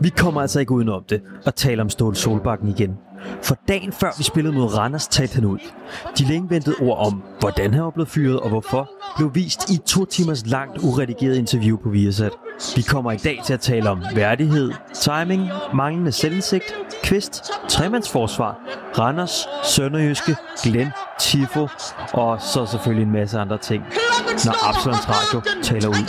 Vi kommer altså ikke udenom det og taler om Ståle Solbakken igen. For dagen før vi spillede mod Randers, talte han ud. De længe ventede ord om, hvordan han var blevet fyret og hvorfor, blev vist i 2 timers langt uredigeret interview på Viasat. Vi kommer i dag til at tale om værdighed, timing, manglende selvindsigt, Kvist, tremandsforsvar, Randers, Sønderjyske, Glenn, Tifo og så selvfølgelig en masse andre ting, når Absalons Radio taler ud.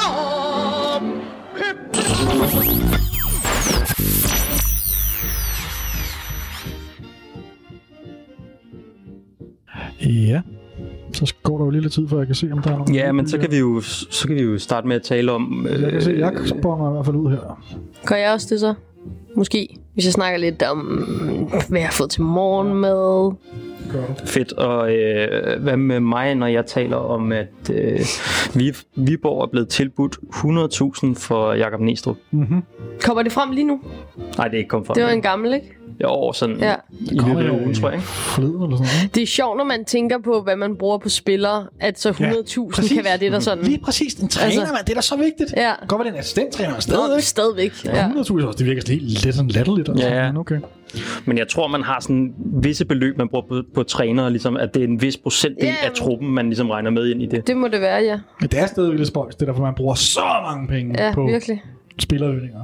Ja, så går der jo lidt tid, før jeg kan se, om der er noget. Ja, men så kan vi jo starte med at tale om... Jeg kan se, jeg sponger i hvert fald ud her. Gør jeg også det så? Måske. Hvis jeg snakker lidt om, hvad jeg har fået til morgenmad. Fedt. Og hvad med mig, når jeg taler om, at Viborg er blevet tilbudt 100.000 for Jakob Næstrup? Mm-hmm. Kommer det frem lige nu? Nej, det er ikke kommet frem. Det var en gammel, ikke? Jo, sådan i løbet af ugen, tror jeg. Forleden eller sådan noget. Det er sjovt, når man tænker på, hvad man bruger på spillere, at så 100.000 kan være det, der sådan... Lige præcis. En træner, altså, det er da så vigtigt. Ja. Godt være, det er en assistenttræner stadigvæk. Stadigvæk, ja. 100.000 også, det virker lidt sådan latterligt. Ja. Men okay. Men jeg tror, man har sådan visse beløb, man bruger på trænere, ligesom, at det er en vis procentdel af truppen, man ligesom regner med ind i det. Det må det være, ja. Men det er stadig lidt spøjs, det er derfor, man bruger så mange penge på virkelig. Spillerøvninger.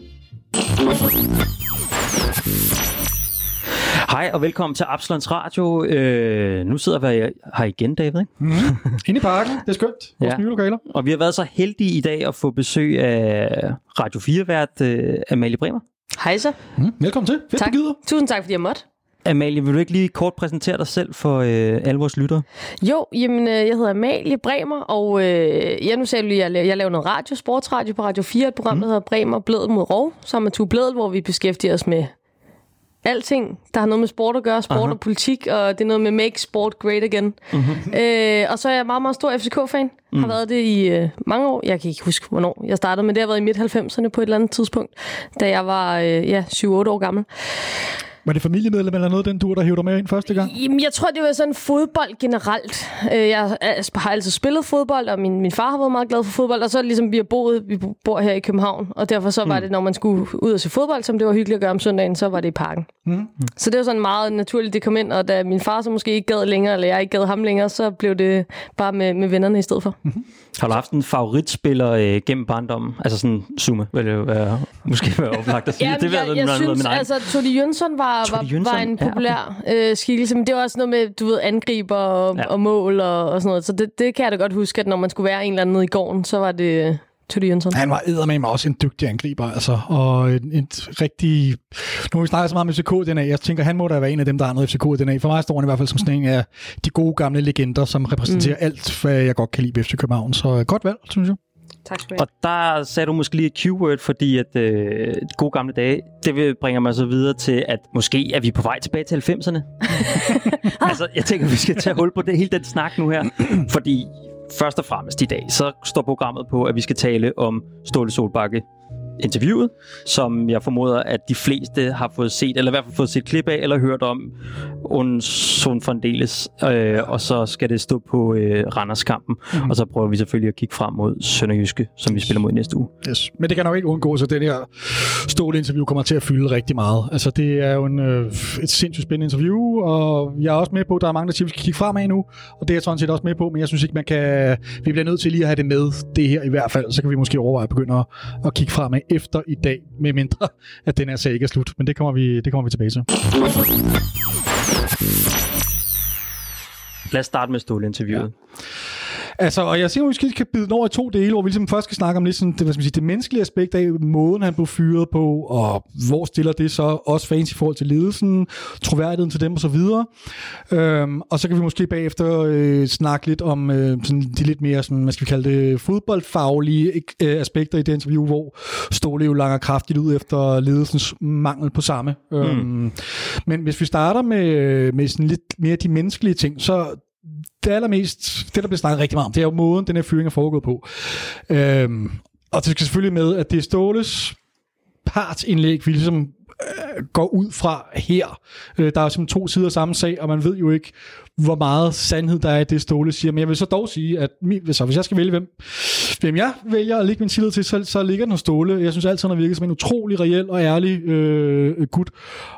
Hej og velkommen til Absalons Radio. Nu sidder vi her igen, David, ikke? Mm-hmm. Inde i parken, det er skønt. Vores nye lokaler. Og vi har været så heldige i dag at få besøg af Radio 4-vært Amalie Bremer. Hej så. Velkommen til. Fedt, tak. Tusind tak, fordi jeg måtte. Amalie, vil du ikke lige kort præsentere dig selv for alle vores lyttere? Jo, jamen, jeg hedder Amalie Bremer, og nu sagde du lige, at jeg laver noget sportsradio på Radio 4, et program, der hedder Bremer Blædel mod Rov, sammen med Tue Blædel, hvor vi beskæftiger os med alting, der har noget med sport at gøre, sport og politik, og det er noget med make sport great again. Og så er jeg meget, meget stor FCK-fan. Har været det i mange år. Jeg kan ikke huske, hvornår jeg startede, men det har været i midt-90'erne på et eller andet tidspunkt, da jeg var 7-8 år gammel. Var det familiemedlem eller noget, den dur, der hævde dig med ind første gang? Jamen, jeg tror, det var sådan fodbold generelt. Jeg har altid spillet fodbold, og min far har været meget glad for fodbold, og så ligesom vi bor her i København, og derfor så var det, når man skulle ud og se fodbold, som det var hyggeligt at gøre om søndagen, så var det i parken. Så det var sådan meget naturligt, det kom ind, og da min far så måske ikke gad længere, eller jeg ikke gad ham længere, så blev det bare med vennerne i stedet for. Har du haft en favoritspiller gennem barndommen? Altså sådan Zuma, vil det jo måske være oplagt at sige. Ja, det jeg synes, altså Todi Jønsson var en populær skikkelse, men det var også noget med, du ved, angriber og mål og sådan noget. Så det kan jeg da godt huske, at når man skulle være en eller anden nede i gården, så var det Todi Jønsson. Han var eddermame også en dygtig angriber, altså, og en rigtig... Nu har vi snakket så meget om FCK-DNA, jeg tænker, han må da være en af dem, der har noget FCK-DNA. For mig står han i hvert fald som sådan en af de gode gamle legender, som repræsenterer alt, hvad jeg godt kan lide ved FC København. Så godt valg, synes jeg. Tak skal du have. Og der sagde du måske lige et keyword, fordi at de gode gamle dage, det bringer mig så videre til, at måske er vi på vej tilbage til 90'erne. Altså, jeg tænker, vi skal tage hul på det hele den snak nu her, fordi først og fremmest i dag, så står programmet på, at vi skal tale om Ståle Solbakken interviewet, som jeg formoder, at de fleste har fået set, eller i hvert fald fået set klip af, eller hørt om Son Fondeles, og så skal det stå på Randers-kampen, og så prøver vi selvfølgelig at kigge frem mod Sønderjyske, som vi spiller mod næste uge. Yes. Men det kan nok ikke undgå, så det her Ståle-interview kommer til at fylde rigtig meget. Altså, det er jo et sindssygt spændende interview, og jeg er også med på, at der er mange, der siger, at vi skal kigge fremad nu, og det er jeg sådan set også med på, men jeg synes ikke, vi bliver nødt til lige at have det med, det her i hvert fald, så kan vi måske overveje at begynde at kigge fremad efter i dag, med mindre at den her sag ikke er slut. Men det kommer vi tilbage til. Lad os starte med Ståle-interviewet. Ja. Altså, og jeg siger, at vi skal bide den over i 2 dele, hvor vi ligesom først skal snakke om lidt sådan, det menneskelige aspekt af måden, han blev fyret på, og hvor stiller det så også fans i forhold til ledelsen, troværdigheden til dem og så videre. Og så kan vi måske bagefter snakke lidt om sådan de lidt mere, sådan, hvad skal vi kalde det, fodboldfaglige aspekter i det interview, hvor Ståle jo langer kraftigt ud efter ledelsens mangel på samme. Men hvis vi starter med sådan lidt mere de menneskelige ting, så det allermest, det der bliver snakket rigtig meget om, det er jo måden, den her fyring er foregået på. Og det skal selvfølgelig med, at det er Ståles partsindlæg, vi ligesom går ud fra her. Der er simpelthen 2 sider af samme sag, og man ved jo ikke, hvor meget sandhed der er i det, Ståle siger. Men jeg vil så dog sige, at hvis jeg skal vælge, hvem jeg vælger at lægge min tillid til, så ligger den hos Ståle. Jeg synes altid, han har virket som en utrolig reel og ærlig gut.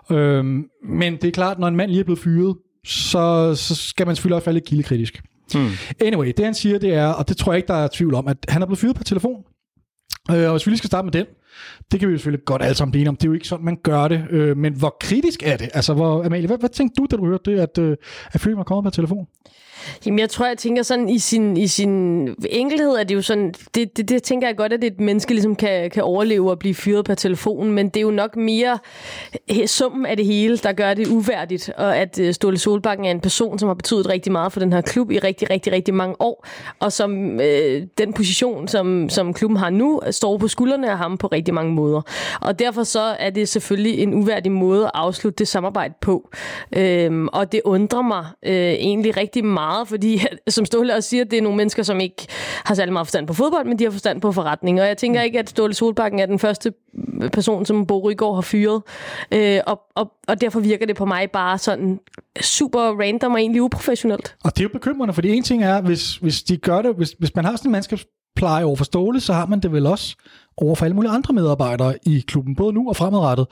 Men det er klart, når en mand lige er blevet fyret, så skal man selvfølgelig også være lidt kildekritisk. Anyway, det han siger, det er, og det tror jeg ikke, der er tvivl om, at han er blevet fyret på telefon. Og hvis vi lige skal starte med den, det kan vi jo selvfølgelig godt alle sammen blive om. Det er jo ikke sådan, man gør det. Men hvor kritisk er det? Altså, Amalie, hvad tænkte du, da du hørte det, at fyren var kommet på telefon? Jamen, jeg tænker sådan, i sin enkelhed er det jo sådan, det tænker jeg godt, at et menneske ligesom kan overleve og blive fyret per telefon, men det er jo nok mere summen af det hele, der gør det uværdigt, og at Ståle Solbakken er en person, som har betydet rigtig meget for den her klub i rigtig, rigtig, rigtig mange år, og som den position, som klubben har nu, står på skuldrene af ham på rigtig mange måder. Og derfor så er det selvfølgelig en uværdig måde at afslutte det samarbejde på. Og det undrer mig egentlig rigtig meget, fordi, som Ståle også siger, det er nogle mennesker, som ikke har særlig meget forstand på fodbold, men de har forstand på forretning. Og jeg tænker ikke, at Ståle Solbakken er den første person, som Bo Rygaard har fyret. Og derfor virker det på mig bare sådan super random og egentlig uprofessionelt. Og det er jo bekymrende, fordi en ting er, hvis de gør det, hvis man har sådan en mandskabspleje over for Ståle, så har man det vel også over for alle mulige andre medarbejdere i klubben, både nu og fremadrettet.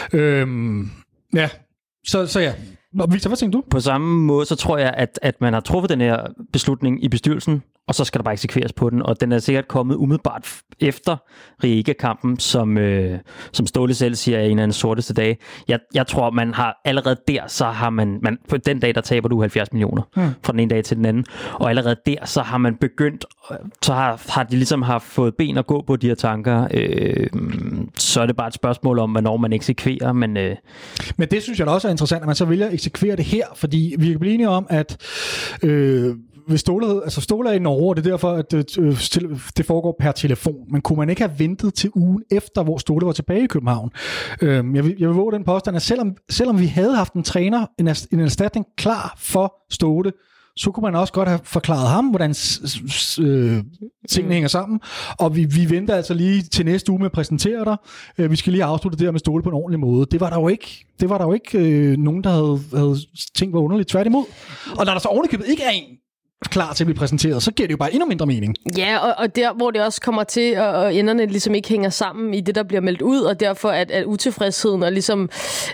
Ja, så ja. Victor, hvad tænker du? På samme måde, så tror jeg, at man har truffet den her beslutning i bestyrelsen, og så skal der bare eksekveres på den, og den er sikkert kommet umiddelbart efter Rijeka-kampen, som Ståle selv siger er en af hans sorteste dage. Jeg tror, man har allerede der, så har man på den dag, der taber du 70 millioner fra den ene dag til den anden, og allerede der, så har man begyndt, så har de ligesom fået ben at gå på de her tanker, så er det bare et spørgsmål om, hvornår man eksekverer, men det synes jeg da også er interessant, at man så vælger at eksekvere det her, fordi vi kan blive enige om, at hvis Ståle er i Norge, og det er derfor, at det foregår per telefon. Men kunne man ikke have ventet til ugen efter, hvor Ståle var tilbage i København? Jeg vil våge den påstand, at selvom vi havde haft en træner, en erstatning klar for Ståle, så kunne man også godt have forklaret ham, hvordan tingene hænger sammen. Og vi venter altså lige til næste uge med at præsentere dig. Vi skal lige afslutte det der med Ståle på en ordentlig måde. Det var der jo ikke nogen, der havde tænkt var underligt. Tværtimod. Og når der så ovenikøbet ikke er en klar til at blive præsenteret, så giver det jo bare endnu mindre mening. Ja, og der, hvor det også kommer til, og enderne ligesom ikke hænger sammen i det, der bliver meldt ud, og derfor at utilfredsheden, og ligesom,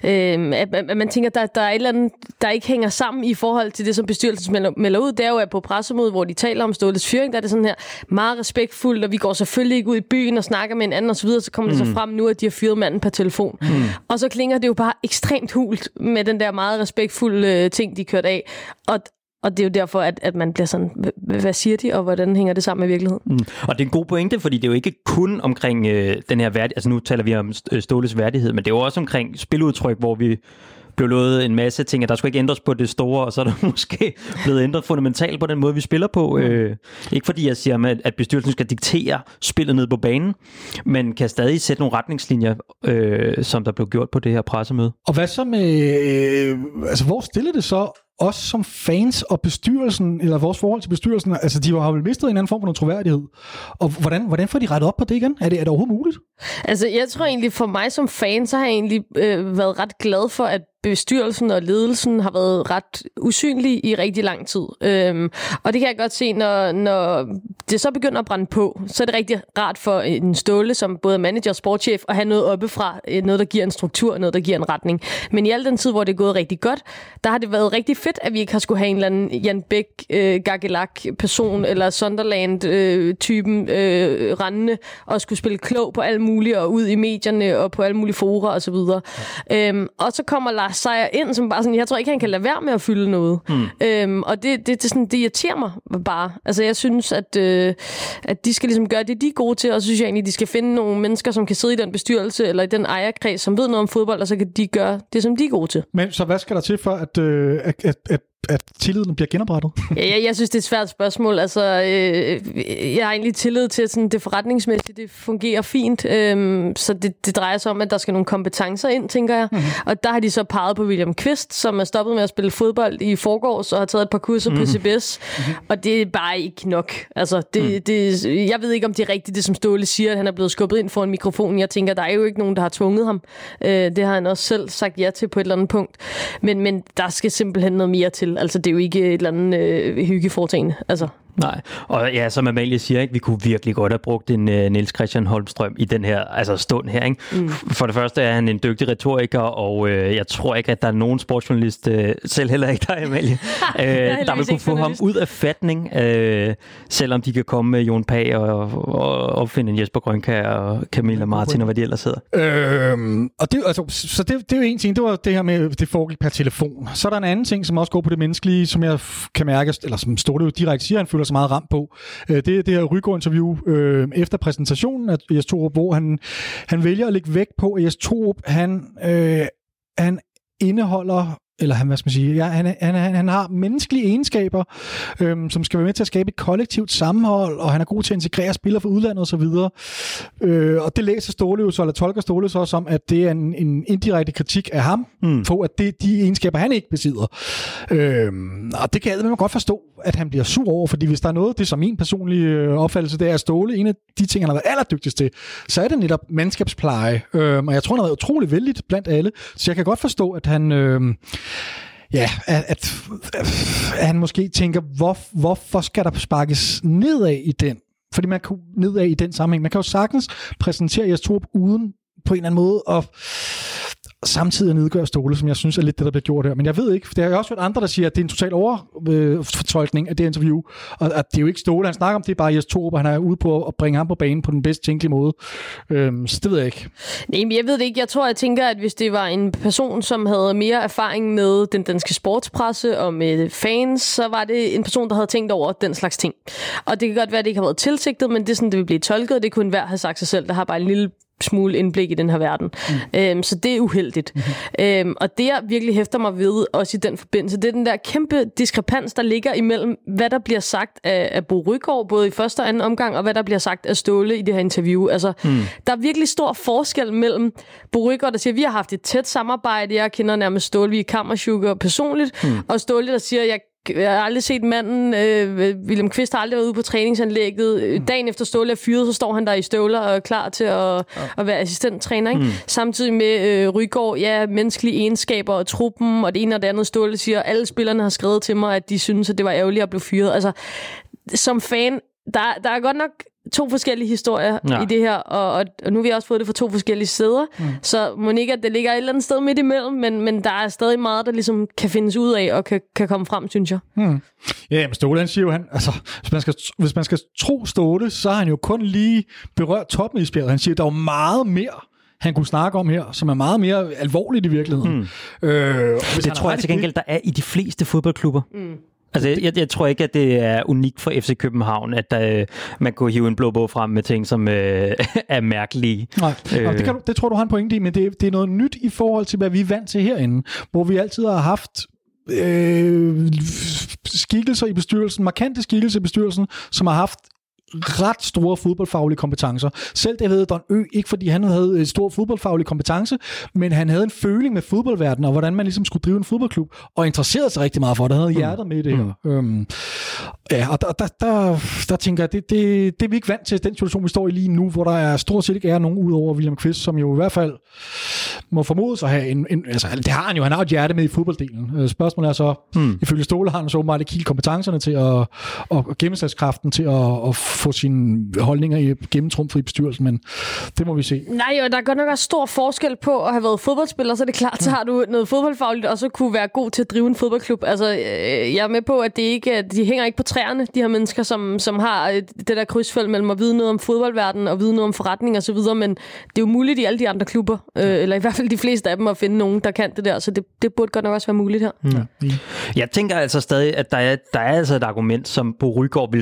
at man tænker, der er et eller andet, der ikke hænger sammen i forhold til det, som bestyrelsen melder ud. Det er jo, at på pressemødet, hvor de taler om Ståles fyring, der er det sådan her meget respektfuldt, og vi går selvfølgelig ikke ud i byen og snakker med en anden osv., så kommer det så frem nu, at de har fyret manden per telefon. Og så klinger det jo bare ekstremt hult med den der meget respektfulde ting, de kørte af. Og det er jo derfor, at man bliver sådan, hvad siger de, og hvordan hænger det sammen med virkeligheden? Og det er en god pointe, fordi det er jo ikke kun omkring den her værdighed, altså nu taler vi om Ståles værdighed, men det er jo også omkring spiludtryk, hvor vi blev lovet en masse ting, at der skulle ikke ændres på det store, og så er der måske blevet ændret fundamentalt på den måde, vi spiller på. Ikke fordi jeg siger, at bestyrelsen skal diktere spillet ned på banen, men kan stadig sætte nogle retningslinjer, som der blev gjort på det her pressemøde. Og hvad så med, hvor stiller det så os som fans og bestyrelsen, eller vores forhold til bestyrelsen, altså de har vel mistet en anden form for noget troværdighed. Og hvordan får de rettet op på det igen? Er det overhovedet muligt? Altså jeg tror egentlig, for mig som fan, så har jeg egentlig været ret glad for, at bestyrelsen og ledelsen har været ret usynlige i rigtig lang tid. Og det kan jeg godt se, når det så begynder at brænde på, så er det rigtig rart for en Ståle, som både manager og sportschef, at have noget oppefra, noget der giver en struktur, noget der giver en retning. Men i al den tid, hvor det er gået rigtig godt, der har det været rigtig fedt, at vi ikke har skulle have en eller anden Jan Bæk, Gagelak-person, eller Sunderland-typen rendende, og skulle spille klog på alt muligt, og ud i medierne, og på alle mulige fora, og så videre. Og så kommer Lars Seier ind, som bare sådan, jeg tror ikke, han kan lade være med at fylde noget. Og det irriterer mig bare. Altså, jeg synes, at de skal ligesom gøre det, de er gode til, og så synes jeg egentlig, de skal finde nogle mennesker, som kan sidde i den bestyrelse, eller i den ejerkreds, som ved noget om fodbold, og så kan de gøre det, som de er gode til. Men så hvad skal der til for, at at tilliden bliver genoprettet? Jeg synes, det er et svært spørgsmål. Altså, jeg har egentlig tillid til, at sådan, det forretningsmæssigt det fungerer fint. Så det drejer sig om, at der skal nogle kompetencer ind, tænker jeg. Og der har de så peget på William Kvist, som er stoppet med at spille fodbold i forgårs og har taget et par kurser på CBS. Og det er bare ikke nok. Altså, jeg ved ikke, om det er rigtigt, det som Ståle siger, at han er blevet skubbet ind foran mikrofonen. Jeg tænker, der er jo ikke nogen, der har tvunget ham. Det har han også selv sagt ja til på et eller andet punkt. Men der skal simpelthen noget mere til. Altså, det er jo ikke et eller andet hyggeforetagende. Altså. Nej, og ja, som Amalie siger, ikke, vi kunne virkelig godt have brugt en Niels Christian Holmstrøm i den her stund her. Ikke? For det første er han en dygtig retoriker, og jeg tror ikke, at der er nogen sportsjournalist, selv heller ikke der, Amalie, der vil kunne få ham ud af fatning, selvom de kan komme med Jon Pag og opfinde en Jesper Grønkjær og Camilla Martin og hvad de ellers hedder. Og det, altså, så det er jo en ting, det var det her med, det foregik per telefon. Så er der en anden ting, som også går på det menneskelige, som jeg kan mærke, eller som Ståle jo direkte siger, han føler så meget ramt på. Det er det her Rygaard-interview efter præsentationen af Jes Torup, hvor han vælger at lægge vægt på, at Jes Torup, han indeholder, eller han, hvad skal man sige, han har menneskelige egenskaber, som skal være med til at skabe et kollektivt sammenhold, og han er god til at integrere spillere fra udlandet og så videre. Og det læser Ståle jo så, eller tolker Ståle så som, at det er en indirekte kritik af ham, på at det er de egenskaber, han ikke besidder. Og det kan man godt forstå, at han bliver sur over, fordi hvis der er noget, det er som min personlige opfattelse, det er Ståle, en af de ting, han har været allerdygtigst til, så er det netop mandskabspleje. Og jeg tror, han har været utrolig vældigt blandt alle, så jeg kan godt forstå, at han at han måske tænker, hvorfor skal der sparkes nedad i den? Fordi man kan nedad i den sammenhæng. Man kan jo sagtens præsentere Jes Torup uden på en eller anden måde og samtidig nedgøre Ståle, som jeg synes er lidt det, der bliver gjort her. Men jeg ved ikke, for det har jeg også hørt andre, der siger, at det er en total overfortolkning af det interview, og at det er jo ikke Ståle, han snakker om, det er bare Jes Torup, og han er ude på at bringe ham på banen på den bedst tænkelige måde. Så det ved jeg ikke. Nej, men jeg ved det ikke. Jeg tænker, at hvis det var en person, som havde mere erfaring med den danske sportspresse og med fans, så var det en person, der havde tænkt over den slags ting. Og det kan godt være, at det ikke har været tilsigtet, men det er sådan, det vil blive tolket. Det kunne enhver have sagt sig selv, der har bare en lille smule indblik i den her verden. Så det er uheldigt. Og det, jeg virkelig hæfter mig ved, også i den forbindelse, det er den der kæmpe diskrepans, der ligger imellem, hvad der bliver sagt af Bo Rygaard, både i første og anden omgang, og hvad der bliver sagt af Ståle i det her interview. Altså, der er virkelig stor forskel mellem Bo Rygaard, der siger, vi har haft et tæt samarbejde, jeg kender nærmest Ståle, vi er kammersugar personligt, og Ståle, der siger, jeg har aldrig set manden, William Kvist har aldrig været ude på træningsanlægget. Dagen efter Ståle er fyret, så står han der i støvler og er klar til at være assistenttræner. Ikke? Samtidig med Rygaard, menneskelige egenskaber og truppen, og det ene og det andet. Ståle siger, at alle spillerne har skrevet til mig, at de synes, at det var ærgerligt at blive fyret. Altså, som fan, der er godt nok to forskellige historier i det her, og nu har vi også fået det fra to forskellige steder, så må ikke, at det ligger et eller andet sted midt imellem, men der er stadig meget, der ligesom kan findes ud af og kan komme frem, synes jeg. Ja, men Ståle, han siger jo, altså, hvis man skal tro Ståle, så har han jo kun lige berørt toppen i spillet. Han siger, der er jo meget mere, han kunne snakke om her, som er meget mere alvorligt i virkeligheden. Det tror jeg til gengæld, der er i de fleste fodboldklubber. Altså, jeg tror ikke, at det er unikt for FC København, at man kunne hive en blå bog frem med ting, som er mærkelige. Nej, det tror du har en pointe i, men det er noget nyt i forhold til, hvad vi er vant til herinde, hvor vi altid har haft skikkelser i bestyrelsen, markante skikkelser i bestyrelsen, som har haft ret store fodboldfaglige kompetencer. Selv det havde Don Ø, ikke fordi han havde en stor fodboldfaglig kompetence, men han havde en føling med fodboldverdenen, og hvordan man ligesom skulle drive en fodboldklub, og interesserede sig rigtig meget for det. Han havde hjertet med i det her. Og der tænker jeg, det er vi ikke vant til, den situation, vi står i lige nu, hvor der er stort set ikke er nogen ud over William Kvist, som jo i hvert fald må formodes at have altså det har han jo, han har et hjerte med i fodbolddelen. Spørgsmålet er så, ifølge Ståle har han så meget ikke helt kompetencerne til at gennemslagskraften til at få sine holdninger gennemtrumfet i bestyrelsen, men det må vi se. Nej, og der er godt nok også stor forskel på at have været fodboldspiller, så er det klart, så har du noget fodboldfagligt, og så kunne være god til at drive en fodboldklub. Altså, jeg er med på, at de hænger ikke på træerne, de her mennesker, som har det der krydsfelt mellem at vide noget om fodboldverdenen og vide noget om forretning og så videre, men det er jo muligt i alle de andre klubber, eller i hvert fald de fleste af dem, at finde nogen, der kan det der, så det burde godt nok også være muligt her. Jeg tænker altså stadig, at der er altså et argument, som Bo Rygaard vil så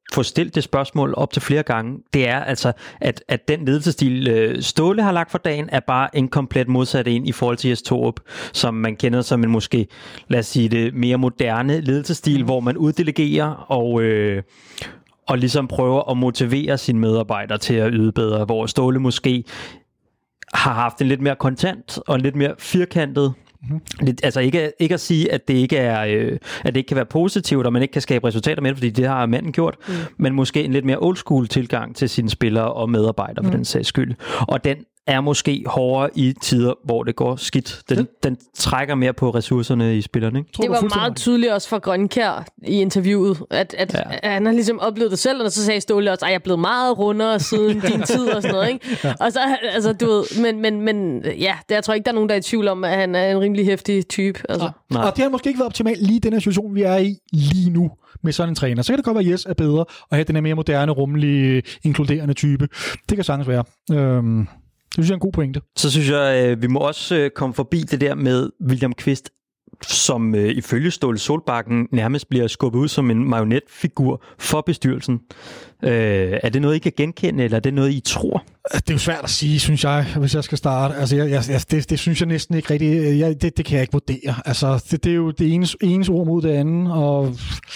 få stillet det spørgsmål op til flere gange, det er altså, at den ledelsesstil, Ståle har lagt for dagen, er bare en komplet modsat en i forhold til Jes Torup, som man kender som en måske, lad os sige det, mere moderne ledelsesstil, hvor man uddelegerer og ligesom prøver at motivere sine medarbejdere til at yde bedre, hvor Ståle måske har haft en lidt mere kontant og en lidt mere firkantet. Altså ikke at sige, at det ikke er, at det ikke kan være positivt, og man ikke kan skabe resultater med det, fordi det har manden gjort, men måske en lidt mere old school tilgang til sine spillere og medarbejdere for den sags skyld. Og den er måske hårdere i tider, hvor det går skidt. Den trækker mere på ressourcerne i spillerne. Ikke? Det var meget tydeligt også for Grønkjær i interviewet, at han har ligesom oplevet det selv, og så sagde Ståle også, at jeg er blevet meget rundere siden din tid og sådan noget. Ikke? Ja. Og så, altså du ved, men ja, jeg tror ikke, der er nogen, der er i tvivl om, at han er en rimelig heftig type. Altså. Ja. Og det har måske ikke været optimalt lige den her situation, vi er i lige nu med sådan en træner. Så kan det godt være, at Jes er bedre, og have den her mere moderne, rummelige, inkluderende type. Det kan sagtens være. Det synes jeg er en god pointe. Så synes jeg, vi må også komme forbi det der med William Kvist, som ifølge Ståle Solbakken nærmest bliver skubbet ud som en marionetfigur for bestyrelsen. Er det noget, I kan genkende, eller er det noget, I tror? Det er jo svært at sige, synes jeg, hvis jeg skal starte. Altså, det synes jeg næsten ikke rigtigt. Det kan jeg ikke vurdere. Altså, det er jo det enes ord mod det andet, og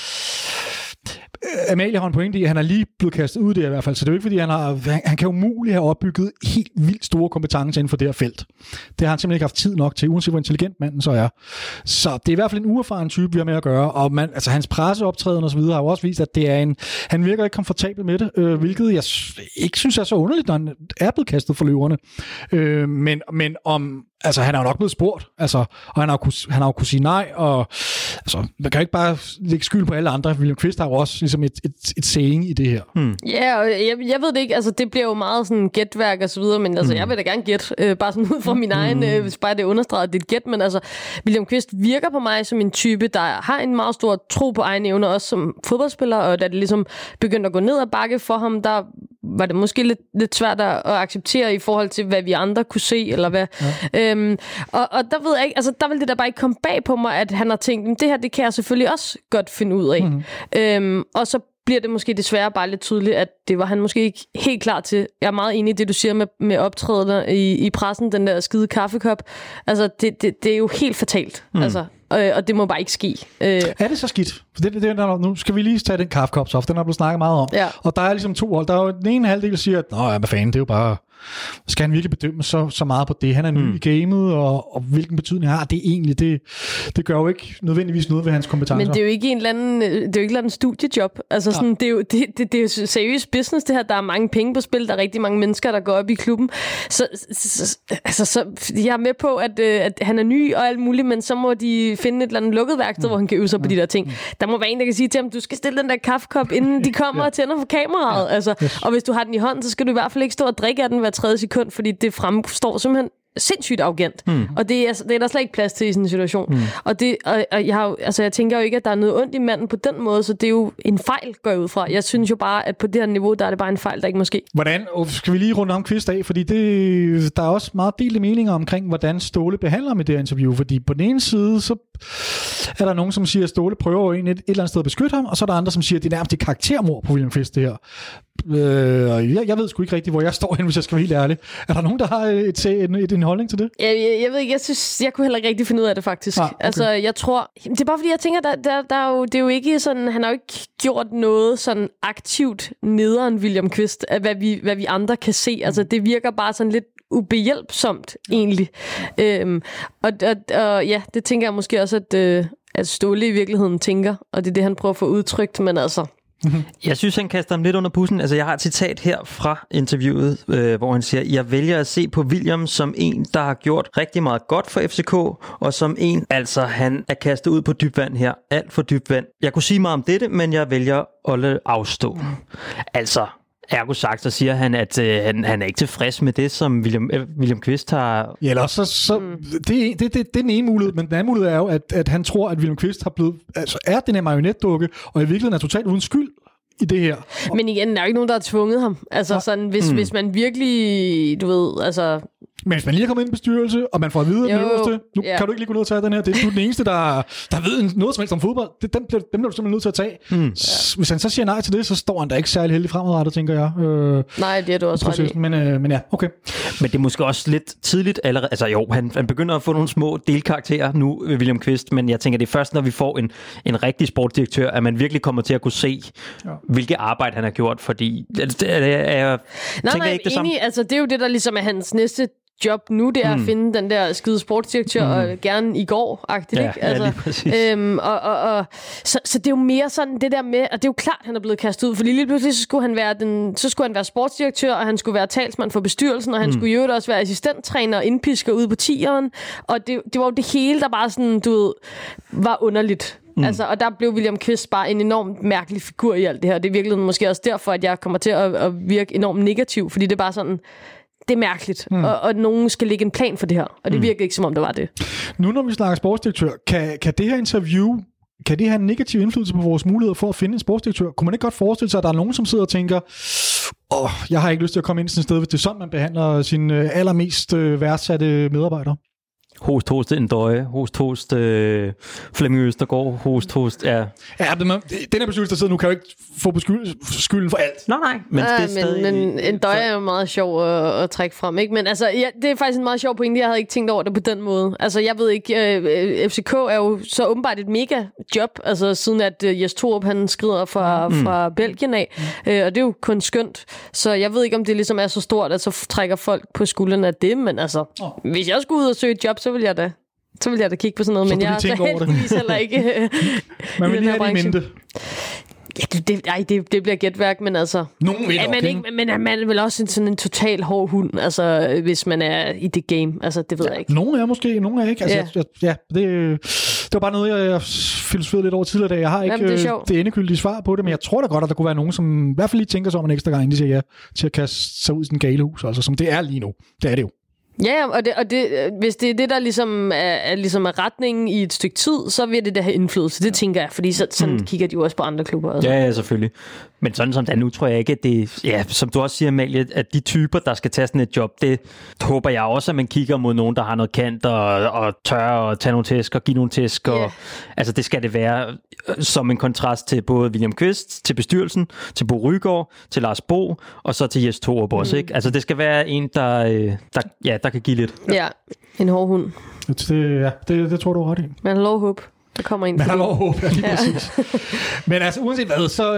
Amalie har en pointe i, at han er lige blevet kastet ud der i hvert fald, så det er jo ikke, fordi han kan umuligt have opbygget helt vildt store kompetencer inden for det her felt. Det har han simpelthen ikke haft tid nok til, uanset hvor intelligent manden så er. Så det er i hvert fald en uerfaren type, vi har med at gøre, og hans presseoptræden og så videre har jo også vist, at det er han virker ikke komfortabel med det, hvilket jeg ikke synes er så underligt, når han er blevet kastet for løverne. Men om altså, han er jo nok blevet spurgt, altså, og han har jo kunnet sige nej, og altså, man kan jo ikke bare lægge skyld på alle andre. William Kvist har jo også ligesom et saying i det her. Ja, og jeg ved det ikke, altså det bliver jo meget sådan gætværk og så videre, men altså jeg vil da gerne gætte, bare sådan ud fra min egen, hvis bare det understreger, det er et gæt, men altså William Kvist virker på mig som en type, der har en meget stor tro på egne evner, også som fodboldspiller, og da det ligesom begyndte at gå ned ad bakke for ham, der var det måske lidt svært at acceptere i forhold til, hvad vi andre kunne se, eller hvad. Ja. Og der ved jeg ikke, altså der vil det da bare ikke komme bag på mig, at han har tænkt, det her, det kan jeg selvfølgelig også godt finde ud af. Og så bliver det måske desværre bare lidt tydeligt, at det var han måske ikke helt klar til. Jeg er meget enig i det, du siger med optrædener i pressen, den der skide kaffekop. Altså, det er jo helt fatalt. Altså, og det må bare ikke ske. Er det så skidt? For nu skal vi lige tage den kaffekop, så den har blevet snakket meget om. Ja. Og der er ligesom to hold. Der er jo den ene halvdel, der siger, at hvad fanden, det er jo bare... Skal han virkelig bedømme så meget på det? Han er ny i gamet, og hvilken betydning har det egentlig? Det gør jo ikke nødvendigvis noget ved hans kompetencer. Men det er jo ikke en eller anden studiejob. Altså sådan, det er jo seriøs business, det her. Der er mange penge på spil. Der er rigtig mange mennesker, der går op i klubben. Så jeg er med på, at han er ny og alt muligt, men så må de finde et eller andet lukket værksted, hvor han kan øve sig på de der ting. Der må være en, der kan sige til ham, du skal stille den der kaffekop, inden de kommer og tænder for kameraet. Altså, og hvis du har den i hånden, så skal du i hvert fald ikke stå og drikke af den hver 3. sekund, fordi det fremstår simpelthen sindssygt arrogant. Og det er der slet ikke plads til i sådan en situation. Og jeg tænker jo ikke, at der er noget ondt i manden på den måde, så det er jo en fejl, går jeg ud fra. Jeg synes jo bare, at på det her niveau, der er det bare en fejl, der ikke må ske. Hvordan, skal vi lige runde om Kvist af, fordi der er også meget delte meninger omkring, hvordan Ståle behandler med det her interview, fordi på den ene side, så er der nogen, som siger, at Ståle prøver jo egentlig et eller andet sted at beskytte ham, og så er der andre, som siger, at det er nærmest et karaktermord på William Kvist, det her. Jeg ved sgu ikke rigtigt, hvor jeg står hen, hvis jeg skal være helt ærlig. Er der nogen, der har en holdning til det? Jeg ved ikke, jeg synes, jeg kunne heller ikke rigtig finde ud af det, faktisk. Okay. Altså, jeg tror... Det er bare fordi, jeg tænker, det er jo ikke sådan... Han har jo ikke gjort noget sådan aktivt nederen William Kvist, af hvad vi andre kan se. Altså, det virker bare sådan lidt ubehjælpsomt, egentlig. Og ja, det tænker jeg måske også, at Ståle i virkeligheden tænker, og det er det, han prøver at få udtrykt, men altså... Jeg synes, han kaster ham lidt under bussen. Altså, jeg har et citat her fra interviewet, hvor han siger, jeg vælger at se på William som en, der har gjort rigtig meget godt for FCK, og som en, altså han er kastet ud på dybt vand her. Alt for dybt vand. Jeg kunne sige meget om dette, men jeg vælger at afstå. Altså... Ergo sagt, så siger han, at han er ikke tilfreds med det, som William Kvist har... Ja, eller så det er den ene mulighed, men den anden mulighed er jo, at han tror, at William Kvist er den her marionetdukke, og i virkeligheden er totalt uden skyld i det her. Men igen, der er jo ikke nogen, der har tvunget ham. Altså sådan, hvis man virkelig, du ved, altså... Men hvis man lige er kommet ind i bestyrelse, og man får at vide, kan du ikke lige gå ned og tage den her? Det er du den eneste, der ved noget som helst om fodbold. Dem bliver du simpelthen nødt til at tage. Hvis han så siger nej til det, så står han da ikke særlig heldig fremadrettet, tænker jeg. Nej, det er du også ret i. Men ja, okay. Men det er måske også lidt tidligt allerede. Altså jo, han begynder at få nogle små delkarakterer nu, William Kvist, men jeg tænker, det er først, når vi får en rigtig sportsdirektør, at man virkelig kommer til at kunne se, hvilket arbejde han har gjort, fordi jeg tænker ikke det samme. Altså, det er jo det, der ligesom er hans næste job nu, det er at finde den der skide sportsdirektør, og gerne i går-agtigt, ikke? Altså, lige præcis. Så det er jo mere sådan det der med, og det er jo klart, han er blevet kastet ud, for lige pludselig så skulle han være sportsdirektør, og han skulle være talsmand for bestyrelsen, og han skulle jo også være assistenttræner og indpisker ude på tieren, og det var jo det hele, der bare sådan, du ved, var underligt. Altså, og der blev William Kvist bare en enormt mærkelig figur i alt det her. Det er virkelig måske også derfor, at jeg kommer til at virke enormt negativ, fordi det er bare sådan, det er mærkeligt, og nogen skal lægge en plan for det her, og det virker ikke, som om det var det. Nu når vi snakker sportsdirektør, kan det her interview, kan det have en negativ indflydelse på vores muligheder for at finde en sportsdirektør? Kunne man ikke godt forestille sig, at der er nogen, som sidder og tænker, jeg har ikke lyst til at komme ind til et sted, hvis det er sådan, man behandler sine allermest værdsatte medarbejdere? Host, Endøje, host, Flemming Østergaard, host, ja. Ja, den her bestyrelse, der sidder nu, kan jo ikke få skylden for alt. Nej. Men det er stadig... Men Endøje er jo meget sjov at trække frem, ikke? Men altså, ja, det er faktisk en meget sjov pointe, jeg havde ikke tænkt over det på den måde. Altså, jeg ved ikke, FCK er jo så åbenbart et mega job, altså siden at Jes Torup, han skrider fra Belgien af, og det er jo kun skønt. Så jeg ved ikke, om det ligesom er så stort, at så trækker folk på skuldrene af det, men altså, hvis jeg skulle ud og søge et job, så vil jeg da kigge på sådan noget, men jeg er så heldigvis heller ikke man vil lige have det i mente. Ja, det bliver gætværk, men altså... Nogen ved men man er vel også sådan en total hård hund, altså, hvis man er i det game. Altså, det ved jeg ikke. Nogen er måske, nogen er ikke. Altså, det var bare noget, jeg filosoferede lidt over tidligere, da jeg har ikke det endegyldige svar på det, men jeg tror da godt, at der kunne være nogen, som i hvert fald lige tænker sig om en ekstra gang, de siger ja til at kaste sig ud i sådan en galehus, altså som det er lige nu. Det er det jo. Ja, og det, hvis det er det, der ligesom er retningen i et stykke tid, så vil det have indflydelse. Det tænker jeg, fordi sådan kigger de jo også på andre klubber. Altså. Ja, selvfølgelig. Men sådan som det er nu, tror jeg ikke, at det... Ja, som du også siger, Amalie, at de typer, der skal tage sådan et job, det håber jeg også, at man kigger mod nogen, der har noget kant og tør at tage nogle tæsk og give nogle tæsk. Og, altså, det skal det være som en kontrast til både William Kvist, til bestyrelsen, til Bo Rygaard, til Lars Bo, og så til Jes Torup også, ikke? Altså, det skal være en, der kan give lidt. Ja, en hård hund. Det tror du ret i. Man har lov at håbe. Der kommer en. Man har lov at håbe, lige præcis. Men altså, uanset hvad, så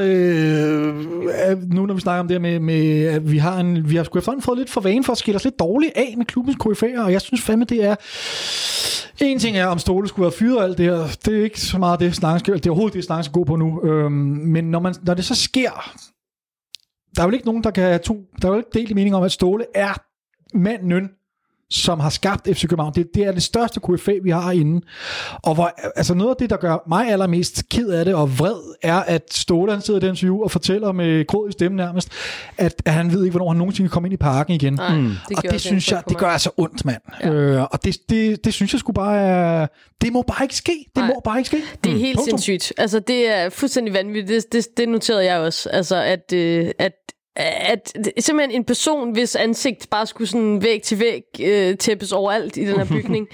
nu når vi snakker om det med at vi har sgu efterhånden fået lidt for vane for at skille os lidt dårligt af med klubbens koryfæer, og jeg synes fandme, det er... En ting er, om Ståle skulle være fyret og alt det her. Det er ikke så meget det, det er overhovedet det, snakken skal gå på nu. Men når det så sker, der er vel ikke nogen, der kan der er jo ikke delt i mening om, at Ståle er manden, som har skabt FC København. Det er det største KFA, vi har herinde. Og altså noget af det, der gør mig allermest ked af det og vred, er, at Ståle han sidder i den interview og fortæller med gråd i stemmen nærmest, at han ved ikke, hvornår han nogensinde kan komme ind i parken igen. Og det synes jeg, det gør altså ondt, mand. Ja. Og det synes jeg sgu bare det må bare ikke ske. Det må bare ikke ske. Det er helt sindssygt. Altså, det er fuldstændig vanvittigt. Det noterede jeg også. Altså, at simpelthen en person, hvis ansigt bare skulle sådan væg til væg tæppes overalt i den her bygning,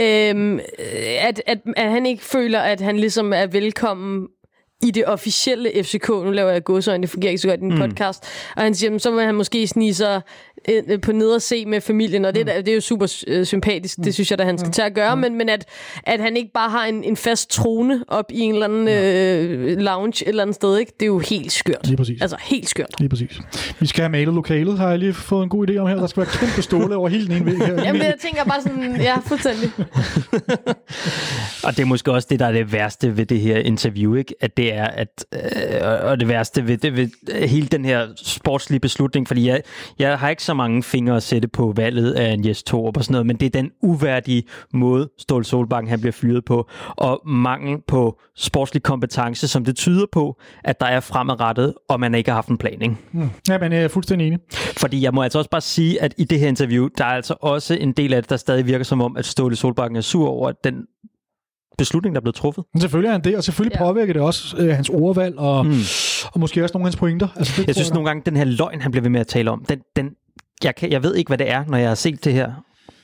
at han ikke føler, at han ligesom er velkommen i det officielle FCK. Nu laver jeg gåseøjne, det fungerer ikke så godt i en podcast. Og han siger, så vil han måske snige sig på ned og se med familien, og det er jo super sympatisk. Det synes jeg, at han skal til at gøre, men at han ikke bare har en fast trone op i en eller anden lounge et eller andet sted, ikke? Det er jo helt skørt. Lige præcis. Altså helt skørt. Lige præcis. Vi skal have malet lokalet, har jeg lige fået en god idé om her. Der skal være kæmpe Ståle over hele den ene væg her. Jamen, jeg tænker bare sådan, ja, fuldstændig. Og det er måske også det, der er det værste ved det her interview, ikke? At det er, og det værste ved hele den her sportslige beslutning, fordi jeg har ikke så mange fingre at sætte på valget af en Jes Torup og sådan noget, men det er den uværdige måde, Ståle Solbakken han bliver fyret på, og mangel på sportslig kompetence, som det tyder på, at der er fremadrettet, og man ikke har haft en plan, ikke? Ja, men jeg er fuldstændig enig. Fordi jeg må altså også bare sige, at i det her interview, der er altså også en del af det, der stadig virker som om, at Ståle Solbakken er sur over den beslutning, der er blevet truffet. Men selvfølgelig er han det, og selvfølgelig påvirker det også hans ordvalg, og måske også nogle af hans pointer. Altså, jeg synes nogle gange, den her løgn, han bliver ved med at tale om, jeg ved ikke, hvad det er, når jeg har set det her.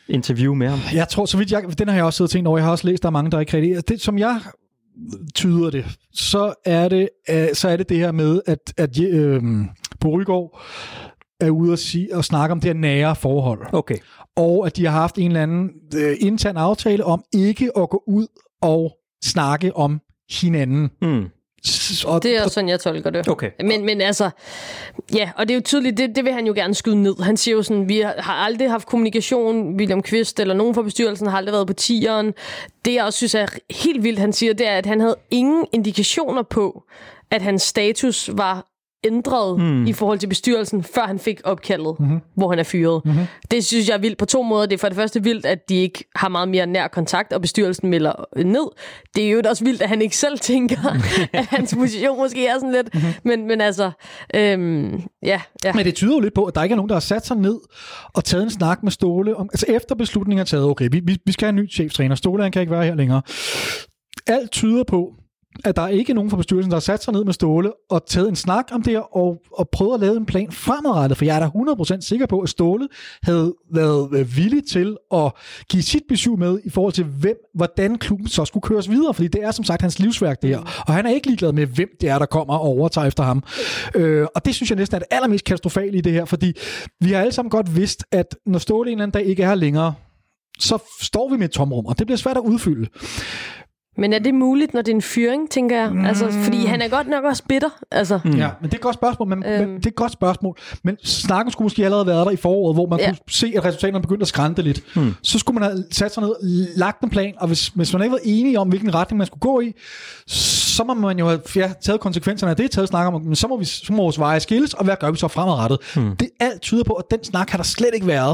interview med ham? Jeg tror, så vidt den har jeg også siddet og tænkt over. Jeg har også læst, der er mange, der ikke rigtig... Det, som jeg tyder det, så er det det her med, at Bo Rygaard er ude og snakke om det her nære forhold. Okay. Og at de har haft en eller anden intern aftale om ikke at gå ud og snakke om hinanden. Det er også sådan, jeg tolker det. Okay. Men altså, ja, og det er jo tydeligt, det vil han jo gerne skyde ned. Han siger jo sådan, vi har aldrig haft kommunikation, William Kvist eller nogen fra bestyrelsen har aldrig været på tieren. Det jeg også synes er helt vildt, han siger, det er, at han havde ingen indikationer på, at hans status var ændret i forhold til bestyrelsen, før han fik opkaldet, hvor han er fyret. Det synes jeg er vildt på to måder. Det er for det første vildt, at de ikke har meget mere nær kontakt, og bestyrelsen melder ned. Det er jo også vildt, at han ikke selv tænker, at hans position måske er sådan lidt. Men altså, ja. Men det tyder jo lidt på, at der ikke er nogen, der har sat sig ned og taget en snak med Ståle. Altså efter beslutningen er taget, okay, vi skal have en ny cheftræner. Ståle, han kan ikke være her længere. Alt tyder på, at der ikke er nogen fra bestyrelsen, der har sat sig ned med Ståle og taget en snak om det og prøvet at lave en plan fremadrettet, for jeg er da 100% sikker på, at Ståle havde været villig til at give sit besøg med i forhold til, hvordan klubben så skulle køres videre, fordi det er som sagt hans livsværk det her, og han er ikke ligeglad med, hvem det er, der kommer og overtager efter ham. Og det synes jeg næsten er det allermest katastrofale i det her, fordi vi har alle sammen godt vidst, at når Ståle en eller anden dag ikke er her længere, så står vi med et tomrum, og det bliver svært at udfylde. Men er det muligt, når det er en fyring, tænker jeg? Altså, fordi han er godt nok også bitter. Altså. Ja, men det er et godt spørgsmål. Men det er et godt spørgsmål. Men snakken skulle måske allerede være der i foråret, hvor man kunne se, at resultaterne begyndte at skrante lidt. Så skulle man have sat sig ned, lagt en plan, og hvis man ikke var enige om, hvilken retning man skulle gå i, så må man jo have taget konsekvenserne af det, taget snak om, men så må vores veje skilles, og hvad gør vi så fremadrettet? Det alt tyder på, at den snak har der slet ikke været.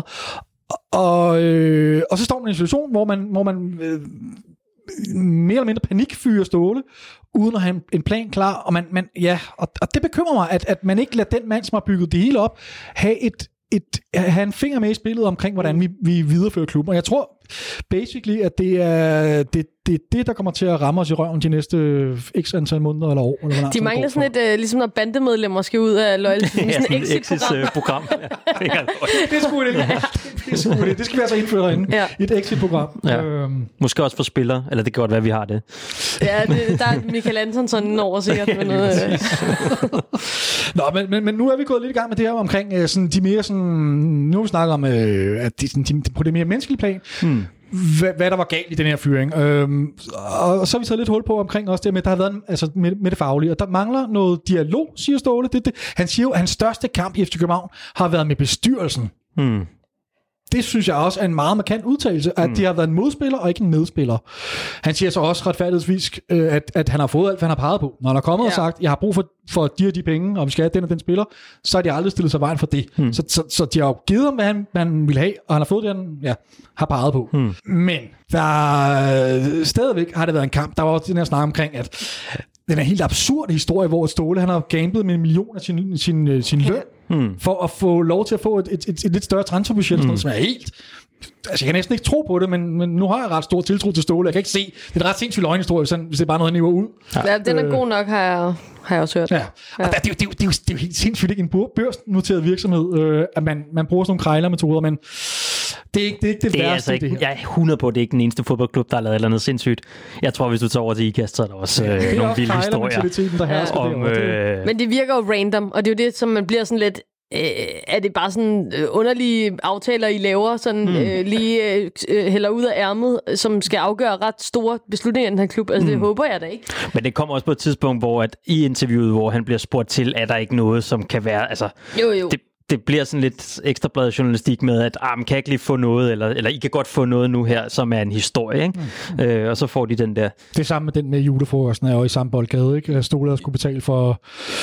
Og så står man i en situation, hvor man mere eller mindre panikfyrer Ståle, uden at have en plan klar, og det bekymrer mig, at man ikke lader den mand, som har bygget det hele op, have en finger med i spillet omkring, hvordan vi viderefører klubben. Og jeg tror basically, at det er det, der kommer til at ramme os i røven de næste x antal måneder eller år. Eller de mangler sådan et, ligesom når bandemedlemmer skal ud af loyalty, sådan et exit-program. Det skulle det. Det skal vi altså indføre derinde. Ja. Et exit-program. Ja. Måske også for spillere, eller det kan godt være, vi har det. Ja, der er Michael Antonsson over sikkert med noget. Nå, men nu er vi gået lidt i gang med det her omkring sådan, de mere sådan, nu har vi snakket om, at på det mere menneskelige plan, hvad der var galt i den her fyring. Og så har vi taget lidt hul på omkring også det med, der har været med det faglige, og der mangler noget dialog, siger Ståle. Han siger jo, at hans største kamp i FC København har været med bestyrelsen. Det synes jeg også er en meget markant udtalelse, at de har været en modspiller og ikke en medspiller. Han siger så også retfærdigvis, at han har fået alt, hvad han har peget på. Når han er kommet og sagt, jeg har brug for de og de penge, og vi skal have den og den spiller, så har de aldrig stillet sig vejen for det. Så de har jo givet ham, hvad han ville have, og han har fået det, han har peget på. Men stadigvæk har det været en kamp. Der var også den her snak omkring, at den er helt absurd historie, hvor Ståle han har gamblet med 1 million af sin løn, for at få lov til at få et lidt større transferbudget, som er helt... Altså, jeg kan næsten ikke tro på det, men nu har jeg ret stor tiltro til Ståle. Jeg kan ikke se... Det er en ret sindssyg løgnhistorie, hvis det er bare noget, han niver ud. Ja, den er god nok, har jeg også hørt. Ja. Og det er jo helt sindssygt, ikke en børsnoteret virksomhed, at man bruger sådan nogle krejlermetoder, men det er ikke det værste, altså ikke, det her. Jeg er 100 på, det er ikke den eneste fodboldklub, der har lavet et eller andet sindssygt. Jeg tror, hvis du tager over til IKAST, så er der også nogle vilde historier. Men det virker jo random, og det er jo det, som man bliver sådan lidt... er det bare sådan underlige aftaler, I laver, sådan lige hælder ud af ærmet, som skal afgøre ret store beslutninger i den her klub? Altså, det håber jeg da ikke. Men det kommer også på et tidspunkt, hvor at i interviewet, hvor han bliver spurgt til, er der ikke noget, som kan være... Altså, jo. Det bliver sådan lidt ekstrabladet journalistik med, at man kan ikke lige få noget, eller I kan godt få noget nu her, som er en historie, ikke? Og så får de den der. Det er samme med den med julefrokosten, er jo i samme boldgade, ikke? Ståle skulle betale for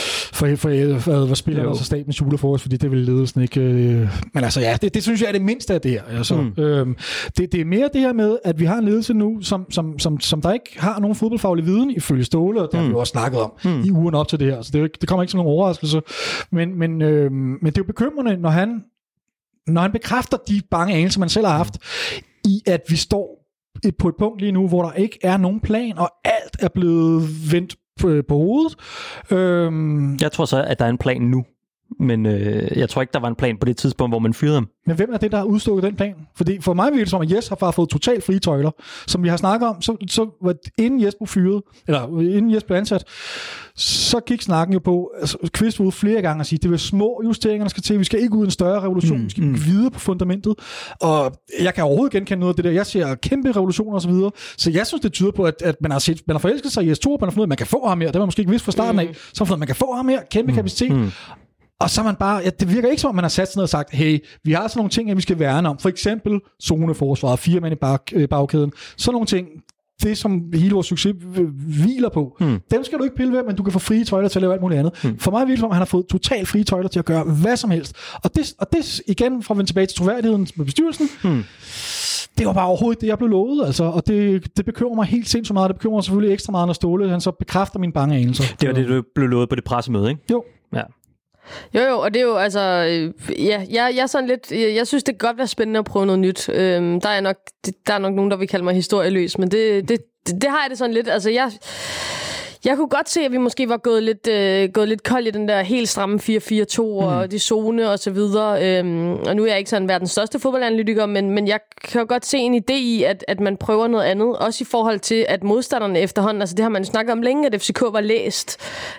spillerne, altså statens julefrokost, fordi det ville ledelsen ikke... Men altså ja, det synes jeg er det mindste af det her. Altså, det er mere det her med, at vi har en ledelse nu, som der ikke har nogen fodboldfaglig viden, ifølge Ståle, og det har vi også snakket om i ugen op til det her. Så det kommer ikke som nogen overraskelse. Men det er jo bekymrende, når han bekræfter de bange anelser, man selv har haft, i at vi står på et punkt lige nu, hvor der ikke er nogen plan, og alt er blevet vendt på hovedet. Jeg tror så, at der er en plan nu. Men jeg tror ikke, der var en plan på det tidspunkt, hvor man fyrede ham. Men hvem er det, der har udstukket den plan? Fordi for mig virker det som, at Jes har bare fået totalt frie tøjler. Som vi har snakket om, så var inden Jes blev fyret, eller inden Jes blev ansat, så gik snakken jo på, altså Kvist var ude flere gange og sige, det er små justeringer, der skal til. Vi skal ikke ud i en større revolution. Vi skal videre på fundamentet. Og jeg kan overhovedet genkende noget af det der. Jeg ser kæmpe revolutioner og så videre. Så jeg synes, det tyder på, at man har forelsket sig i Jes Torup, man har fundet ud af, at man kan få ham mere. Det var man måske ikke vidst fra starten af. Så har man fundet, at man kan få ham mere. Kæmpe kapacitet. Og så er man bare, det virker ikke som om, man har sat sig ned og sagt, hey, vi har sådan nogle ting, vi skal værne om. For eksempel zoneforsvaret, 4 mand i bagkæden. Sådan nogle ting, det som hele vores succes hviler på. Dem skal du ikke pille ved, men du kan få frie tøjler til at lave alt muligt andet. For mig virker det som om, han har fået totalt frie tøjler til at gøre hvad som helst. Og det igen, for at vende tilbage til troværdigheden med bestyrelsen, det var bare overhovedet det, jeg blev lovet, altså, og det bekymrer mig helt sindssygt meget. Det bekymrer mig selvfølgelig ekstra meget, når Ståle han så bekræfter mine bange anelser. Det var det, du blev lovet på det pressemøde, ikke? Jo. Ja. Jo, og det er jo altså, jeg er sådan lidt, jeg synes, det kan godt være spændende at prøve noget nyt. Der er nok nogen, der vil kalde mig historieløs, men det har jeg det sådan lidt, altså jeg kunne godt se, at vi måske var gået lidt kold i den der helt stramme 4-4-2 og de zone og så videre. Og nu er jeg ikke sådan verdens største fodboldanalytiker, men jeg kan jo godt se en idé i, at man prøver noget andet. Også i forhold til, at modstanderne efterhånden, altså det har man snakket om længe, at FCK var læst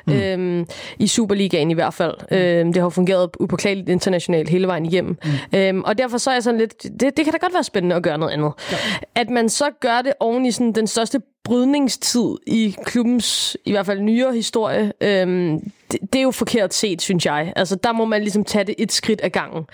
i Superligaen i hvert fald. Det har jo fungeret upåklageligt internationalt hele vejen igennem. Og derfor så er jeg sådan lidt, det kan da godt være spændende at gøre noget andet. Ja. At man så gør det oven i sådan den største brydningstid i klubbens, i hvert fald nyere historie, det er jo forkert set, synes jeg. Altså, der må man ligesom tage det et skridt ad gangen.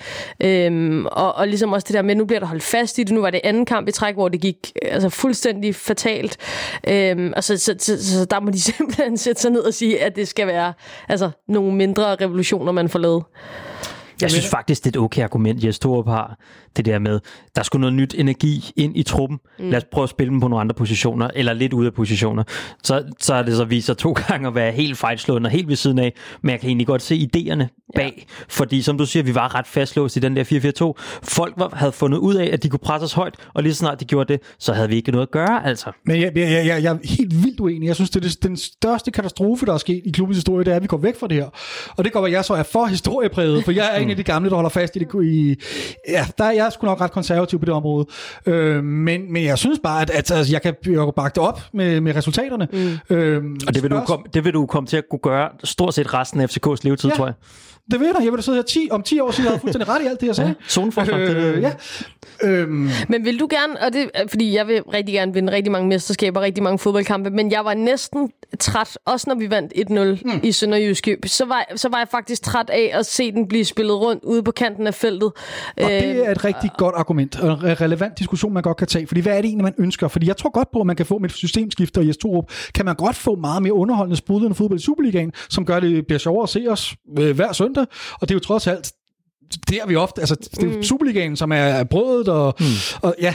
Og ligesom også det der med, nu bliver der holdt fast i det. Nu var det anden kamp i træk, hvor det gik altså fuldstændig fatalt. Og så der må de simpelthen sætte sig ned og sige, at det skal være altså, nogle mindre revolutioner, man får lavet. Jeg synes faktisk, det er et okay argument, Jes Torup har. Det der med, der skulle noget nyt energi ind i truppen. Lad os prøve at spille dem på nogle andre positioner, eller lidt ude af positioner. Så er det så vist sig 2 gange at være helt fejlslået og helt ved siden af. Men jeg kan egentlig godt se idéerne bag. Ja. Fordi som du siger, vi var ret fastlåst i den der 4-4-2. Folk havde fundet ud af, at de kunne presse os højt, og lige så snart de gjorde det, så havde vi ikke noget at gøre, altså. Men jeg er helt vildt uenig. Jeg synes, det er den største katastrofe, der er sket i klubbens historie, det er, at vi går væk fra det her. Og det går, at jeg så er for historiepræget, for jeg er en af de gamle, der holder fast i det. Jeg er sgu nok ret konservativ på det område. Men jeg synes bare, at altså, jeg kan bakke det op med resultaterne. Og det vil du komme til at kunne gøre stort set resten af FCK's levetid, tror jeg. Det ved jeg. Jeg vil da sidde her om 10 år siden, jeg havde fuldstændig ret i alt det, jeg sagde. Zoneforsvar. Men vil du gerne, og det fordi jeg vil rigtig gerne vinde rigtig mange mesterskaber, rigtig mange fodboldkampe, men jeg var næsten træt, også når vi vandt 1-0 i Sønderjyske, så var jeg faktisk træt af at se den blive spillet rundt ude på kanten af feltet. Og det er et rigtig godt argument, og en relevant diskussion, man godt kan tage, fordi hvad er det egentlig, man ønsker? Fordi jeg tror godt på, at man kan få med et systemskifte og Jes Torup, kan man godt få meget mere underholdende sprudlende fodbold i Superligaen, som gør det bliver sjovere at se os hver søndag, og det er jo trods alt det er vi ofte, altså det er Superligaen, som er brødet, og ja,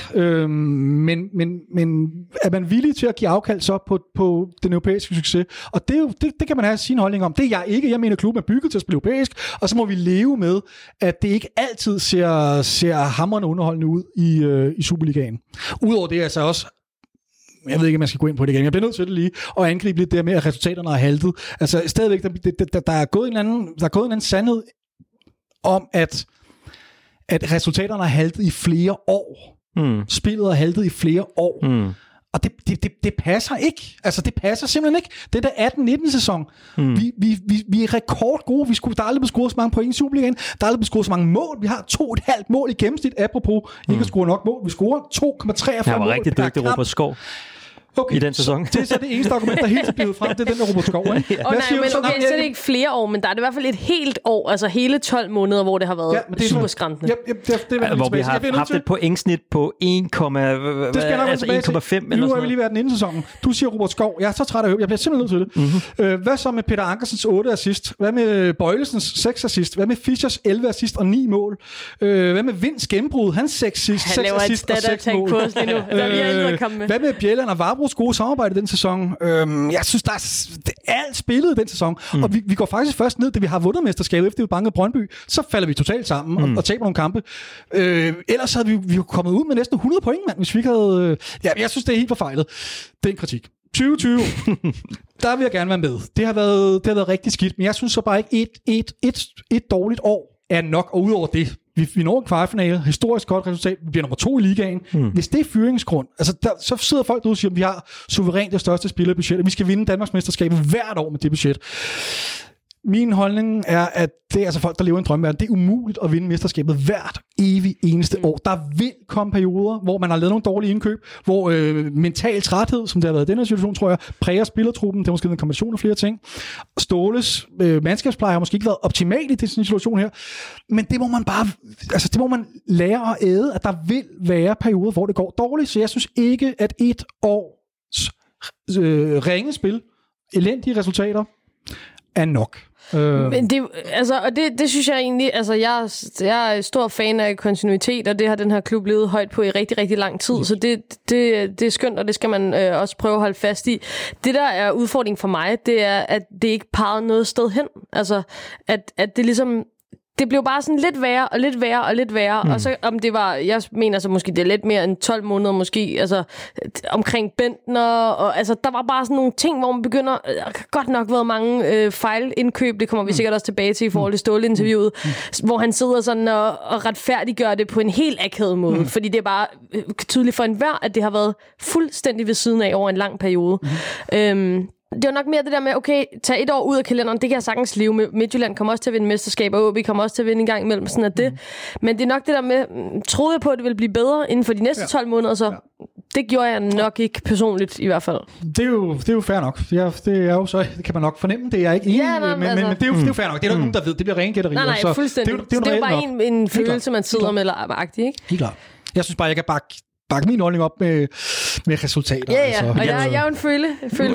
men er man villig til at give afkald så på den europæiske succes? Og det, er jo, det kan man have sin holdning om. Det er jeg ikke. Jeg mener, klubben er bygget til at spille europæisk, og så må vi leve med, at det ikke altid ser hamrende underholdende ud i Superligaen. Udover det er altså også, jeg ved ikke, om man skal gå ind på det igen. Jeg bliver nødt til det lige og angribe lidt det med, at resultaterne har haltet. Altså stadigvæk, der er gået en anden sandhed om, at resultaterne har haltet i flere år. Spillet har haltet i flere år. Og det passer ikke. Altså, det passer simpelthen ikke. Det er der 18-19 sæson. Vi er rekordgode. Der er aldrig blevet scoret så mange point i Superligaen. Der er aldrig blevet scoret så mange mål. Vi har 2,5 mål i gennemsnit. Apropos ikke at score nok mål. Vi scorer 2,43 mål. Jeg var rigtig dygtig, Robert Skov. Okay, i den sæson. Det er så det eneste argument, der helt er blevet frem, det er den der Robert Skov. Nej, men okay, så er det ikke flere år, men der er det i hvert fald et helt år, altså hele 12 måneder, hvor det har været super skræntende. Hvor vi har haft et pointsnit på 1,5 eller nu har vi lige været den inden sæsonen. Du siger Robert Skov. Jeg er så træt af jeg bliver simpelthen nødt til det. Hvad så med Peter Ankersens 8 assist? Hvad med Bøjlesens 6 assist? Hvad med Fischers 11 assist og 9 mål? Hvad med Vinds gennembrud? Hans 6 assist og 6 mål. Hvad med Bjelland og Varbro gode samarbejde i den sæson? Jeg synes, der er alt spillet i den sæson, og vi går faktisk først ned, da vi har vundet mesterskabet, efter vi bankede Brøndby, så falder vi totalt sammen og taber nogle kampe. Ellers havde vi kommet ud med næsten 100 point, mand, hvis vi ikke havde... jeg synes, det er helt forfejlet, den kritik. 2020, der vil jeg gerne være med. Det har været rigtig skidt, men jeg synes så bare ikke, et dårligt år er nok, og udover det, vi når en kvartfinale, historisk godt resultat, vi bliver nummer 2 i ligaen. Hvis det er fyringsgrund, altså så sidder folk derude og siger, at vi har suverænt det største spillerbudget, og vi skal vinde Danmarksmesterskabet hvert år med det budget. Min holdning er, at det er altså folk, der lever i en drømmeverden. Det er umuligt at vinde mesterskabet hvert evig eneste år. Der vil komme perioder, hvor man har lavet nogle dårlige indkøb, hvor mental træthed, som det har været i den her situation, tror jeg, præger spillertruppen. Det er måske en kombination af flere ting. Ståles mandskabspleje har måske ikke været optimalt i den situation her, men det må man bare, altså det må man lære at æde, at der vil være perioder, hvor det går dårligt. Så jeg synes ikke, at et års ringe spil, elendige resultater, er nok. Men det, altså, og det synes jeg egentlig, altså jeg er stor fan af kontinuitet, og det har den her klub levet højt på i rigtig, rigtig lang tid, så det er skønt, og det skal man også prøve at holde fast i. Det, der er udfordringen for mig, det er, at det ikke peger noget sted hen. Altså, at det ligesom... Det blev bare sådan lidt værre, og lidt værre, og lidt værre. Og så om det var, jeg mener så måske, det er lidt mere end 12 måneder måske, altså omkring Bentner, og altså der var bare sådan nogle ting, hvor man begynder, godt nok været mange fejlindkøb, det kommer vi sikkert også tilbage til i forhold til Ståle-interviewet, hvor han sidder sådan og retfærdiggør det på en helt akavet måde, fordi det er bare tydeligt for enhver, at det har været fuldstændig ved siden af over en lang periode. Det var nok mere det der med, okay, tag et år ud af kalenderen, det kan jeg sagtens leve med. Midtjylland kommer også til at vinde mesterskaber, og vi kommer også til at vinde en gang imellem, sådan at det. Men det er nok det der med, troede jeg på, at det ville blive bedre inden for de næste 12 måneder, så det gjorde jeg nok ikke personligt i hvert fald. Det er jo fair nok. Det er jo så, det kan man nok fornemme, det er jeg ikke enig, men det er jo fair nok. Det er der nogen, der ved, det bliver rent gætteri. Nej, fuldstændig. Det er jo bare en følelse, man sidder med eller agtig, ikke? Helt klart. Jeg synes bare, jeg kan bakke min holdning op med resultater. Ja, altså. Og jeg er jo en føle.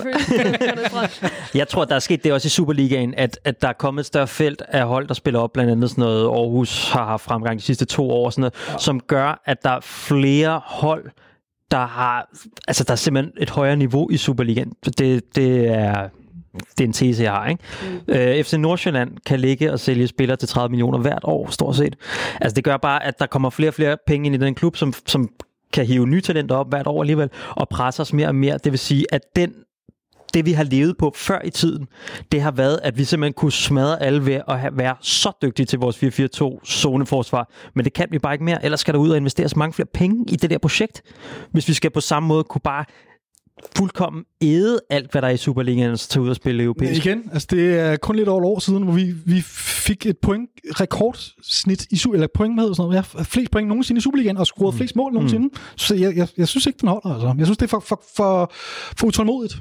Jeg tror, der er sket det også i Superligaen, at der er kommet et større felt af hold, der spiller op, blandt andet sådan noget, Aarhus har haft fremgang de sidste 2 år, sådan noget, som gør, at der er flere hold, der er simpelthen et højere niveau i Superligaen. Det er en tese, jeg har, ikke? FC Nordsjælland kan ligge og sælge spillere til 30 millioner hvert år, stort set. Altså, det gør bare, at der kommer flere og flere penge ind i den klub, som kan hive nye talenter op hvert år alligevel, og presse os mere og mere. Det vil sige, at det vi har levet på før i tiden, det har været, at vi simpelthen kunne smadre alle ved at være så dygtige til vores 4-4-2 zoneforsvar. Men det kan vi bare ikke mere. Ellers skal der ud og investeres mange flere penge i det der projekt. Hvis vi skal på samme måde kunne bare fuldkommen æde alt, hvad der er i Superligaen, så tage ud og spille europæisk. Men igen, altså det er kun lidt over et år siden, hvor vi fik et rekordsnit i eller point med, sådan noget. Jeg har flest point nogensinde i Superligaen, og scoret flest mål nogensinde. Så jeg synes ikke, den holder. Altså. Jeg synes, det er for utålmodigt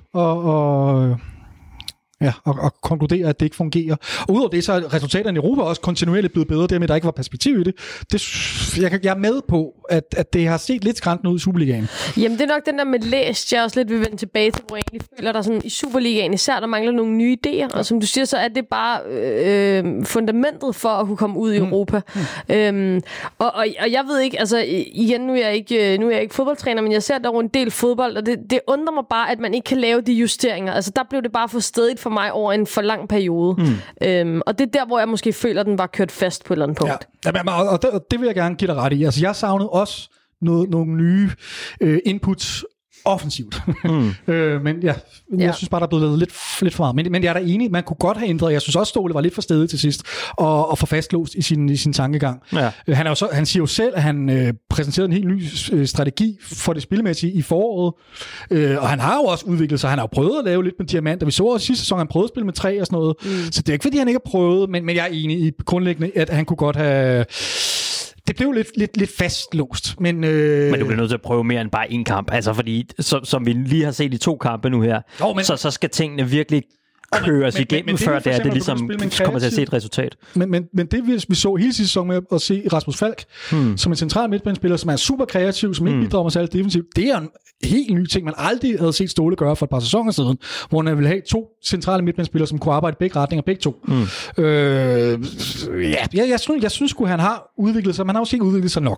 og konkludere, at det ikke fungerer. Og udover det, så er resultaterne i Europa også kontinuerligt blevet bedre, dermed der ikke var perspektiv i det. Jeg er med på, at det har set lidt skrantende ud i Superligaen. Jamen, det er nok den der med læst, jeg også lidt vil vende tilbage til, hvor jeg egentlig føler, der sådan i Superligaen især, der mangler nogle nye idéer. Og som du siger, så er det bare fundamentet for at kunne komme ud i Europa. Og jeg ved ikke, altså igen, nu er jeg ikke fodboldtræner, men jeg ser der en del fodbold, og det undrer mig bare, at man ikke kan lave de justeringer. Altså, der blev det bare for stedigt for mig over en for lang periode. Og det er der, hvor jeg måske føler, at den var kørt fast på et eller andet punkt. Ja, og det vil jeg gerne give dig ret i. Altså, jeg savnede også nogle nye inputs offensivt. Men jeg synes bare, der er blevet lavet lidt for meget. Men jeg er da enig, man kunne godt have ændret. Jeg synes også, Ståle var lidt for stedig til sidst og for fastlåst i sin tankegang. Ja. Han siger jo selv, at han præsenterede en helt ny strategi for det spilmæssige i foråret. Og han har jo også udviklet sig. Han har jo prøvet at lave lidt med diamanter. Vi så også sidste sæson, han prøvede at spille med 3 og sådan noget. Så det er ikke, fordi han ikke har prøvet, men jeg er enig i grundlæggende, at han kunne godt have... Det blev lidt fastlåst, men du bliver nødt til at prøve mere end bare en kamp, altså fordi, som vi lige har set i 2 kampe nu her, så skal tingene virkelig køres igennem, før det ligesom kommer til at se et resultat. Men det vi så hele sidste sæson med at se Rasmus Falk, som en central midtbanespiller, som er super kreativ, som ikke bidrager med særligt defensivt, det er en helt ny ting, man aldrig havde set Ståle gøre for et par sæsoner siden, hvor han ville have 2 centrale midtbanespillere, som kunne arbejde i begge retninger, begge 2. Jeg synes sgu, han har udviklet sig, man har også ikke udviklet sig nok.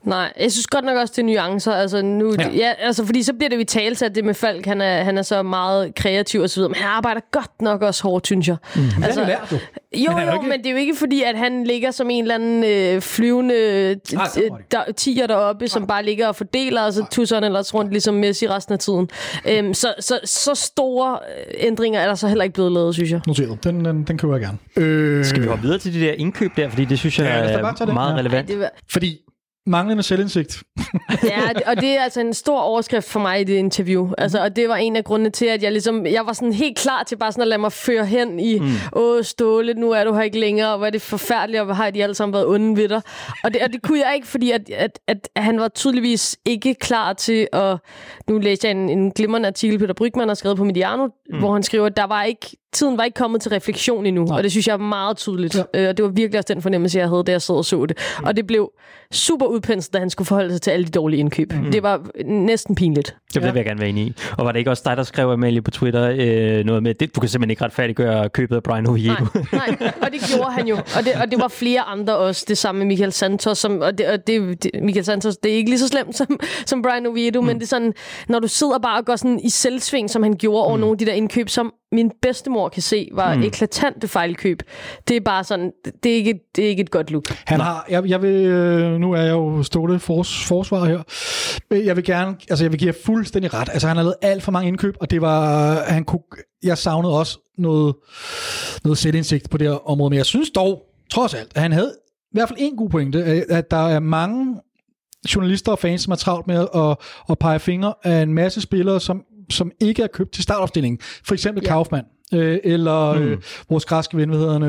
Nej, jeg synes godt nok også, det er nuancer. Altså, nu, fordi så bliver det jo i talsat, det med Falk. Han er så meget kreativ og så videre, men han arbejder godt nok også hårdt, synes jeg. Altså, det er lært, jo, men det er jo ikke fordi, at han ligger som en eller anden flyvende tiger deroppe, som bare ligger og fordeler, og så tusser han ellers rundt ligesom Messi resten af tiden. Så store ændringer er der så heller ikke blevet lavet, synes jeg. Noteret. Den køber jeg gerne. Skal vi hoppe videre til de der indkøb der, fordi det synes jeg er meget relevant. Fordi manglende selvindsigt. Ja, og det er altså en stor overskrift for mig i det interview. Altså, og det var en af grundene til, at jeg var sådan helt klar til bare sådan at lade mig føre hen i, Ståle, nu er du her ikke længere, og hvor er det forfærdeligt, og hvor har de alle sammen været onde ved dig. Og det kunne jeg ikke, fordi at han var tydeligvis ikke klar til at... Nu læste jeg en glimrende artikel, Peter Brygmann har skrevet på Mediano, hvor han skriver, at tiden var ikke kommet til refleksion endnu, og det synes jeg er meget tydeligt. Ja. Og det var virkelig også den fornemmelse, jeg havde, da jeg sad og så det. Og det blev super udpenset, da han skulle forholde sig til alle de dårlige indkøb. Det var næsten pinligt. Det vil jeg gerne være enig i. Og var det ikke også dig, der skrev, Amalie, på Twitter noget med, du kan simpelthen ikke retfærdiggøre købet af Brian Oviedo? Nej, og det gjorde han jo. Og det var flere andre også. Det samme med Michael Santos. Michael Santos, det er ikke lige så slemt som Brian Oviedo, men det er sådan, når du sidder bare og går sådan i selvsving, som han gjorde over nogle af de der indkøb, som min bedstemor kan se, var eklatante fejlkøb. Det er bare sådan, det er ikke et godt look. Han har, jeg vil, nu er jeg jo Ståle forsvar her. Jeg vil give jer fuldstændig ret. Altså, han har lavet alt for mange indkøb, og det var, jeg savnede også noget selvindsigt på det her område, men jeg synes dog, trods alt, at han havde i hvert fald en god pointe, at der er mange journalister og fans, som er travlt med at pege fingre af en masse spillere, som ikke er købt til startopstillingen. For eksempel Kaufmann. Eller vores græske ven, hvad hedder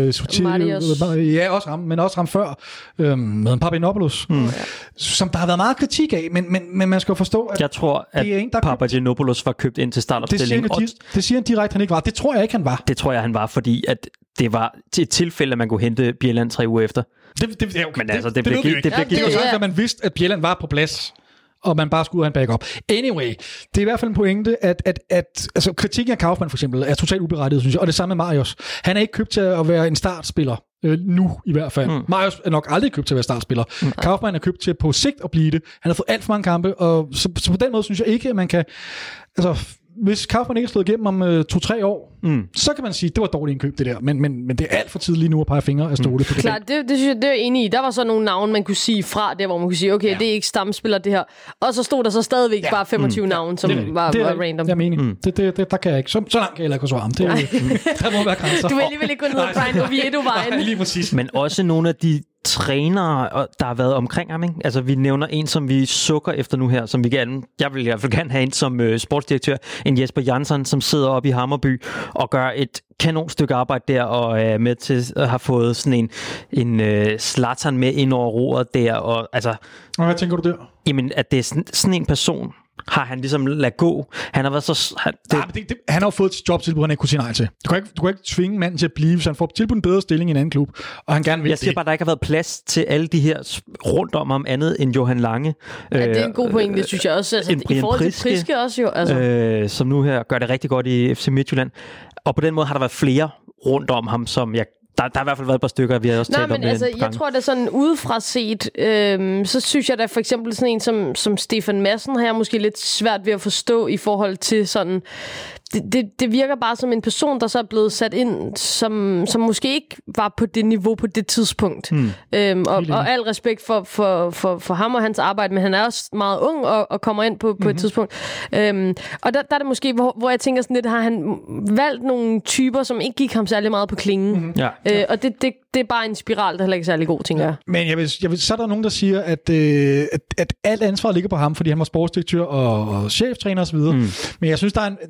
han? Ja, også ham, men også ham før, med Papagiannopoulos, som der har været meget kritik af, men man skal jo forstå, at jeg tror, at Papagiannopoulos var købt ind til startopstillingen. Det siger han direkte, han ikke var. Det tror jeg ikke, han var. Det tror jeg, han var, fordi at det var til et tilfælde, at man kunne hente Bjelland 3 uger efter. Men altså, det bliver jo sådan, at man vidste, at Bjelland var på plads, og man bare skulle have en backup. Anyway, det er i hvert fald en pointe, at altså, kritikken af Kaufmann for eksempel er totalt uberettiget, synes jeg, og det samme med Marius. Han er ikke købt til at være en startspiller, nu i hvert fald. Marius er nok aldrig købt til at være startspiller. Kaufmann er købt til på sigt at blive det. Han har fået alt for mange kampe, og så på den måde synes jeg ikke, at man kan... Altså, hvis Kaufmann ikke er slået igennem om 2-3 år, så kan man sige, at det var et dårligt indkøb, det der. Men det er alt for tidligt lige nu at pege fingre af Ståle på det. Klart, det synes jeg, det er jeg enig i. Der var så nogle navne, man kunne sige fra der, hvor man kunne sige, okay, det er ikke stamspiller, det her. Og så stod der så stadigvæk bare 25 navne, som var random. Jeg mener, der kan jeg ikke. Så langt kan jeg heller ikke svare. Der må være grænser. Du vil alligevel ikke gå ned ad Brian Oviedo-vejen. Nej, lige præcis. Men også nogle af de trænere, der har været omkring ham, ikke? Altså, vi nævner en, som vi sukker efter nu her, som jeg vil i hvert fald gerne have en som sportsdirektør, en Jesper Jansson, som sidder oppe i Hammarby og gør et kanon stykke arbejde der, og er med til at have fået sådan en Zlatan med ind over roret der, og altså... Og hvad tænker du der? Jamen, at det er sådan en person, har han ligesom ladet gå. Han har været så... Han har jo fået et jobtilbud, han ikke kunne sige nej til. Du kan ikke tvinge manden til at blive, hvis han får tilbudt en bedre stilling i en anden klub, og han gerne vil. Jeg siger bare, at der ikke har været plads til alle de her rundt om ham andet end Johan Lange. Ja, det er en god point, det synes jeg også. Altså, i forhold til Priske også jo. Altså. Som nu her gør det rigtig godt i FC Midtjylland. Og på den måde har der været flere rundt om ham, som jeg... Der har i hvert fald været et par stykker, vi har også talt om det. Altså, jeg tror, det er sådan udefra set, så synes jeg da for eksempel sådan en som Stefan Madsen har jeg måske lidt svært ved at forstå i forhold til sådan... Det virker bare som en person, der så er blevet sat ind, som måske ikke var på det niveau på det tidspunkt. Og al respekt for ham og hans arbejde, men han er også meget ung og kommer ind på et tidspunkt. Og der er det måske, hvor jeg tænker sådan lidt, har han valgt nogle typer, som ikke gik ham særlig meget på klingen. Og det er bare en spiral, der heller ikke er særlig god, tænker jeg. Men jeg vil, så er der nogen, der siger, at alt ansvar ligger på ham, fordi han var sportsdirektør og cheftræner osv. Men jeg synes,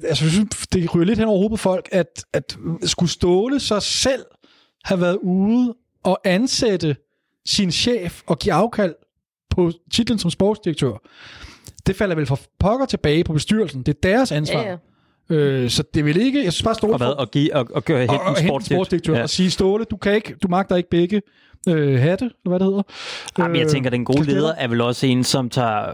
det ryger lidt hen over hovedet på folk, at skulle Ståle sig selv have været ude og ansætte sin chef og give afkald på titlen som sportsdirektør. Det falder vel for pokker tilbage på bestyrelsen. Det er deres ansvar. Ja. Så det vil ikke... Jeg synes bare Ståle... Og gøre hente en sportsdirektør og sige, Ståle, du magter ikke begge hatte, eller hvad det hedder. Jamen, jeg tænker, den gode leder er vel også en, som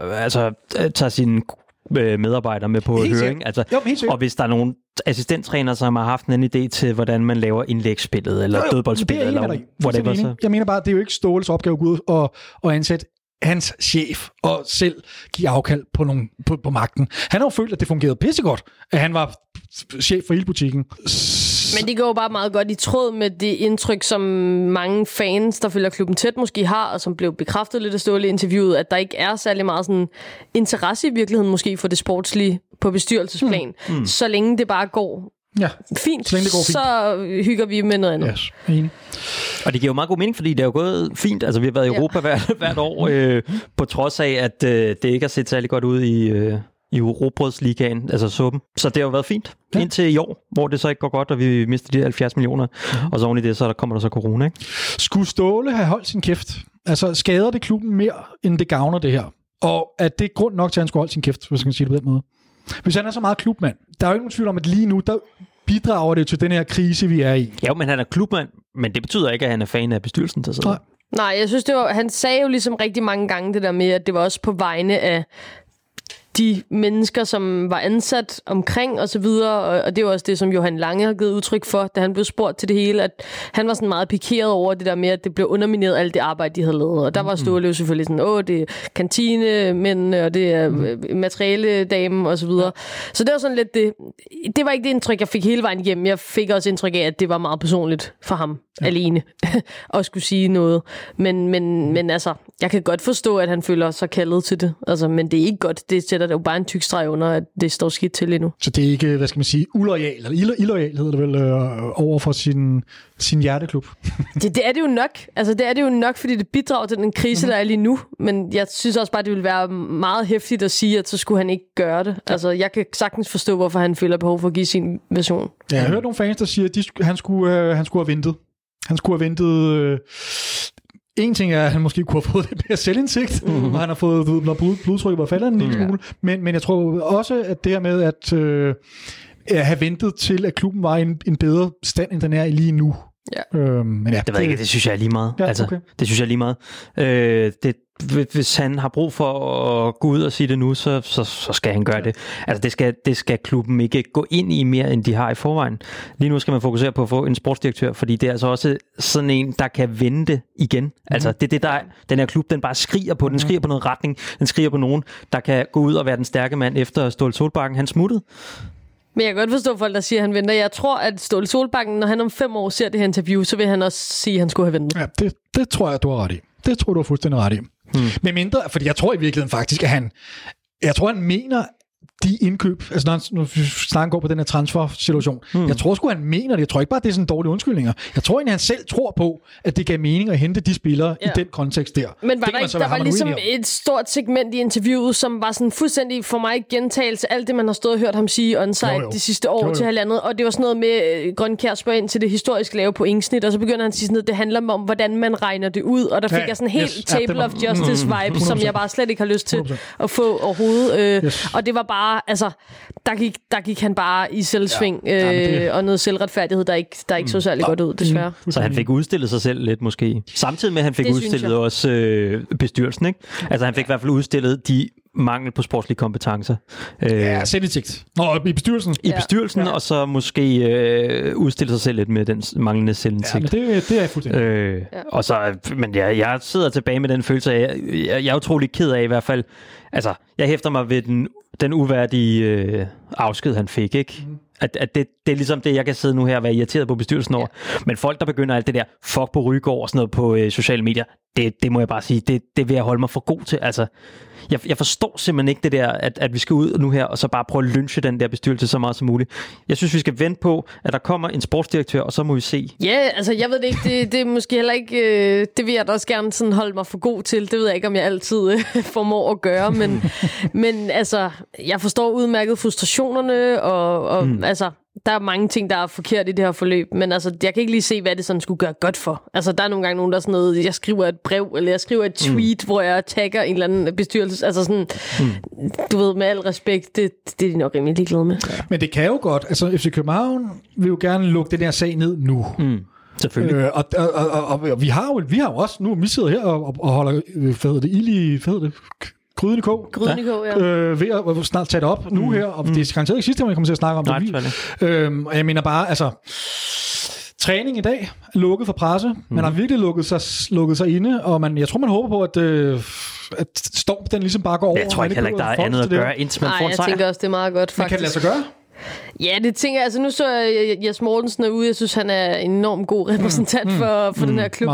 tager sine medarbejdere med på høring. Altså, og hvis der er nogle assistenttræner, som har haft en idé til, hvordan man laver indlægsspillet, eller dødboldspillet, eller whatever. Jeg mener bare, det er jo ikke Ståles opgave at gå ud og ansætte hans chef og selv give afkald på magten. Han har jo følt, at det fungerede pissegodt, at han var chef for hele butikken. Men det går jo bare meget godt i tråd med det indtryk, som mange fans, der følger klubben tæt, måske har, og som blev bekræftet lidt af Ståle i interviewet, at der ikke er særlig meget sådan interesse i virkeligheden måske for det sportslige på bestyrelsesplan. Så længe det bare går fint, så hygger vi med noget andet. Yes. Enig. Og det giver jo meget god mening, fordi det er jo gået fint. Altså, vi har været i Europa hvert år, på trods af, at det ikke har set særlig godt ud i Robrødsligaen, altså suppen. Så det har jo været fint indtil i år, hvor det så ikke går godt, og vi mister de 70 millioner. Og så oven i det, så kommer der så corona, ikke? Skulle Ståle have holdt sin kæft? Altså, skader det klubben mere, end det gavner det her? Og er det grund nok til, at han skulle holde sin kæft, hvis man kan sige det på den måde? Hvis han er så meget klubmand, der er jo ikke nogen tvivl om, at lige nu, der bidrager det til den her krise, vi er i. Ja, men han er klubmand, men det betyder ikke, at han er fan af bestyrelsen til sig. Nej, jeg synes, han sagde jo ligesom rigtig mange gange det der med, at det var også på vegne af de mennesker, som var ansat omkring og så videre, og det var også det, som Johan Lange har givet udtryk for, da han blev spurgt til det hele, at han var sådan meget pikeret over det der med, at det blev undermineret alt det arbejde, de havde lavet, og der var Ståle jo selvfølgelig sådan, det er kantinemændene, og det er materialedamen og så videre. Så det var sådan lidt det var ikke det indtryk, jeg fik hele vejen igennem. Jeg fik også indtryk af, at det var meget personligt for ham alene, at skulle sige noget. Men altså, jeg kan godt forstå, at han føler sig kaldet til det, altså, men det er ikke godt. Det sætter der jo bare en tyk streg under, at det står skidt til endnu. Så det er ikke, hvad skal man sige, uloyal, eller illoyal hedder det vel, over for sin hjerteklub? det er det jo nok. Altså, det er det jo nok, fordi det bidrager til den krise, der er lige nu. Men jeg synes også bare, det ville være meget hæftigt at sige, at så skulle han ikke gøre det. Altså, jeg kan sagtens forstå, hvorfor han føler behov for at give sin version. Ja, jeg har hørt nogle fans, der siger, at han skulle have ventet. Han skulle have ventet. En ting er, at han måske kunne have fået lidt mere selvindsigt, og han har fået, når blodtrykket var faldet en lille smule. Men jeg tror også, at det her med at have ventet til, at klubben var i en bedre stand, end den er lige nu. Ja. Men det ved jeg ikke, det synes jeg er lige meget. Ja, altså, det synes jeg er lige meget. Hvis han har brug for at gå ud og sige det nu, så skal han gøre det. Altså, det skal klubben ikke gå ind i mere, end de har i forvejen. Lige nu skal man fokusere på at få en sportsdirektør, fordi det er altså også sådan en, der kan vende det igen. Altså, det er det, der den her klub, den bare skriger på. Den skriger på noget retning. Den skriger på nogen, der kan gå ud og være den stærke mand efter Ståle Solbakken. Han smuttede. Men jeg kan godt forstå folk, der siger, at han venter. Jeg tror, at Ståle Solbakken, når han om 5 år ser det her interview, så vil han også sige, at han skulle have ventet. Ja, det tror jeg, du har ret i. Det tror du er fuldstændig ret i. Men mindre, fordi jeg tror i virkeligheden faktisk, at han mener, de indkøb, altså når snakken går på den her transfer-situation, jeg tror sgu, han mener det. Jeg tror ikke bare, det er sådan dårlige undskyldninger. Jeg tror egentlig, han selv tror på, at det gav mening at hente de spillere i den kontekst der. Men der var ligesom et stort segment i interviewet, som var sådan fuldstændig for mig gentagelse alt det, man har stået og hørt ham sige onsite de sidste år til halvandet. Og det var sådan noget med Grønkjær spørger ind til det historiske lave pointsnit, og så begynder han at sige sådan noget, det handler om, hvordan man regner det ud. Og der fik jeg sådan en helt Table of Justice-vibe, som jeg bare slet ikke har lyst til at få overhovedet. Og det var bare altså, der gik han bare i selvsving og noget selvretfærdighed, der ikke så særlig godt ud, desværre. Så han fik udstillet sig selv lidt måske. Samtidig med, at han fik udstillet også bestyrelsen, ikke? Altså han fik i hvert fald udstillet de mangel på sportslige kompetencer. Selvindsigt. I bestyrelsen. I bestyrelsen, og så måske udstille sig selv lidt med den manglende selvindsigt. Ja, men det er jeg fuldstændig. Og så, men jeg sidder tilbage med den følelse af, jeg er utrolig ked af i hvert fald, altså, jeg hæfter mig ved den uværdige afsked, han fik, ikke? At det er ligesom det, jeg kan sidde nu her og være irriteret på bestyrelsen over. Men folk, der begynder alt det der fuck på Rygaard og sådan noget på sociale medier, det må jeg bare sige, det vil jeg holde mig for god til. Altså, jeg forstår simpelthen ikke det der, at vi skal ud nu her og så bare prøve at lynche den der bestyrelse så meget som muligt. Jeg synes, vi skal vente på, at der kommer en sportsdirektør, og så må vi se. Ja, altså jeg ved det ikke, det er måske heller ikke, det vil jeg da også gerne sådan holde mig for god til. Det ved jeg ikke, om jeg altid formår at gøre, men altså, jeg forstår udmærket frustrationerne, og altså, der er mange ting, der er forkert i det her forløb, men altså, jeg kan ikke lige se, hvad det sådan skulle gøre godt for. Altså, der er nogle gange nogen, der er sådan noget, jeg skriver et brev, eller jeg skriver et tweet, hvor jeg tagger en eller anden bestyrelse. Altså sådan, du ved, med al respekt, det er de nok rimelig ligeglade med. Ja. Men det kan jo godt. Altså, FC København vil jo gerne lukke den der sag ned nu. Selvfølgelig. Og vi har jo også, nu vi sidder her og holder, Gryden i kog. Ved at snart tage det op nu her, og det er garanteret ikke sidste, man kommer til at snakke om det. Og jeg mener bare, altså, træning i dag er lukket for presse. Man har virkelig lukket sig inde, og jeg tror, man håber på, at Storm den ligesom bare går over. Jeg tror ikke heller ikke, der er andet at gøre, indtil man får en sejr. Jeg tænker også, det er meget godt, faktisk. Men kan det lade sig gøre? Ja, det tænker jeg. Altså, nu så jeg Jes Mortensen er ude. Jeg synes, han er en enormt god repræsentant for den her klub.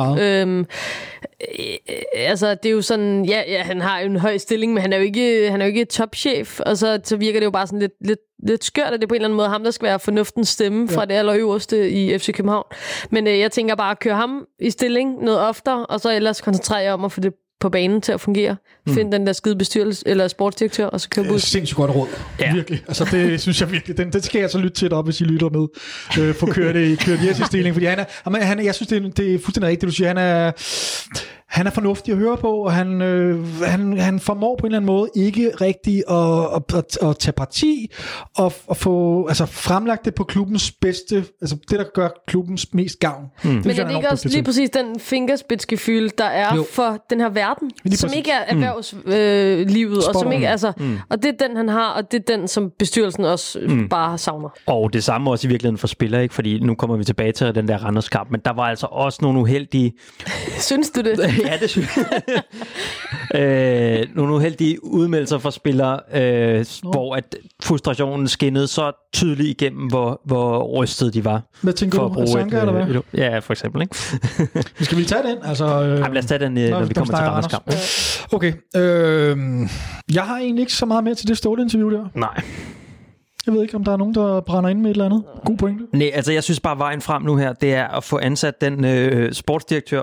Altså, det er jo sådan... Ja, han har jo en høj stilling, men han er jo ikke topchef. Og så virker det jo bare sådan lidt skørt, at det på en eller anden måde ham, der skal være fornuftens stemme fra det allerøverste i FC København. Men jeg tænker bare at køre ham i stilling noget oftere, og så ellers koncentrere jer om at få det på banen til at fungere. Find den der skide bestyrelse eller sportsdirektør, og så køre bud. Sindssygt godt råd. Ja. Virkelig. Altså, det synes jeg virkelig. Den skal jeg så lytte til op, hvis I lytter med. Få kørt Jes i stilling, fordi jeg synes, det er fuldstændig rigtigt, du siger. Han er fornuftig at høre på, og han formår på en eller anden måde ikke rigtig at tage parti og få fremlagt det på klubbens bedste, altså det, der gør klubbens mest gavn. Men er det ikke også lige præcis den fingerspidsgefühl, der er for den her verden, som ikke er erhvervslivet, og som ikke og det er den, han har, og det er den, som bestyrelsen også bare savner. Og det samme også i virkeligheden for spillere, ikke? Fordi nu kommer vi tilbage til den der Randers-kamp, men der var altså også nogle uheldige... Synes du det? Ja, det synes jeg. Nogle uheldige udmeldelser for spillere, hvor at frustrationen skinnede så tydeligt igennem, hvor rystet de var. Hvad tænker du? Sanka, eller hvad? Ja, for eksempel. Ikke? Skal vi tage den? Altså, lad os tage den, når vi kommer til Randers kamp. Okay. Jeg har egentlig ikke så meget mere til det Ståle-interview der. Nej. Jeg ved ikke, om der er nogen, der brænder ind med et eller andet. God pointe. Nej, altså jeg synes bare, vejen frem nu her, det er at få ansat den sportsdirektør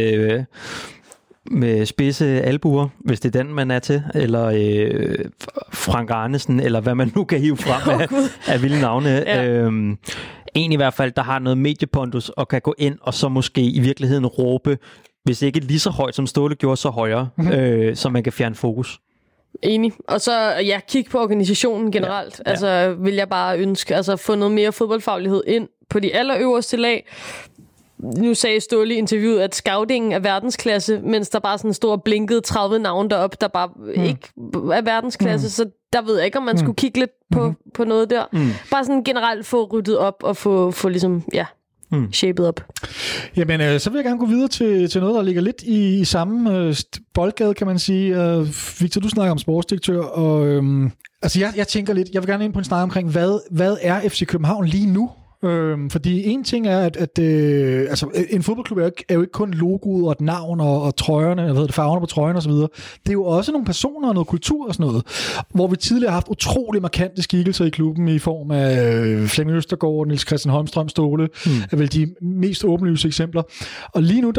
med spidse albuer, hvis det er den, man er til, eller Frank Arnesen, eller hvad man nu kan hive frem af vilde navne. Ja. En i hvert fald, der har noget mediepondus, og kan gå ind, og så måske i virkeligheden råbe, hvis ikke lige så højt, som Ståle gjorde, så højere, så man kan fjerne fokus. Enig. Og så kigge på organisationen generelt. Ja. Altså vil jeg bare ønske, altså få noget mere fodboldfaglighed ind på de allerøverste lag. Nu sagde Ståle i interviewet, at scoutingen er verdensklasse, mens der bare sådan står blinket 30 navne derop, der bare ikke er verdensklasse. Så der ved jeg ikke, om man skulle kigge lidt på noget der. Bare sådan generelt få ryddet op og få ligesom, shaped op. Jamen, så vil jeg gerne gå videre til noget, der ligger lidt i samme boldgade, kan man sige. Victor, du snakker om sportsdirektør, og altså jeg tænker lidt, jeg vil gerne ind på en snak omkring, hvad er FC København lige nu? Fordi en ting er, at altså, en fodboldklub er jo ikke kun logoet og et navn og trøjerne, farverne på trøjerne osv. Det er jo også nogle personer og noget kultur og sådan noget, hvor vi tidligere har haft utrolig markante skikkelser i klubben i form af Flemming Østergaard, Niels Christian Holmstrøm, Ståle, er vel de mest åbenlyse eksempler. Og lige nu,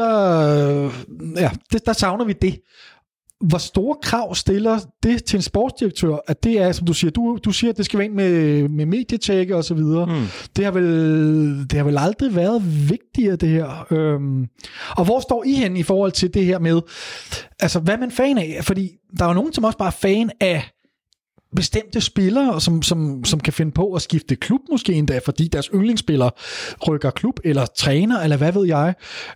der savner vi det. Hvor store krav stiller det til en sportsdirektør, at det er, som du siger, du siger, at det skal være ind med medietjekke og så videre. Det har vel aldrig været vigtigere, det her. Og hvor står I hen i forhold til det her med, altså hvad er man fan af? Fordi der er jo nogen, som også bare er fan af bestemte spillere, som kan finde på at skifte klub måske endda, fordi deres yndlingsspillere rykker klub, eller træner, eller hvad ved jeg.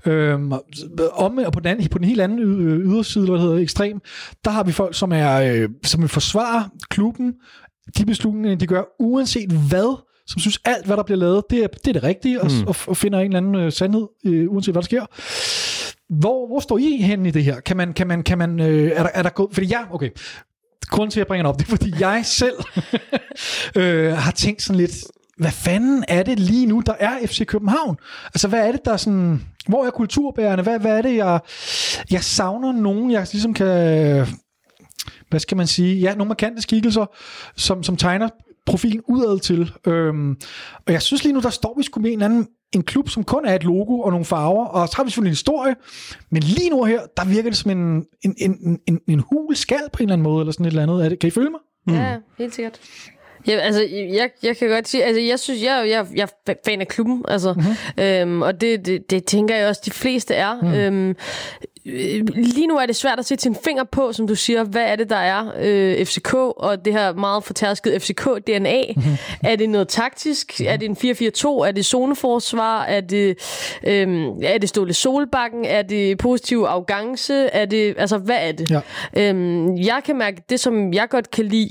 Og på den helt anden yderside, hvad hedder ekstrem, der har vi folk, som vil forsvare klubben, de beslutninger, de gør, uanset hvad, som synes alt, hvad der bliver lavet, det er det rigtige, og finder en eller anden sandhed, uanset hvad der sker. Hvor står I hen i det her? Kan man er der gået, fordi okay, grunden til, at jeg bringer det op, det er, fordi jeg selv har tænkt sådan lidt, hvad fanden er det lige nu, der er FC København? Altså, hvad er det, der sådan... Hvor er kulturbærerne? Hvad er det, jeg savner nogen, jeg ligesom kan... Hvad skal man sige? Ja, nogle markante skikkelser, som tegner profilen udad til. Og jeg synes lige nu, der står vi sgu med en klub, som kun er et logo og nogle farver, og så har vi selvfølgelig en historie, men lige nu her, der virker det som en hul skal på en eller anden måde, eller sådan et eller andet. Kan I følge mig? Ja, helt sikkert. Ja, altså, jeg kan godt sige, altså, jeg synes, jeg er fan af klubben, altså, og det tænker jeg også, de fleste er. Lige nu er det svært at sætte sin finger på, som du siger, hvad er det, der er FCK, og det her meget fortærskede FCK-DNA. Er det noget taktisk? Er det en 4-4-2? Er det zoneforsvar? Er det Ståle Solbakken? Er det positiv arrogance? Altså, hvad er det? Ja. Jeg kan mærke, det som jeg godt kan lide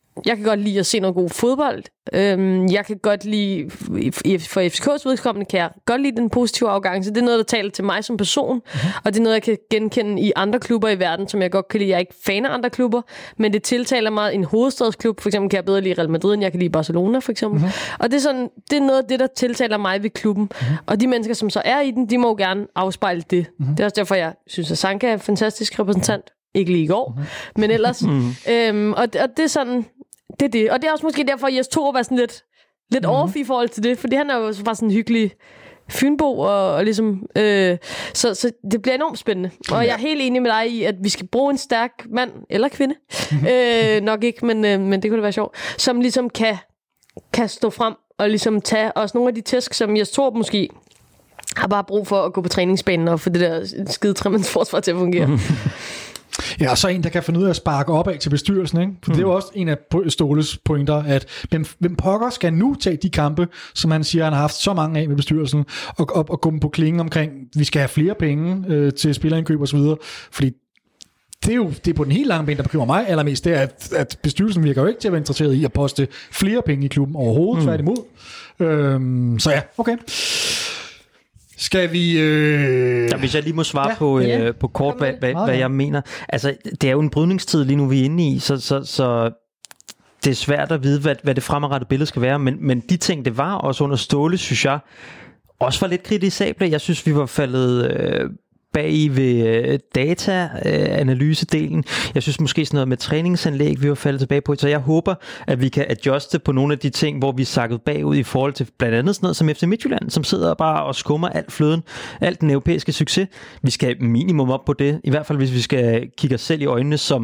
Jeg kan godt lide at se noget god fodbold. Jeg kan godt lide, for FCK's vedkommende, kan jeg godt lide den positive afgangse. Det er noget, der taler til mig som person, og det er noget, jeg kan genkende i andre klubber i verden, som jeg godt kan lide. Jeg er ikke fan af andre klubber, men det tiltaler mig en hovedstadsklub. For eksempel kan jeg bedre lide Real Madrid, end jeg kan lide Barcelona, for eksempel. Og det er, sådan, det er noget af det, der tiltaler mig ved klubben. Og de mennesker, som så er i den, de må jo gerne afspejle det. Det er også derfor, jeg synes, at Sanka er en fantastisk repræsentant. Ikke lige i går, men ellers. Og det er sådan... Det er det. Og det er også måske derfor, at Jes Torup er sådan lidt off i forhold til det, fordi han er jo bare sådan en hyggelig fynbo, og ligesom... Så det bliver enormt spændende. Og jeg er helt enig med dig i, at vi skal bruge en stærk mand, eller kvinde, nok ikke, men det kunne da være sjovt, som ligesom kan stå frem og ligesom tage også nogle af de tæsk, som Jes Torup måske har bare brug for at gå på træningsbanen og få det der skide tremandsforsvar til at fungere. Ja, og så en, der kan finde ud af at sparke opad til bestyrelsen, ikke? For det er jo også en af Ståles pointer, at hvem pokker skal nu tage de kampe, som han siger, han har haft så mange af med bestyrelsen, og gå på klingen omkring, vi skal have flere penge til spillerindkøb og så videre, fordi det er på den helt lange ben, der bekymrer mig allermest, det er, at bestyrelsen virker jo ikke til at være interesseret i at poste flere penge i klubben overhovedet, tværtimod. Så ja, okay. Skal vi... Hvis jeg lige må svare på kort, hvad jeg mener. Altså, det er jo en brydningstid lige nu, vi er inde i, så det er svært at vide, hvad det fremadrettede billede skal være, men de ting, det var også under Ståle, synes jeg, også var lidt kritisable. Jeg synes, vi var faldet... bag ved data-analysedelen. Jeg synes måske sådan noget med træningsanlæg, vi har faldet tilbage på. Så jeg håber, at vi kan adjuste på nogle af de ting, hvor vi er sakket bagud i forhold til blandt andet sådan noget som FC Midtjylland, som sidder bare og skummer alt fløden, alt den europæiske succes. Vi skal minimum op på det. I hvert fald, hvis vi skal kigge os selv i øjnene som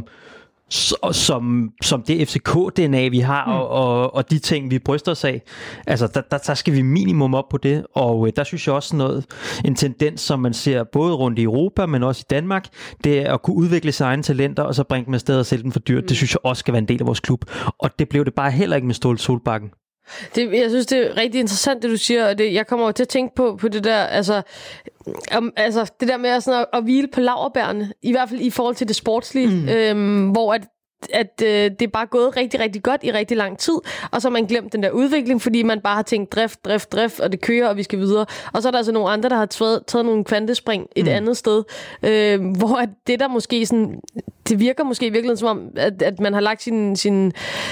det FCK-DNA, vi har, og de ting, vi bryster os af. Altså, der skal vi minimum op på det, og der synes jeg også en tendens, som man ser både rundt i Europa, men også i Danmark, det er at kunne udvikle sine egne talenter, og så bringe dem afsted og sælge dem for dyrt. Det synes jeg også skal være en del af vores klub, og det blev det bare heller ikke med Ståle Solbakken. Jeg synes, det er rigtig interessant, det du siger, og jeg kommer over til at tænke på det der, altså det der med at hvile på laurbærrene, i hvert fald i forhold til det sportslige, hvor at det er bare gået rigtig, rigtig godt i rigtig lang tid, og så har man glemt den der udvikling, fordi man bare har tænkt drift, og det kører, og vi skal videre. Og så er der altså nogle andre, der har taget nogle kvantespring et andet sted, hvor det der måske sådan, det virker måske i virkeligheden som om, at man har lagt sin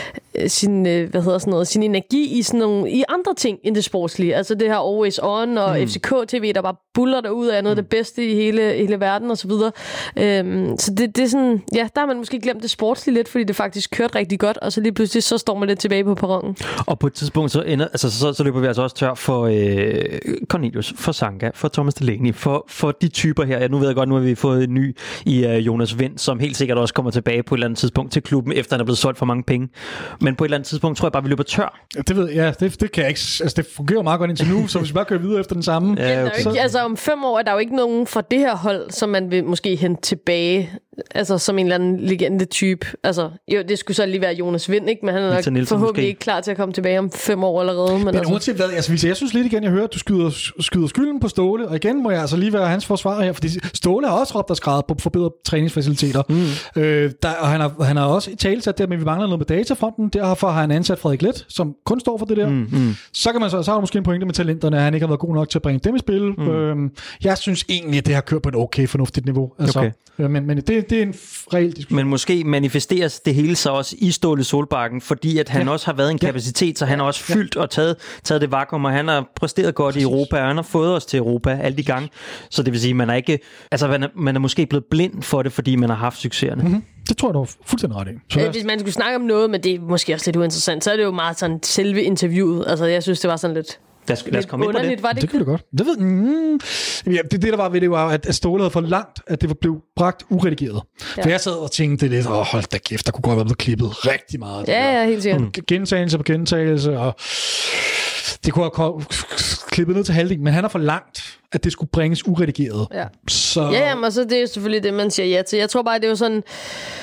energi i sådan nogle, i andre ting end det sportslige. Altså det her Always On og FCK TV, der bare buller derud af noget af det bedste i hele verden og så videre. Så det er sådan, ja, der har man måske glemt det sportslige lidt, fordi det faktisk kørte rigtig godt, og så lige pludselig så står man lidt tilbage på perronen. Og på et tidspunkt så løber vi altså også tør for Cornelius, for Sanka, for Thomas Delaney, for de typer her. Nu ved jeg godt, nu har vi fået en ny i Jonas Vind, som helt sikkert også kommer tilbage på et eller andet tidspunkt til klubben, efter han er blevet solgt for mange penge. Men på et eller andet tidspunkt tror jeg bare, vi løber tør. Det ved jeg, det kan jeg ikke. Altså, det fungerer meget godt indtil nu, så hvis vi bare kører videre efter den samme. Ja, okay. Ikke, altså om 5 år er der jo ikke nogen fra det her hold, som man vil måske hente tilbage, altså som en eller anden legende-type. Altså, jo, det skulle så lige være Jonas Vind, ikke? Men han er nok forhåbentlig måske ikke klar til at komme tilbage om 5 år allerede. Men altså... uanset hvad, altså, jeg synes lidt igen, jeg hører, at du skyder skylden på Ståle, og igen må jeg altså lige være hans forsvarer her, fordi Ståle har også råbt og skrevet på forbedret træningsfaciliteter. Og han har også i talesat der, men vi mangler noget med datafronten. Derfor har han ansat Frederik Let, som kun står for det der. Så kan man så har du måske en pointe med talenterne, at han ikke har været god nok til at bringe dem i spil. Jeg synes egentlig, at det har kørt på et okay fornuftigt niveau. Altså, okay. Men det er en reel diskussion. Men måske manifesteres det hele så også i Ståle Solbakken, fordi at han også har været en kapacitet, så han har også fyldt og taget det vakuum, og han har præsteret godt i Europa, og han har fået os til Europa alle de gange. Så det vil sige, man er ikke, altså man er måske blevet blind for det, fordi man har haft succeserne. Det tror jeg, du er fuldstændig ret i. Hvis man skulle snakke om noget, men det er måske også lidt uinteressant, så er det jo meget sådan selve interviewet. Altså jeg synes, det var sådan lidt... Lad os komme ind på det. Var det kunne det godt. Det der var ved det, var, at Ståle havde for langt, at det blev bragt uredigeret. Ja. For jeg sad og tænkte lidt, hold da kæft, der kunne godt være blevet klippet rigtig meget. Ja, helt sikkert. Gentagelse på gentagelse, og det kunne have klippet ned til halvdelen, men han har for langt, at det skulle bringes uredigeret. Ja, så... Ja, men så det er jo selvfølgelig det, man siger ja til. Jeg tror bare, det er jo sådan...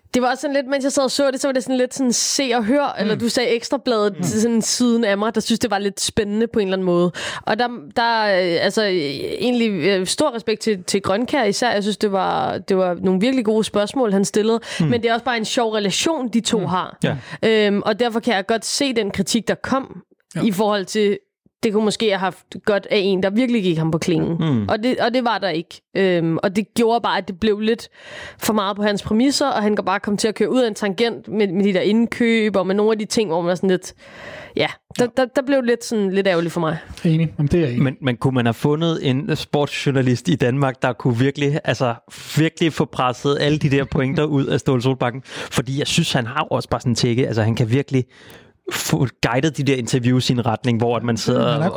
Det var også sådan lidt, mens jeg sad og så det, så var det sådan lidt sådan se og hør, eller du sagde Ekstrabladet til sådan siden af mig, der synes, det var lidt spændende på en eller anden måde. Og der altså egentlig stor respekt til Grønkjær især. Jeg synes, det var nogle virkelig gode spørgsmål, han stillede. Men det er også bare en sjov relation, de to har. Ja. Og derfor kan jeg godt se den kritik, der kom i forhold til... Det kunne måske have haft godt af en, der virkelig gik ham på klingen. Og det var der ikke. Og det gjorde bare, at det blev lidt for meget på hans præmisser, og han kan bare komme til at køre ud af en tangent med de der indkøb, og med nogle af de ting, hvor man er sådan lidt... Ja, der blev lidt ærgerligt for mig. Enig, men det er enig. Men kunne man have fundet en sportsjournalist i Danmark, der kunne virkelig få presset alle de der pointer ud af Ståle Solbakken? Fordi jeg synes, han har også bare sådan en tække. Altså, han kan virkelig... få guidet de der interviews i en retning, hvor man sidder det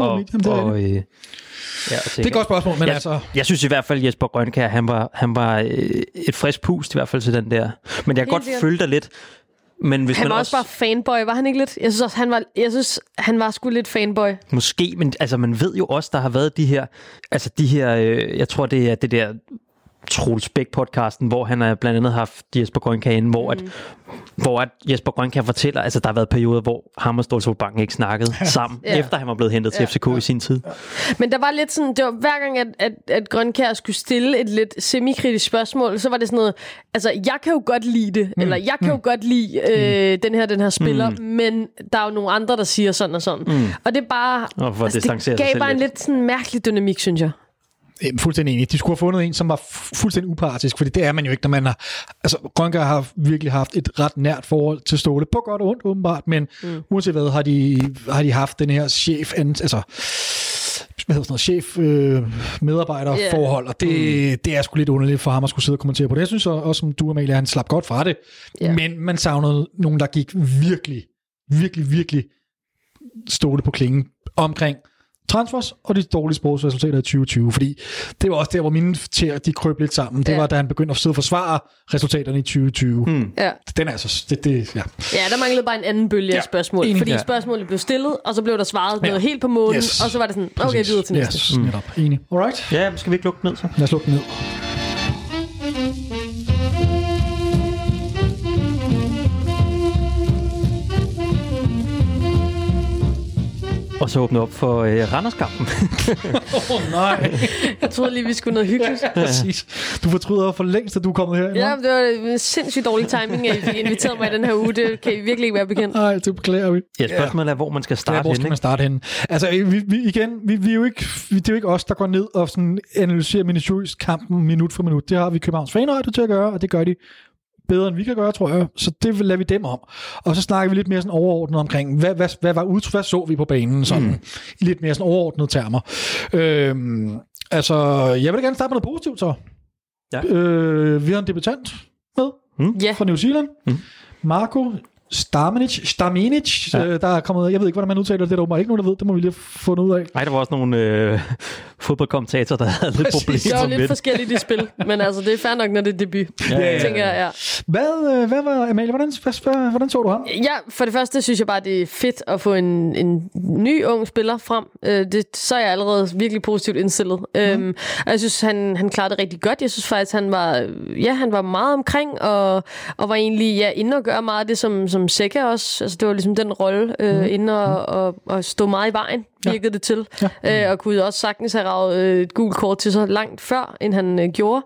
er et godt spørgsmål, men jeg synes i hvert fald, Jesper Grønkjær, han var et frisk pust i hvert fald til den der. Men jeg kan godt følge dig lidt. Men hvis han man var også bare fanboy, var han ikke lidt? Jeg synes også, han var sgu lidt fanboy. Måske, men altså man ved jo også, der har været de her, jeg tror det er det der Troels Bæk-podcasten, hvor han har blandt andet haft Jesper Grønkjær inde, hvor Jesper Grønkjær fortæller, altså der har været perioder, hvor ham og Ståle Solbakken ikke snakkede sammen, efter han var blevet hentet til FCK i sin tid. Men der var lidt sådan, det var hver gang, at Grønkjær skulle stille et lidt semikritisk spørgsmål, så var det sådan noget, altså jeg kan jo godt lide det, eller jeg kan jo godt lide den her spiller, men der er jo nogle andre, der siger sådan og sådan. Og det er bare, det gav bare en lidt sådan mærkelig dynamik, synes jeg. Fuldstændig enig. De skulle have fundet en, som var fuldstændig upartisk, fordi det er man jo ikke, når man har... Altså, Grønkjær har virkelig haft et ret nært forhold til Ståle, på godt og ondt åbenbart, men uanset hvad, har de haft den her chef-medarbejderforhold, og det er sgu lidt underligt for ham at skulle sidde og kommentere på det. Jeg synes også, som du, Amalie, han slap godt fra det, men man savnede nogen, der gik virkelig Ståle på klingen omkring transfers og de dårlige sportsresultater i 2020, fordi det var også der, hvor mine tæer, de krøb lidt sammen. Det var, da han begyndte at sidde og forsvare resultaterne i 2020. Den er altså... Ja, der manglede bare en anden bølge af spørgsmål, fordi spørgsmålet blev stillet, og så blev der svaret noget helt på månen, og så var det sådan, okay, videre til næste. Yes, netop. Enig. Alright. Ja, skal vi ikke lukke ned så? Lad os lukke ned. Og så åbne op for Randerskampen. Nej. Jeg troede lige, vi skulle noget hyggeligt. Præcis. Du fortryder for længst, at du er kommet her. Ja, det var en sindssygt dårlig timing, at I fik inviteret mig i den her uge. Det kan I virkelig ikke være bekendt. Nej, det beklager vi. Ja, spørgsmålet er, hvor man skal starte henne. Hvor skal man starte henne? Altså, vi er jo ikke os, der går ned og sådan analyserer minutiøst kampen minut for minut. Det har vi Københavns Fanradio til at gøre, og det gør de bedre, end vi kan gøre, tror jeg. Så det lader vi dem om. Og så snakker vi lidt mere sådan overordnet omkring, hvad så vi på banen, sådan i lidt mere sådan overordnede termer. Altså, jeg vil gerne starte med noget positivt, så. Ja. Vi har en debutant med fra New Zealand. Marco Stamenic, der er kommet, jeg ved ikke, hvordan man udtaler det, der er ikke nogen, der ved, det må vi lige have fundet ud af. Nej, der var også nogle fodboldkommentatorer, der havde lidt problemer. Det er jo lidt forskelligt i spil, men altså, det er fair nok, når det er debut, tænker jeg. Hvad var, Amalie, hvordan så du ham? Ja, for det første synes jeg bare, det er fedt at få en ny ung spiller frem. Så er jeg allerede virkelig positivt indstillet. Jeg synes, han klarede det rigtig godt. Jeg synes faktisk, han var meget omkring, og var egentlig inde og gøre meget af det, som Seca også. Altså, det var ligesom den rolle inde og stå meget i vejen, virkede det til. Og kunne også sagtens have raget et gult kort til så langt før, end han gjorde.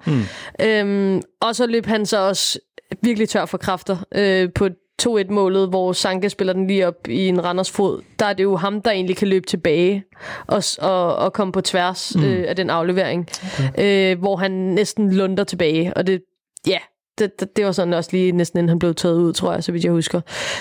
Og så løb han så også virkelig tør for kræfter på 2-1-målet, hvor Sanke spiller den lige op i en Randers fod. Der er det jo ham, der egentlig kan løbe tilbage og komme på tværs af den aflevering, hvor han næsten lunder tilbage. Og det var sådan også lige næsten inden han blev taget ud, tror jeg, så vidt jeg husker.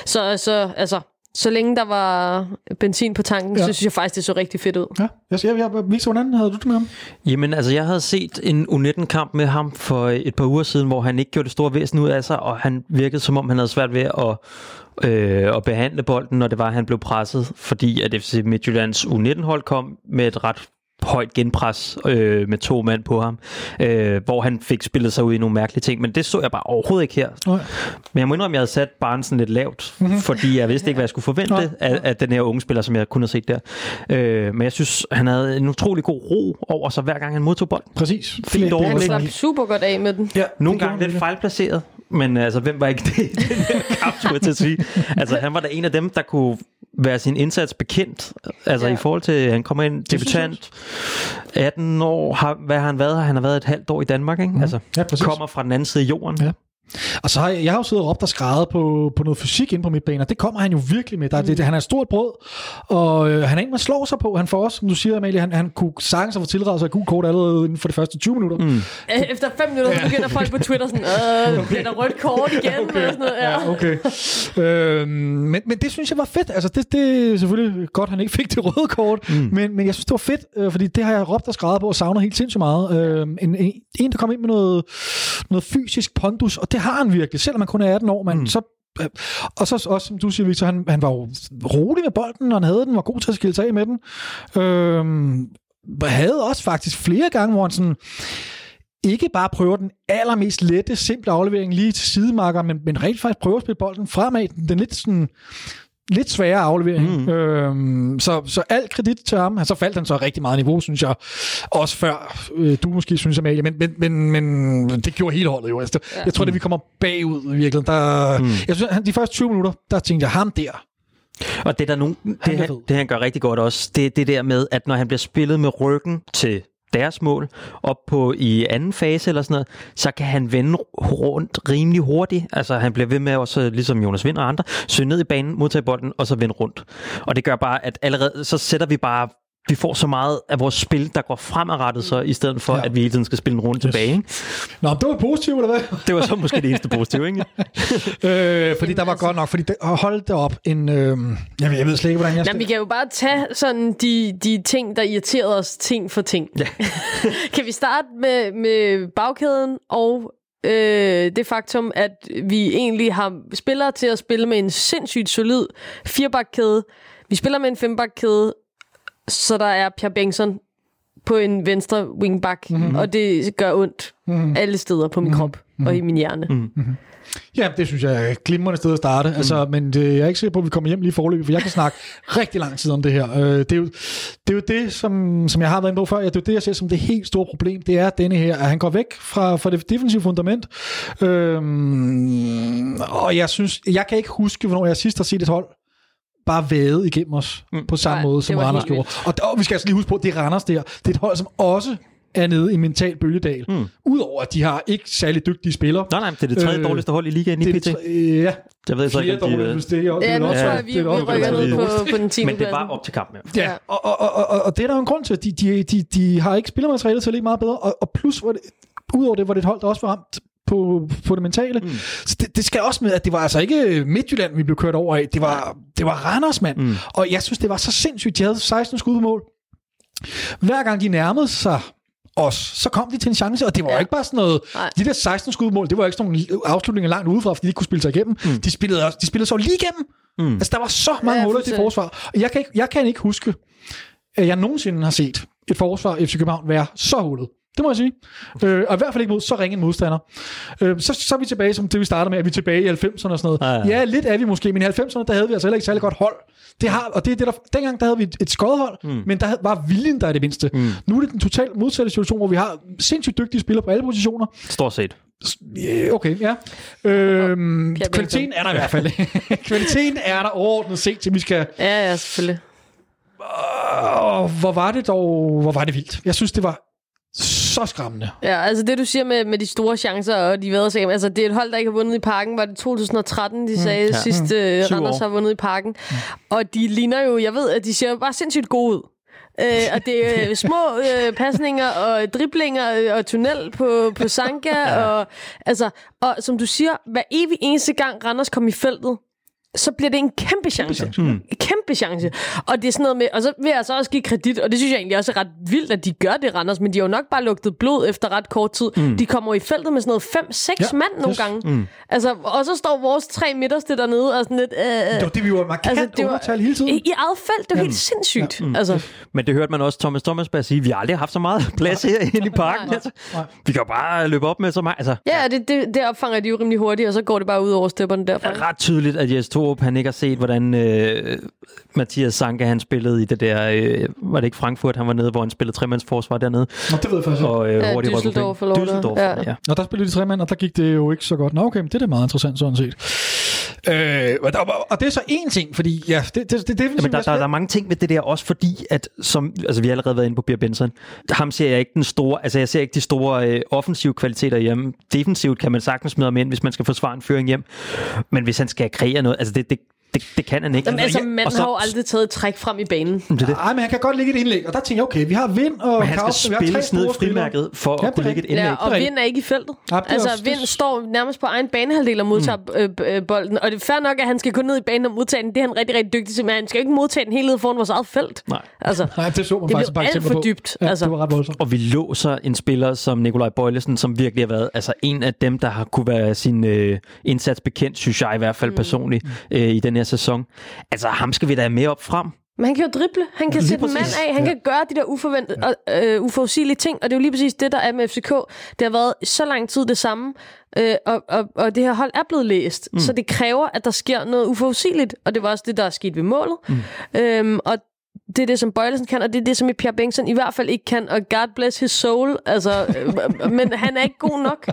Så længe der var benzin på tanken, så synes jeg faktisk, det så rigtig fedt ud. Ja, Victor, hvordan havde du det med ham? Jamen, altså, jeg havde set en U19-kamp med ham for et par uger siden, hvor han ikke gjorde det store væsen ud af sig, og han virkede, som om han havde svært ved at behandle bolden, når det var, at han blev presset, fordi at FC Midtjyllands U19-hold kom med et ret højt genpres med 2 mand på ham, hvor han fik spillet sig ud i nogle mærkelige ting, men det så jeg bare overhovedet ikke her. Men jeg må indrømme, at jeg havde sat barren sådan lidt lavt, fordi jeg vidste ikke, hvad jeg skulle forvente af den her unge spiller, som jeg kun har set der. Men jeg synes, han havde en utrolig god ro over sig, hver gang han modtog bolden. Præcis. Han slap super godt af med den. Ja, nogle gange lidt fejlplaceret, Men altså, hvem var ikke det i den her kamp, skulle jeg til at sige. Altså, han var da en af dem, der kunne være sin indsats bekendt. Altså, i forhold til, at han kommer ind debutant, 18 år, hvad har han været her? Han har været et halvt år i Danmark, ikke? Altså, kommer fra den anden side af jorden. Ja. Og så har jeg har jo siddet og råbt og skreget på noget fysik inde på midtbanen, og det kommer han jo virkelig med. Han er et stort brød, og han er en, man slår sig på. Han får også, som du siger, Amalie, han kunne sagtens få tilrettet sig gul kort allerede inden for de første 20 minutter. Efter 5 minutter, så begynder folk på Twitter sådan, bliver der rødt kort igen? Okay. Og sådan noget. Ja. Okay. Men det synes jeg var fedt. Altså, det er selvfølgelig godt, han ikke fik det røde kort, men jeg synes, det var fedt, fordi det har jeg råbt og skreget på og savner helt sindssygt meget. En, der kom ind med noget fysisk pondus, og det har han virkelig, selvom man kun er 18 år, men så og så også, som du siger, Victor, han var jo rolig med bolden, og han havde den, var god til at skille sig af med den. Havde også faktisk flere gange, hvor han sådan ikke bare prøver den allermest lette, simple aflevering lige til sidemarker, men rent faktisk prøver at spille bolden fremad. Den lidt sværere aflevering. Så alt kredit til ham. Så faldt han så rigtig meget niveau, synes jeg. Også før du måske synes, Amalie. Men det gjorde hele holdet jo. Altså, jeg tror, at vi kommer bagud i virkeligheden. Jeg synes, de første 20 minutter, der tænkte jeg, ham der. Og det der det han gør rigtig godt også, det der med, at når han bliver spillet med ryggen til deres mål, op på i anden fase eller sådan noget, så kan han vende rundt rimelig hurtigt. Altså han bliver ved med også, ligesom Jonas Vind og andre, søge ned i banen, modtage bolden, og så vende rundt. Og det gør bare, at allerede, så sætter vi får så meget af vores spil, der går fremadrettet så, i stedet for, at vi hele tiden skal spille en runde tilbage. Ikke? Nå, det var positivt, eller hvad? Det var så måske det eneste positive, ikke? Fordi der var godt nok, fordi hold det op en... jeg ved slet ikke, hvordan jeg skal... Jamen, vi kan jo bare tage sådan de ting, der irriterede os ting for ting. Ja. Kan vi starte med bagkæden og det faktum, at vi egentlig har spillere til at spille med en sindssygt solid 4-bakkæde. Vi spiller med en 5-bakkæde, så der er Pierre Bengtsson på en venstre wingback, og det gør ondt alle steder på min krop og i min hjerne. Ja, det synes jeg er et glimrende sted at starte. Altså, men jeg er ikke sikker på, at vi kommer hjem lige forløbet, for jeg kan snakke rigtig lang tid om det her. Det er jo det, som jeg har været inde på før. Det er jo det, jeg ser som det helt store problem. Det er denne her, at han går væk fra det defensive fundament. Og jeg kan ikke huske, hvornår jeg sidst har set et hold bare væde igennem os på samme måde, som Randers gjorde. Og vi skal altså lige huske på, at det er Randers der. Det er et hold, som også er nede i mental bølgedal. Udover at de har ikke særlig dygtige spillere. Nej, det er det tredje dårligste hold i ligaen i PT. Ja. Jeg ved så ikke, om det tror jeg, vi rykker ned på den 10. Men det var op til kampen. Ja, og det er der jo en grund til. De har ikke spillermaterialet til at ligge meget bedre. Og plus, udover det, var det et hold, der også var ramt på det mentale. Så det skal også med, at det var altså ikke Midtjylland, vi blev kørt over af. Det var Randers, mand. Og jeg synes, det var så sindssygt. De havde 16 skud på mål. Hver gang de nærmede sig os, så kom de til en chance, og det var jo ikke bare sådan noget, de der 16 skud på mål, det var ikke sådan nogle afslutninger langt udefra, fordi de ikke kunne spille sig igennem. De spillede så lige igennem. Altså, der var så mange huller i det forsvar. Og jeg kan ikke huske, at jeg nogensinde har set et forsvar FC København være så hullet. Det må jeg sige. Og i hvert fald ikke mod så ringe en modstander. Så er vi tilbage, som det vi startede med, at vi er tilbage i 90'erne og sådan noget. Ja, lidt er vi måske, men i 90'erne, der havde vi altså heller ikke særlig godt hold. Og det er det, der, dengang der havde vi et skodhold, men der var viljen der i det mindste. Nu er det den totalt modsatte situation, hvor vi har sindssygt dygtige spillere på alle positioner. Stort set. Okay, ja. Kvaliteten er der i hvert fald. Kvaliteten er der overordnet set, til vi skal... Ja, selvfølgelig. Hvor var det vildt. Jeg synes, det var så skræmmende. Ja, altså det du siger med de store chancer og de væddersager, altså det er et hold, der ikke har vundet i Parken. Var det 2013, de sagde sidst Randers har vundet i Parken. Og de ligner jo, jeg ved, at de ser bare sindssygt gode ud. Og det er små pasninger og driblinger og tunnel på Sanka og som du siger, hver evig eneste gang Randers kom i feltet, så bliver det en kæmpe chance. Kæmpe chance. Og det er sådan noget med, og så vil jeg altså også give kredit, og det synes jeg egentlig også er ret vildt, at de gør det, Randers, men de har jo nok bare lugtet blod efter ret kort tid. De kommer i feltet med sådan noget 5-6 mand nogle gange. Altså, og så står vores 3 midterste dernede og sådan lidt... det var det, vi var markant undertal hele tiden. I eget felt, det er helt sindssygt. Ja. Altså. Men det hørte man også Thomas bare sige, vi har aldrig haft så meget plads herinde i parken. Altså. Vi kan jo bare løbe op med så meget. Altså. Ja, det opfanger de jo rimelig hurtigt, og så går det bare ud over stepperne derfra. Det er ret tydeligt, at Jes 2 Thorup, han ikke har set, hvordan Mathias Sanka, han spillede i det der, var det ikke Frankfurt, han var nede, hvor han spillede tremandsforsvar dernede. Nå, det ved jeg faktisk ikke. Og Düsseldorf, ja. Nå, der spillede de 3 mand, og der gik det jo ikke så godt. Nå, okay, men det er da meget interessant, sådan set. Og det er så én ting, fordi ja, det men der er mange ting ved det der, også fordi, at vi har allerede været inde på Pierre Benson. Ham ser jeg ikke den store, jeg ser ikke de store offensive kvaliteter hjemme. Defensivt kan man sagtens smide ham ind, hvis man skal forsvare en føring hjem. Men hvis han skal kreere noget, det kan han ikke. Jamen, manden har jo aldrig taget et træk frem i banen. Nej, men han kan godt lægge et indlæg, og der tænker jeg, okay, vi har Vind og men han skal spilles ned i frimærket for at kunne lægge et indlæg. Ja, og Vind er ikke i feltet. Ja, Vind står nærmest på egen banehalvdel og modtager bolden, og det er fair nok, at han skal gå ned i banen og modtage den. Det er han rigtig, rigtig dygtig til, men han skal ikke modtage den hele ned foran vores eget felt. Nej, det så man faktisk bare alt for dybt. Ja, det var ret voldsomt. Og vi låser en spiller som Nikolaj Bøjlesen, som virkelig har været en af dem, der har kunne være sin indsats bekendt, synes jeg i hvert fald personligt, i den her sæson. Altså, ham skal vi da have med op frem. Men han kan jo drible, han kan sætte en mand af, han kan gøre de der uforudsigelige ting, og det er jo lige præcis det, der er med FCK. Det har været så lang tid det samme, og det her hold er blevet læst, så det kræver, at der sker noget uforudsigeligt, og det var også det, der er sket ved målet. Og det er det, som Bøjlesen kan, og det er det, som Pierre Bengtsson i hvert fald ikke kan, og God bless his soul, men han er ikke god nok.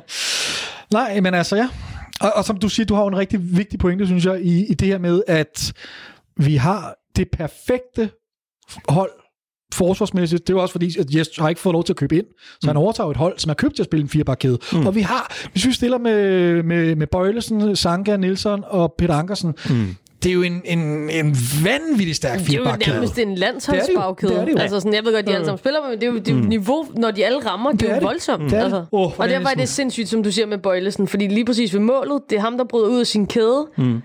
Nej, men ja. Og som du siger, du har en rigtig vigtig pointe, synes jeg, i det her med, at vi har det perfekte hold forsvarsmæssigt. Det er jo også fordi, at Jes har ikke fået lov til at købe ind, så han overtager et hold, som er købt til at spille en 4-bakkæde. Og vi har, hvis vi stiller med Bøjlesen, Sanka, Nielsen og Peter Ankersen, det er jo en vanvittig stærk 4-bakkæde. Det er jo nærmest en landsholdsbagkæde. Jeg ved godt, de alle sammen spiller, men det er jo niveau, når de alle rammer, det er jo voldsomt. Og derfor er det sindssygt, som du siger med Bøjlesen, fordi lige præcis ved målet, det er ham, der bryder ud af sin kæde,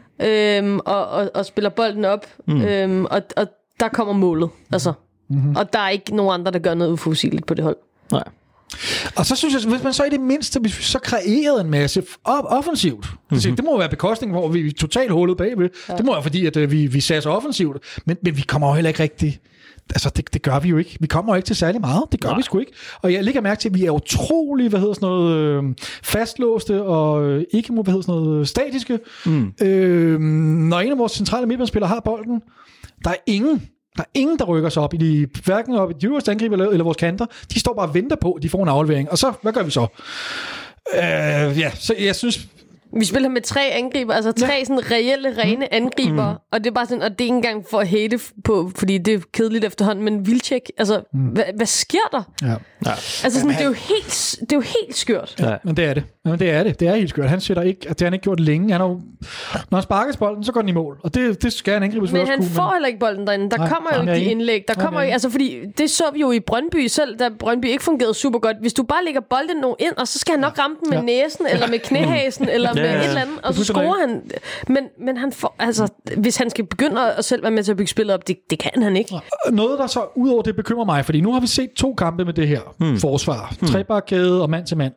og spiller bolden op, og der kommer målet. Og der er ikke nogen andre, der gør noget uforudsigeligt på det hold. Nej. Og så synes jeg, hvis man så i det mindste, hvis vi så kreerede en masse offensivt, det må være bekostning, hvor vi er totalt hullet bagved. Ja. Det må være fordi, at vi satser offensivt, men vi kommer jo heller ikke rigtig. Det gør vi jo ikke. Vi kommer jo ikke til særlig meget. Det gør vi sgu ikke. Og jeg lægger mærke til, at vi er utrolig, fastlåste og ikke statiske. Når en af vores centrale midtbanespillere har bolden, der er ingen, der rykker sig op hverken op i de øverste angriber eller vores kanter. De står bare og venter på, at de får en aflevering. Og så, hvad gør vi så? Så jeg synes... Vi spiller med 3 angriber, tre sådan reelle, rene angriber, og det er bare sådan, og det er ikke engang for at hate på, fordi det er kedeligt efterhånden, men Wilczek, hvad sker der? Ja. Det er jo helt skørt. Ja, men det er det. Det er helt skørt. Han sætter ikke, det har han ikke gjort længe. Når han sparker bolden, så går den i mål, og det skal han angribe. Men han får heller ikke bolden derinde. Der kommer jo ikke de indlæg. Der kommer ikke, fordi det så vi jo i Brøndby selv, da Brøndby ikke fungerede super godt. Hvis du bare lægger bolden nu ind, og så skal han nok ramme den med næsen, eller med knæhasen, eller med et eller andet, og så scorer han. Men han får, hvis han skal begynde at selv være med til at bygge spillet op, det kan han ikke. Noget, der så udover det bekymrer mig, fordi nu har vi set 2 kampe med det her forsvar. 3-bakkæde og mand til mand.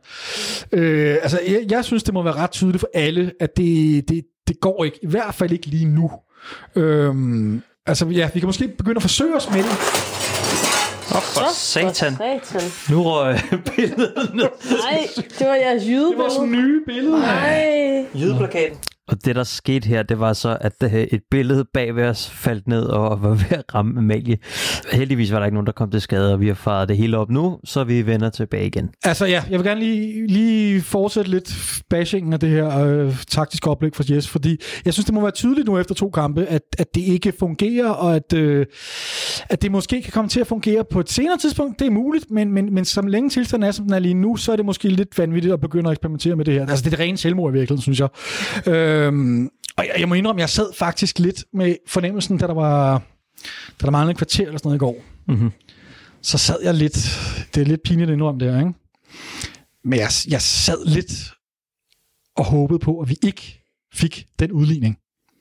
Jeg synes, det må være ret tydeligt for alle, at det går ikke. I hvert fald ikke lige nu. Vi kan måske begynde at forsøge os med det. For satan. Nu røg billedet ned. Nej, det var jeres jydebillede. Det var sådan nye billede. Nej. Jydeplakaten. Og det, der skete her, det var så, at et billede bag ved os faldt ned og var ved at ramme Amalie. Heldigvis var der ikke nogen, der kom til skade, og vi har faret det hele op nu, så vi vender tilbage igen. Jeg vil gerne lige fortsætte lidt bashingen af det her taktiske oplæg for Jes, fordi jeg synes, det må være tydeligt nu efter 2 kampe, at det ikke fungerer, og at det måske kan komme til at fungere på et senere tidspunkt. Det er muligt, men som længe tilstanden er, som den er lige nu, så er det måske lidt vanvittigt at begynde at eksperimentere med det her. Det er det rene selvmord i virkeligheden, synes jeg. Og jeg må indrømme, jeg sad faktisk lidt med fornemmelsen, da der manglede et kvarter eller sådan noget i går. Så sad jeg lidt, det er lidt pinligt at indrømme det her, ikke? Men jeg sad lidt og håbede på, at vi ikke fik den udligning.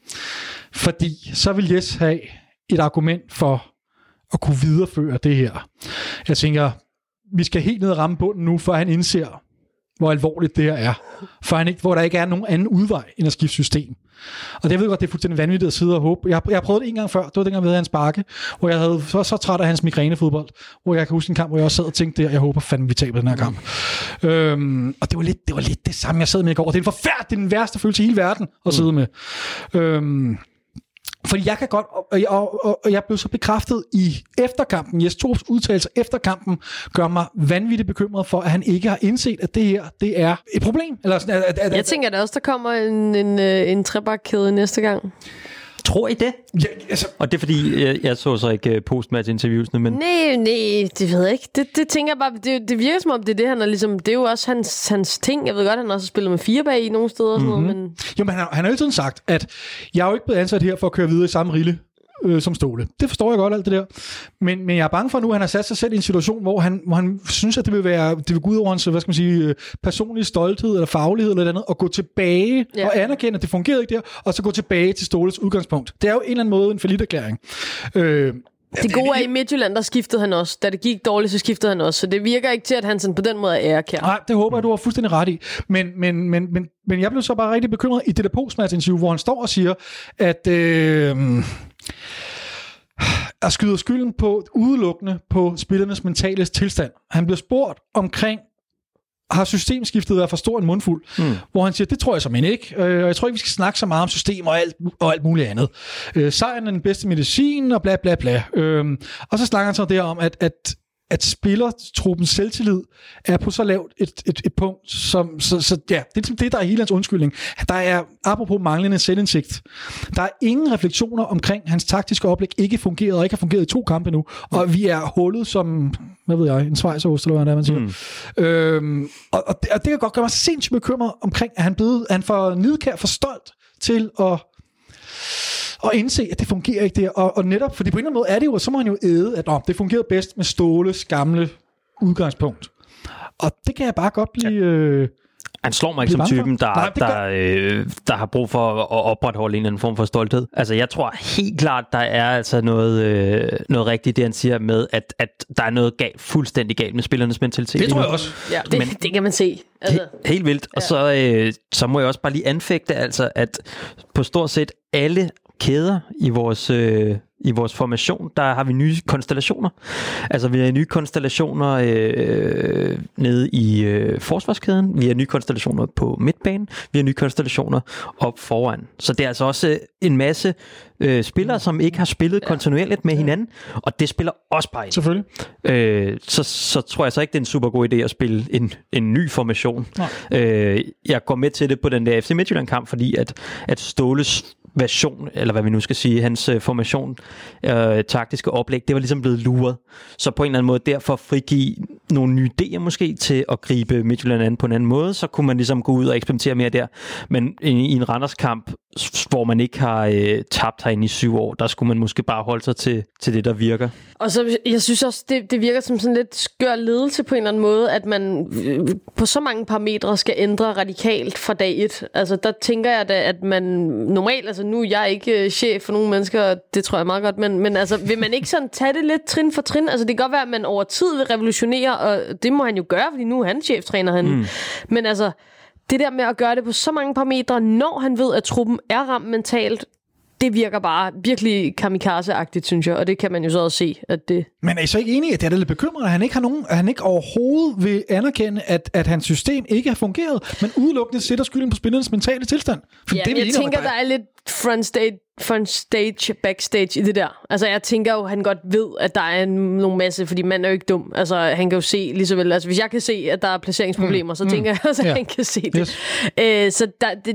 Fordi så vil Jes have et argument for at kunne videreføre det her. Jeg tænker, vi skal helt ned og ramme bunden nu, for han indser, hvor alvorligt det her er. Hvor der ikke er nogen anden udvej end at skifte system. Og det ved godt, det er fuldstændig vanvittigt at sidde og håbe. Jeg har prøvet det en gang før. Det var dengang, vi havde hans bakke, hvor jeg havde så træt af hans migrænefodbold, hvor jeg kan huske en kamp, hvor jeg også sad og tænkte, jeg håber fandme, vi taber den her kamp. Og det var lidt det samme, jeg sad med i går. Det er en forfærdelig, det er den værste følelse i hele verden at sidde med. Fordi jeg kan godt, og jeg blev så bekræftet i efterkampen, Jes Torups udtalelser efter kampen, gør mig vanvittigt bekymret for, at han ikke har indset, at det her, det er et problem. Eller sådan, jeg tænker da også, der kommer en trebakkæde næste gang. Tror I det? Ja, altså. Og det er fordi, jeg så ikke postmatch-interviewsene, men... Nej, det ved jeg ikke. Det tænker jeg bare, det virker som om, det er det, han er ligesom... Det er jo også hans ting. Jeg ved godt, han også har spillet med 4 bag i nogle steder og sådan noget, men... Jo, men han har jo tiden sagt, at jeg er jo ikke blevet ansat her for at køre videre i samme rille som Ståle. Det forstår jeg godt, alt det der. Men jeg er bange for nu, at han har sat sig selv i en situation, hvor han synes, at det vil gå ud over hans, hvad skal man sige, personlige stolthed eller faglighed eller andet, og gå tilbage og anerkende, at det fungerede ikke der, og så gå tilbage til Ståles udgangspunkt. Det er jo en eller anden måde en falliterklæring. Det gode er, i Midtjylland, der skiftede han også. Da det gik dårligt, så skiftede han også. Så det virker ikke til, at han sådan på den måde er ærekær. Nej, det håber jeg, du har fuldstændig ret i. Men jeg blev så bare rigtig bekymret i det der postmatch-interview, hvor han står og siger, at skyder skylden udelukkende på spillernes mentale tilstand. Han bliver spurgt omkring, har systemskiftet været for stor en mundfuld? Hvor han siger, det tror jeg simpelthen ikke. Og jeg tror ikke, vi skal snakke så meget om system og alt muligt andet. Sejren er den bedste medicin, og bla bla bla. Og så snakker han så der om, at spillertruppens selvtillid er på så lavt et punkt, så ja, det er det, der er hele hans undskyldning. Der er, apropos manglende selvindsigt, der er ingen refleksioner omkring hans taktiske oplæg ikke fungerede, og ikke har fungeret i 2 kampe nu, og vi er hullet som, hvad ved jeg, en schweizerost, eller hvad man siger. Og det kan godt gøre mig sindssygt bekymret omkring, at han får nidkær for stolt til at indse, at det fungerer ikke der. Og netop, fordi på en eller anden måde er det jo, så må han jo æde, at det fungerede bedst med Ståles gamle udgangspunkt. Og det kan jeg bare godt blive... Han slår mig ikke som typen, der har brug for at opretholde en eller anden form for stolthed. Altså, jeg tror helt klart, der er altså noget rigtigt, det han siger med, at der er noget fuldstændig galt med spillernes mentalitet. Det tror jeg også. Ja, det kan man se. Altså. Helt vildt. Og så må jeg også bare lige anfægte, altså, at på stort set alle kæder i vores formation, der har vi nye konstellationer. Altså, vi har nye konstellationer nede i forsvarskæden, vi har nye konstellationer på midtbanen, vi har nye konstellationer op foran. Så det er altså også en masse spillere, som ikke har spillet kontinuerligt med hinanden, og det spiller også bare ind. Selvfølgelig. Så tror jeg så ikke, det er en super god idé at spille en ny formation. Jeg går med til det på den der FC Midtjylland-kamp, fordi at Ståles version, eller hvad vi nu skal sige, hans formation, taktiske oplæg, det var ligesom blevet luret. Så på en eller anden måde derfor frigive nogle nye idéer måske til at gribe Midtjylland an på en anden måde, så kunne man ligesom gå ud og eksperimentere mere der. Men i en Randers-kamp, hvor man ikke har tabt herinde i 7 år, der skulle man måske bare holde sig til det, der virker. Og så, jeg synes også, det virker som sådan lidt skør ledelse på en eller anden måde, at man på så mange parametre skal ændre radikalt fra dag 1. Altså, der tænker jeg da, at man normalt, altså nu er jeg ikke chef for nogle mennesker, det tror jeg meget godt, men altså, vil man ikke sådan tage det lidt trin for trin? Altså, det kan godt være, at man over tid vil revolutionere, og det må han jo gøre, fordi nu er han cheftræner han. Men altså, det der med at gøre det på så mange parametre, når han ved, at truppen er ramt mentalt, det virker bare virkelig kamikaze-agtigt, synes jeg, og det kan man jo så også se, at det... Men er I så ikke enige, at det er lidt bekymrende, at han ikke overhovedet vil anerkende, at hans system ikke har fungeret, men udelukkende sætter skylden på spillernes mentale tilstand? For det jeg tænker, der er lidt frontstage, backstage i det der. Altså, jeg tænker jo, han godt ved, at der er nogle masse, fordi man er jo ikke dum. Altså, han kan jo se lige så vel. Altså, hvis jeg kan se, at der er placeringsproblemer, så tænker jeg også, at han kan se det. Yes. Så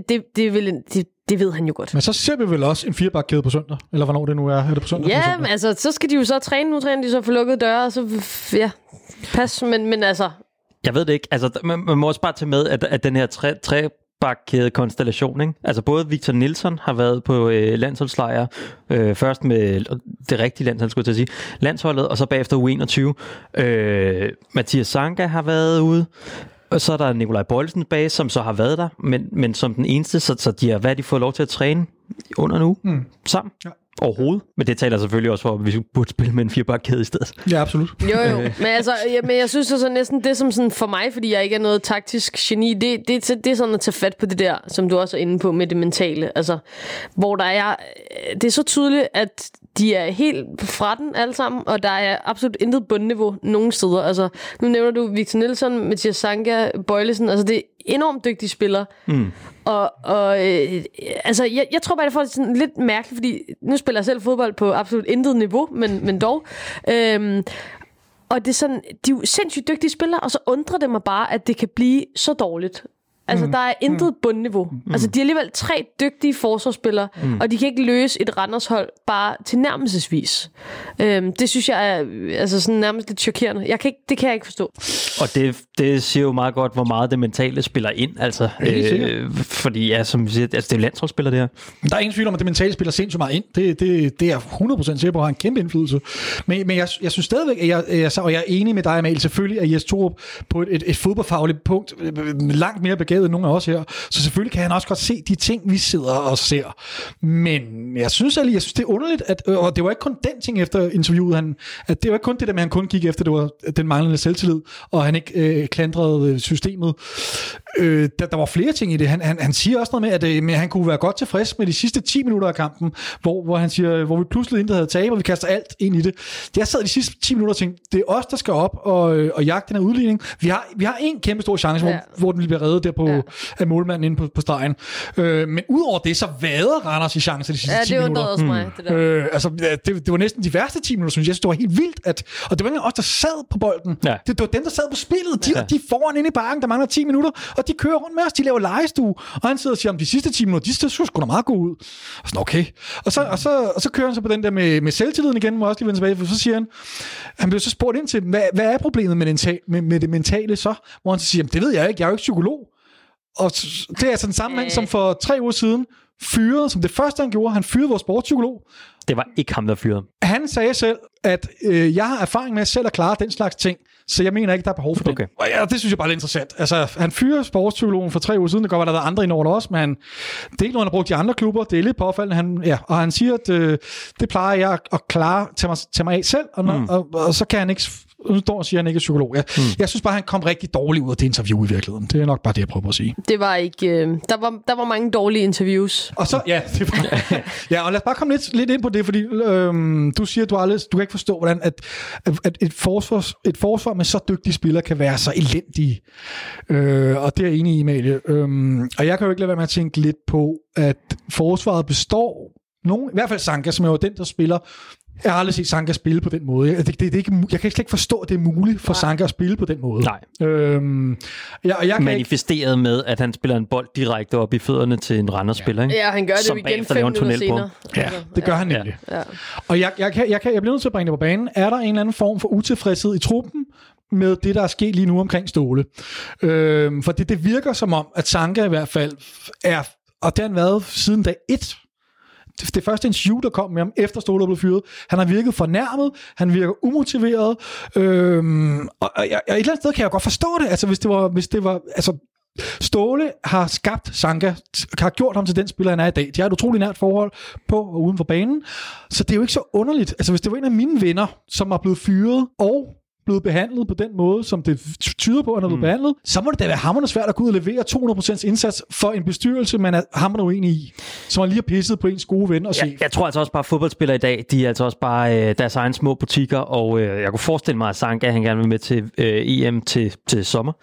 det ved han jo godt. Men så ser vi vel også en 4-bakkæde på søndag? Eller hvornår det nu er? Er det på søndag? Ja, men altså, så skal de jo så træne. Nu træner de så for lukkede døre, og så ja, pas. Men altså... Jeg ved det ikke. Altså, man må også bare tage med, at den her trebakkæde-konstellation, ikke? Altså, både Victor Nilsson har været på landsholdslejre, først med det rigtige landshold, skulle jeg til at sige, landsholdet, og så bagefter U21. Mathias Sanka har været ude. Og så er der Nikolaj Boldsen bag, som så har været der, men som den eneste, så de har fået lov til at træne under en uge sammen. Ja. overhovedet. Men det taler selvfølgelig også for, at vi burde spille med en 4-bakkæde i stedet. Ja, absolut. Jo. Men jeg synes så næsten det som sådan for mig, fordi jeg ikke er noget taktisk geni, det er sådan at tage fat på det der, som du også er inde på med det mentale. Altså, hvor der er... Det er så tydeligt, at de er helt fra den alle sammen, og der er absolut intet bundniveau nogen steder. Altså, nu nævner du Victor Nilsson, Mathias Sanka, Bøjlesen. Altså, det er enormt dygtige spillere. Altså, jeg tror bare, det er sådan lidt mærkeligt, fordi nu spiller jeg selv fodbold på absolut intet niveau, men dog. Og det er sådan, de er jo sindssygt dygtige spillere, og så undrer det mig bare, at det kan blive så dårligt. Altså, der er intet bundniveau. Altså, de er alligevel 3 dygtige forsvarsspillere, og de kan ikke løse et Randers-hold bare tilnærmelsesvis. Det synes jeg er altså sådan nærmest lidt chokerende. Det kan jeg ikke forstå. Og det siger jo meget godt, hvor meget det mentale spiller ind. Altså, fordi, ja, som vi siger, altså, det er jo landsholdsspillere, det her. Der er ingen tvivl om, at det mentale spiller sindssygt meget ind. Det er jeg 100% sikker på, at har en kæmpe indflydelse. Men jeg synes stadigvæk, og jeg er enig med dig, Amal, selvfølgelig, at Jes Torup på et fodboldfagligt punkt langt mere begavet end nogen af os her. Så selvfølgelig kan han også godt se de ting, vi sidder og ser. Men jeg synes det er underligt, og det var ikke kun den ting efter interviewet, at det var ikke kun det der med, at han kun gik efter, det var den manglende selvtillid, og han ikke klandrede systemet. Der var flere ting i det. Han siger også noget med, at han kunne være godt tilfreds med de sidste 10 minutter af kampen, hvor han siger, hvor vi pludselig intet havde tabt, og vi kaster alt ind i det. Jeg sad de sidste 10 minutter og tænkte, det er os, der skal op og jagte den her udligning. Vi har en kæmpe stor chance, hvor den bliver reddet der af målmanden inde på stregen. Men udover det, så vader Randers i chancer de sidste 10 minutter. Ja, det undrede også mig, det der. Det var næsten de værste 10 minutter, synes jeg. Det var helt vildt, og det var ikke os, der sad på bolden. Ja. Det var dem, der sad på spillet. De foran inde i bakken, der mangler 10 minutter, og de kører rundt med os, de laver legestue. Og han sidder og siger, om de sidste 10 minutter, de skulle sgu da meget gå ud. Og sådan, okay. Og så kører han så på den der med selvtilliden igen, må jeg også lige vende tilbage, for så siger han bliver så spurgt ind til, hvad er problemet med det mentale så? Hvor han så siger, det ved jeg ikke, jeg er jo ikke psykolog. Og det er altså den samme mand, som for 3 uger siden fyrede, som det første han gjorde, han fyrede vores sportspsykolog. Det var ikke ham, der fyrede. Han sagde selv, at jeg har erfaring med selv at klare den slags ting, så jeg mener ikke, der er behov for det. Og ja, det synes jeg bare er interessant. Altså, han fyrer sportspsykologen for 3 uger siden, det kan godt være, der er andre indover også, men det er ikke noget, han har brugt i andre klubber, det er lidt påfaldende. Og han siger, at det plejer jeg at klare til mig af selv, og så kan han ikke... Nu står og siger, at han ikke er psykolog. Jeg synes bare, han kom rigtig dårligt ud af det interview i virkeligheden. Det er nok bare det, jeg prøver at sige. Det var ikke... Der var mange dårlige interviews. Og så... Ja, det var, ja, og lad os bare komme lidt ind på det, fordi du siger, at du kan ikke forstå, hvordan at et forsvar med så dygtige spillere kan være så elendige. Og det er jeg enig i, Amalie. Og jeg kan jo ikke lade være med at tænke lidt på, at forsvaret består... I hvert fald Sanka, som er jo den, der spiller... Jeg har aldrig set Sanka spille på den måde. Jeg kan slet ikke forstå, at det er muligt for Sanka at spille på den måde. Nej. Jeg manifesteret med, at han spiller en bold direkte op i fødderne til en Randers-spiller. Ikke? Ja, han gør det jo igen 5 minutter senere. Ja, det gør han nemlig. Ja. Og jeg bliver nødt til at bringe det på banen. Er der en eller anden form for utilfredshed i truppen med det, der er sket lige nu omkring Ståle? For det virker som om, at Sanka i hvert fald er, og det har han været siden dag 1, det første interview, der kom med ham, efter Ståle blev fyret, han har virket fornærmet, han virker umotiveret, og et eller andet sted kan jeg godt forstå det, altså hvis det var altså Ståle har skabt Sanka, har gjort ham til den spiller, han er i dag. De har et utroligt nært forhold på og uden for banen, så det er jo ikke så underligt. Altså hvis det var en af mine venner, som er blevet fyret og blevet behandlet på den måde, som det tyder på, at han er blevet behandlet, så må det da være hamrende svært at gå ud og levere 200% indsats for en bestyrelse, man er hamrende uenig i, som har lige har pisset på ens gode ven og chef. Jeg tror altså også bare, at fodboldspillere i dag, de er altså også bare deres egen små butikker, og jeg kunne forestille mig, at Sanka, han gerne vil med til EM til sommer.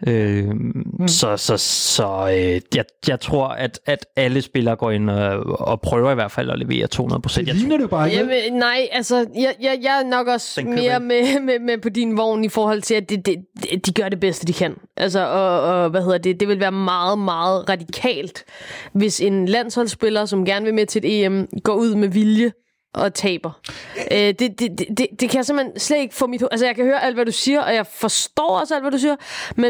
Jeg tror, at alle spillere går ind og prøver i hvert fald at levere 200%. Det ligner det jo bare ikke. Jamen, nej, altså, jeg er nok også mere med på din vogn i forhold til, at de gør det bedste, de kan. Altså, og hvad hedder det? Det vil være meget, meget radikalt, hvis en landsholdsspiller, som gerne vil med til et EM, går ud med vilje og taber. Det kan jeg simpelthen slet ikke få mit... Altså, jeg kan høre alt, hvad du siger, og jeg forstår også alt, hvad du siger, men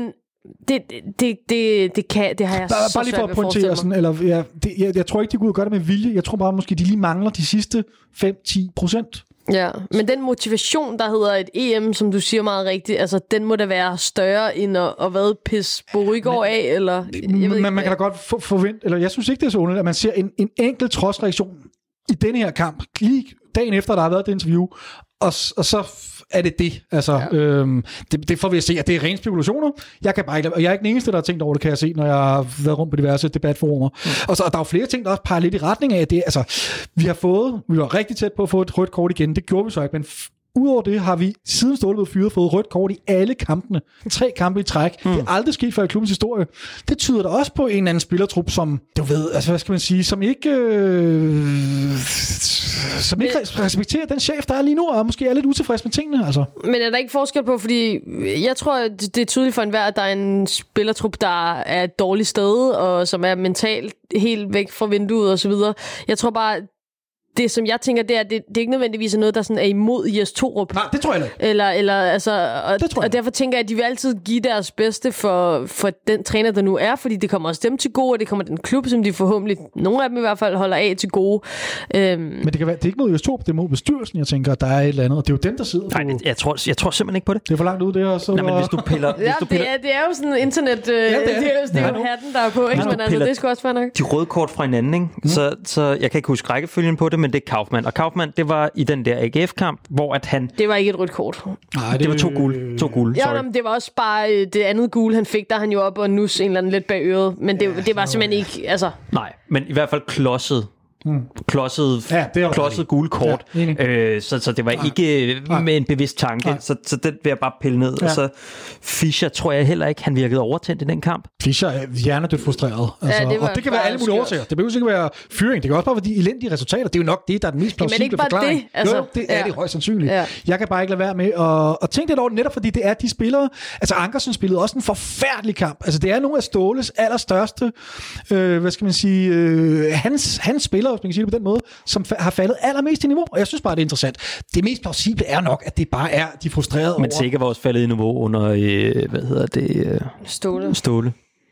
det har jeg så bare lige for at pointere sådan, eller jeg tror ikke, de går ud og gør det med vilje. Jeg tror bare, måske de lige mangler de sidste 5-10%. Ja, men den motivation, der hedder et EM, som du siger meget rigtigt, altså den må da være større end at hvad, pisse Borigård af, eller... Man kan da godt forvente, eller jeg synes ikke, det er så underligt, at man ser en enkelt trodsreaktion i denne her kamp, lige dagen efter, der har været det interview, og så er det. Altså, det får vi at se, at det er rene spekulationer. Jeg er ikke den eneste, der har tænkt over det, kan jeg se, når jeg har været rundt på diverse debatforumer. Og der er jo flere ting, der også peger lidt i retning af det. Altså, vi var rigtig tæt på at få et rødt kort igen. Det gjorde vi så ikke, men udover det har vi siden Ståle blev fyret fået rødt kort i alle kampene. 3 kampe i træk. Det er aldrig sket før i klubbens historie. Det tyder da også på en eller anden spillertrup, som, du ved, altså hvad skal man sige, som ikke respekterer den chef, der er lige nu, og måske er lidt utilfreds med tingene. Altså. Men er der ikke forskel på, fordi jeg tror, det er tydeligt for enhver, at der er en spillertrup, der er et dårligt sted, og som er mentalt helt væk fra vinduet og så videre. Jeg tror bare, det, som jeg tænker, det er, det er ikke nødvendigvis noget, der sådan er imod Jes Torup. Nej, det tror jeg ikke. Eller altså, og derfor tænker jeg, at de vil altid give deres bedste for den træner, der nu er, fordi det kommer også dem til gode, og det kommer den klub, som de forhåbentlig, nogle af dem i hvert fald, holder af til gode. Men det kan være, det er ikke mod Jes Torup, det er mod bestyrelsen, jeg tænker, der er et eller andet, og det er jo dem, der sidder på. Nej, jeg tror simpelthen ikke på det. Det er for langt ud, det her. Så nej, men hvis du piller... Det er jo sådan internet, det er jo hatten, der er på, ikke? Men altså, det skal også være nok. De røde kort fra hinanden, ikke? Så jeg kan ikke huske rækkefølgen på det, men det er Kaufmann. Og Kaufmann, det var i den der AGF-kamp, hvor at han... Det var ikke et rødt kort. Nej, det var 2 gule. 2 gule, ja, men det var også bare det andet gule, han fik, der han jo op og nus en eller anden lidt bag øret. Men det var simpelthen ikke... Altså... Nej, men i hvert fald klodset gule kort. Ja, så det var ikke med en bevidst tanke. Så den vil jeg bare pille ned. Ja. Og så Fischer tror jeg heller ikke, han virkede overtændt i den kamp. Fischer er hjernedødt frustreret. Altså, ja, og det kan være alle mulige årsager. Det behøver ikke være fyring. Det kan også bare være de elendige resultater. Det er jo nok det, der er den mest plausible forklaring. Det, altså, jo, det er det højst sandsynligt. Ja. Jeg kan bare ikke lade være med at tænke lidt over det, netop fordi det er de spillere. Altså Ankersen spillede også en forfærdelig kamp. Altså det er nogle af Ståles allerstørste, hvad skal man sige, hans spillere, hvis man kan sige det på den måde, som har faldet allermest i niveau, og jeg synes bare, det er interessant. Det mest plausible er nok, at det bare er de frustrerede over. Men sikkert var også faldet i niveau under, hvad hedder det? Ståle.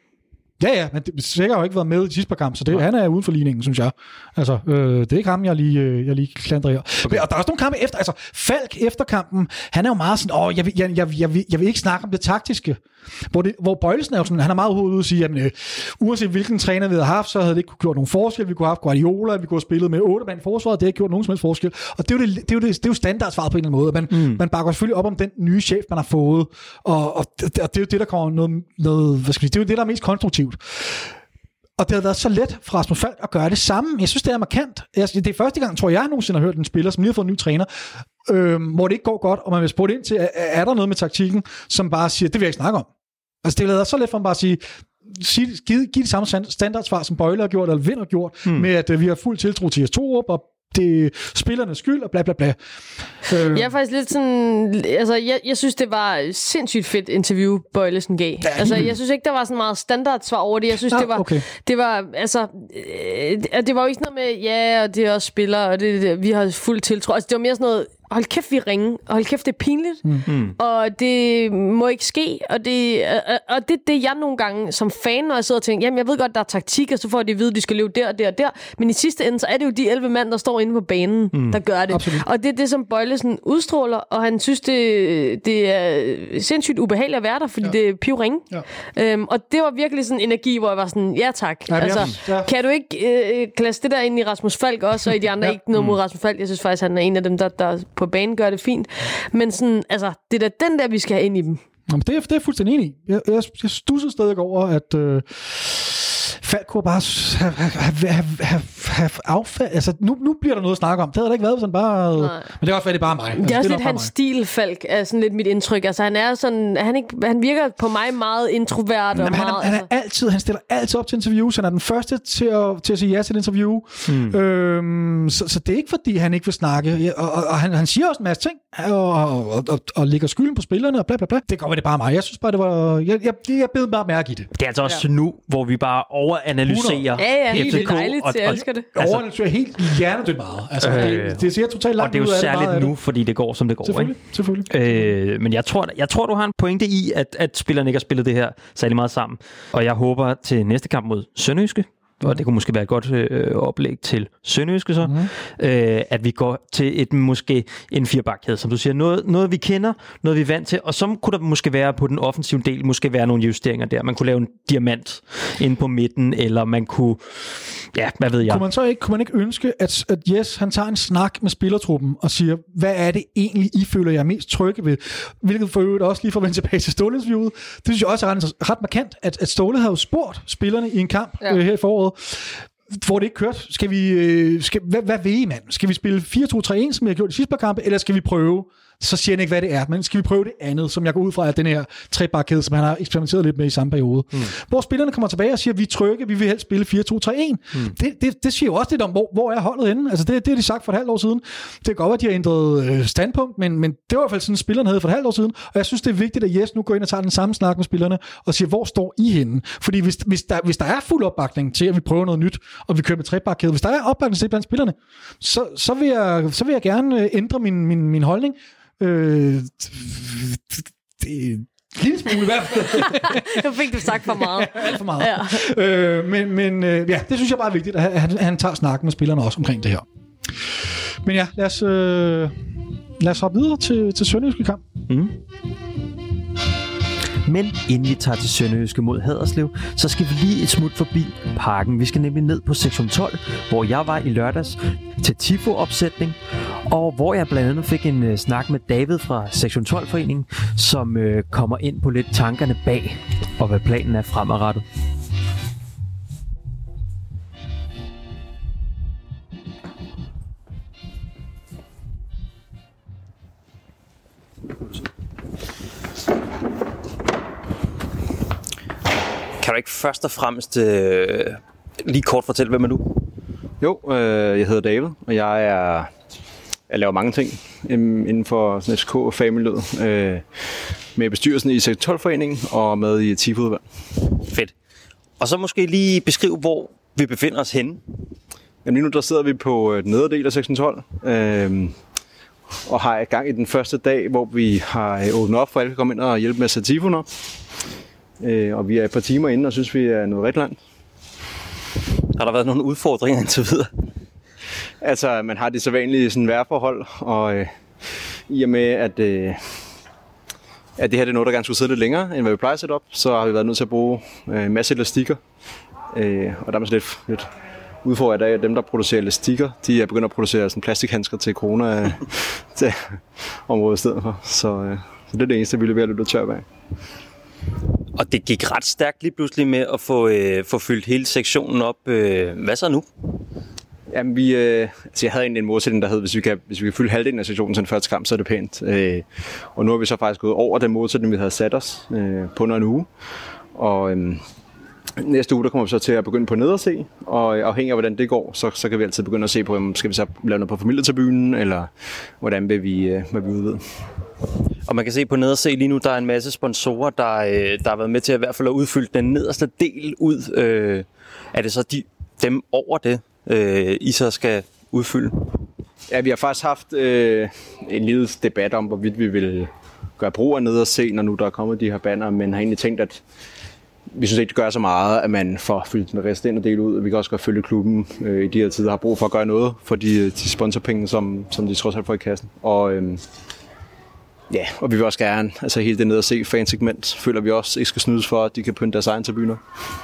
Ja, men sikkert har jo ikke været med i sidste par kamp, så han er uden for ligningen, synes jeg. Altså, det er ikke ham, jeg lige klandrer her. Okay. Og der er også nogle kampe efter, altså Falk efter kampen, han er jo meget sådan, jeg vil ikke snakke om det taktiske. Hvor Bøjlesen er jo sådan, han er meget ude at sige, jamen, uanset hvilken træner vi havde haft, så havde det ikke gjort nogen forskel. Vi kunne have haft Guardiola, vi kunne have spillet med 8 mand forsvaret, det har ikke gjort nogen som helst forskel. Og det er jo standardsvaret på en eller anden måde. Man bakker selvfølgelig op om den nye chef, man har fået, og det er jo det, der kommer noget hvad skal vi sige, det er jo det, der er mest konstruktivt. Og det har været så let for Rasmus Falk at gøre det samme. Jeg synes, det er markant. Det er første gang, tror jeg nogensinde har hørt en spiller, som lige har fået en ny træner, hvor det ikke går godt, og man vil spurgt ind til, er der noget med taktikken, som bare siger, det vil jeg ikke snakke om. Altså, det har været så let for ham bare at sige, giv de samme standardsvar, som Bøjle har gjort, eller Vind har gjort, med at vi har fuld tiltro til Jes Torup, og det er spillernes skyld, og bla bla bla. Jeg er faktisk lidt sådan... Altså, jeg synes, det var et sindssygt fedt interview, Bøjlesen gav. Ja, altså, jeg synes ikke, der var sådan meget standardsvar over det. Jeg synes, det var... Altså, det var jo ikke sådan noget med, ja, og det er også spillere, og vi har fuld tiltro. Altså, det var mere sådan noget... Hold kæft, vi ringer, og hold kæft, det er pinligt, og det må ikke ske, og det jeg nogle gange som fan, når jeg sidder og tænker, jamen jeg ved godt, der er taktik, og så får de at vide, at de skal løbe der og der og der, men i sidste ende, så er det jo de 11 mand, der står inde på banen, der gør det. Absolut. Og det er det, som Bøjlesen udstråler, og han synes, det er sindssygt ubehageligt at være der, fordi det er pivringe. Ja. Og det var virkelig sådan en energi, hvor jeg var sådan, ja tak. Ja, altså, kan du ikke klasse det der ind i Rasmus Falk også, og i de andre ikke noget mod Rasmus Falk? Jeg synes faktisk, han er en af dem, der på banen gør det fint. Men sådan, altså, det er da den der, vi skal have ind i dem. Jamen, det er jeg fuldstændig enig i. Jeg stusser stadig over, at Falk kunne bare have affald. Altså, nu bliver der noget at snakke om. Det havde der ikke været sådan bare... Nej. Men det er også, det er bare mig. Altså, det er også lidt hans stil, Falk, er sådan lidt mit indtryk. Altså, han er sådan... Han virker på mig meget introvert. Og han stiller altid op til interviews. Han er den første til at sige ja til et interview. Så det er ikke, fordi han ikke vil snakke. Og han siger også en masse ting. Og lægger skylden på spillerne og bla bla bla. Det går, det bare mig. Jeg synes bare, det var... Jeg bed bare mærke i det. Det er altså også nu, hvor vi bare overanalyserer. Ja, helt dejligt. Jeg elsker det. Overanalyserer helt hjernedødt meget. Altså, det ser totalt langt ud. Og det er jo særligt nu, fordi det går, som det går. Selvfølgelig. Men jeg tror, du har en pointe i, at spillerne ikke har spillet det her særlig meget sammen. Og jeg håber til næste kamp mod Sønderjyske, og det kunne måske være et godt oplæg til Sønderjyske så, at vi går til måske en 4-bakkæde, som du siger. Noget vi kender, noget vi er vant til, og så kunne der måske være på den offensive del, måske være nogle justeringer der. Man kunne lave en diamant inde på midten, eller man kunne Ja, hvad ved jeg? Kunne man ikke ønske, at Jes, han tager en snak med spillertruppen og siger, hvad er det egentlig, I føler jer mest trygge ved? Hvilket for øvrigt også lige for at vende tilbage til Ståle-interviewet. Det synes jeg også er ret markant, at Ståle havde jo spurgt spillerne i en kamp her i foråret, hvor det ikke kørte. Hvad vil I, mand? Skal vi spille 4-2-3-1, som vi har gjort i sidste par kampe, eller skal vi prøve? Så siger han ikke, hvad det er, men skal vi prøve det andet, som jeg går ud fra, at den her trebakkæde, som han har eksperimenteret lidt med i samme periode. Hvor spillerne kommer tilbage og siger, at vi er trygge, vi vil helst spille 4-2-3-1. Det siger jo også lidt om, hvor er holdet henne. Altså det har de sagt for et halvt år siden. Det kan godt være, at de har ændret standpunkt, men det var i hvert fald sådan, spillerne havde for et halvt år siden. Og jeg synes, det er vigtigt, at Jes nu går ind og tager den samme snak med spillerne og siger, hvor står I henne? Fordi hvis der er fuld opbakning til, at vi prøver noget nyt, og vi kører med trebakkæde, hvis der er opbakning til blandt spillerne, så vil jeg gerne ændre min holdning. Lille smule i hvert fald. Nu fik du sagt for meget. Alt for meget. Ja. Men det synes jeg bare er vigtigt, at han tager snakken med spillerne også omkring det her. Men ja, lad os hoppe videre til Sønderjyske kamp. Men inden vi tager til Sønderjyske mod Haderslev, så skal vi lige et smut forbi parken. Vi skal nemlig ned på sektion 12, hvor jeg var i lørdags til Tifo-opsætning, og hvor jeg blandt andet fik en snak med David fra sektion 12-foreningen, som kommer ind på lidt tankerne bag, og hvad planen er fremadrettet. Kan du ikke først og fremmest lige kort fortælle, hvem er du? Jo, jeg hedder David, og jeg laver mange ting inden for sådan FCK og Family-lød. Med bestyrelsen i sektor 12-foreningen og med i TIFO-udvalg. Fedt. Og så måske lige beskrive, hvor vi befinder os henne. Jamen lige nu der sidder vi på den nedre del af sektion 12. Og har i gang i den første dag, hvor vi har åbnet op for, at alle kan komme ind og hjælpe med at sætte TIFO'en op. Og vi er et par timer inde og synes, vi er noget rigtig langt. Har der været nogle udfordringer indtil videre? Altså, man har de sædvanlige sådan vejrforhold, og i og med, at det her det er noget, der gerne skulle sidde lidt længere, end hvad vi plejer at sætte op, så har vi været nødt til at bruge en masse elastikker. Og der er måske lidt udfordret af, at dem, der producerer elastikker, de er begyndt at producere sådan plastikhandsker til corona til området i stedet for. Så det er det eneste, vi leverer lidt tør af. Og det gik ret stærkt lige pludselig med at få fyldt hele sektionen op. Hvad så nu? Jamen, jeg havde egentlig en målsætning, der hed, hvis vi kan fylde halvdelen af sektionen til den første kamp, så er det pænt. Og nu har vi så faktisk gået over den målsætning, vi havde sat os på under en uge. Og næste uge, der kommer vi så til at begynde på nederse, og afhængig af, hvordan det går, så kan vi altid begynde at se på, skal vi så lave noget på familietribunen, eller hvordan vil vi udvide. Og man kan se på nederse lige nu, der er en masse sponsorer, der har været med til at i hvert fald at udfylde den nederste del ud. Er det så dem over det, I så skal udfylde? Ja, vi har faktisk haft en lille debat om, hvorvidt vi vil gøre brug af nederse, når nu der er kommet de her banner, men har egentlig tænkt, at vi synes ikke, det gør så meget, at man får fyldt den resterende del ud, og vi kan også godt følge klubben i de her tider, har brug for at gøre noget for de sponsorpenge, som de trods alt får i kassen. Og vi vil også gerne, altså hele det ned og se fansegment, føler vi også ikke skal snydes for, at de kan pynte deres egen tribuner.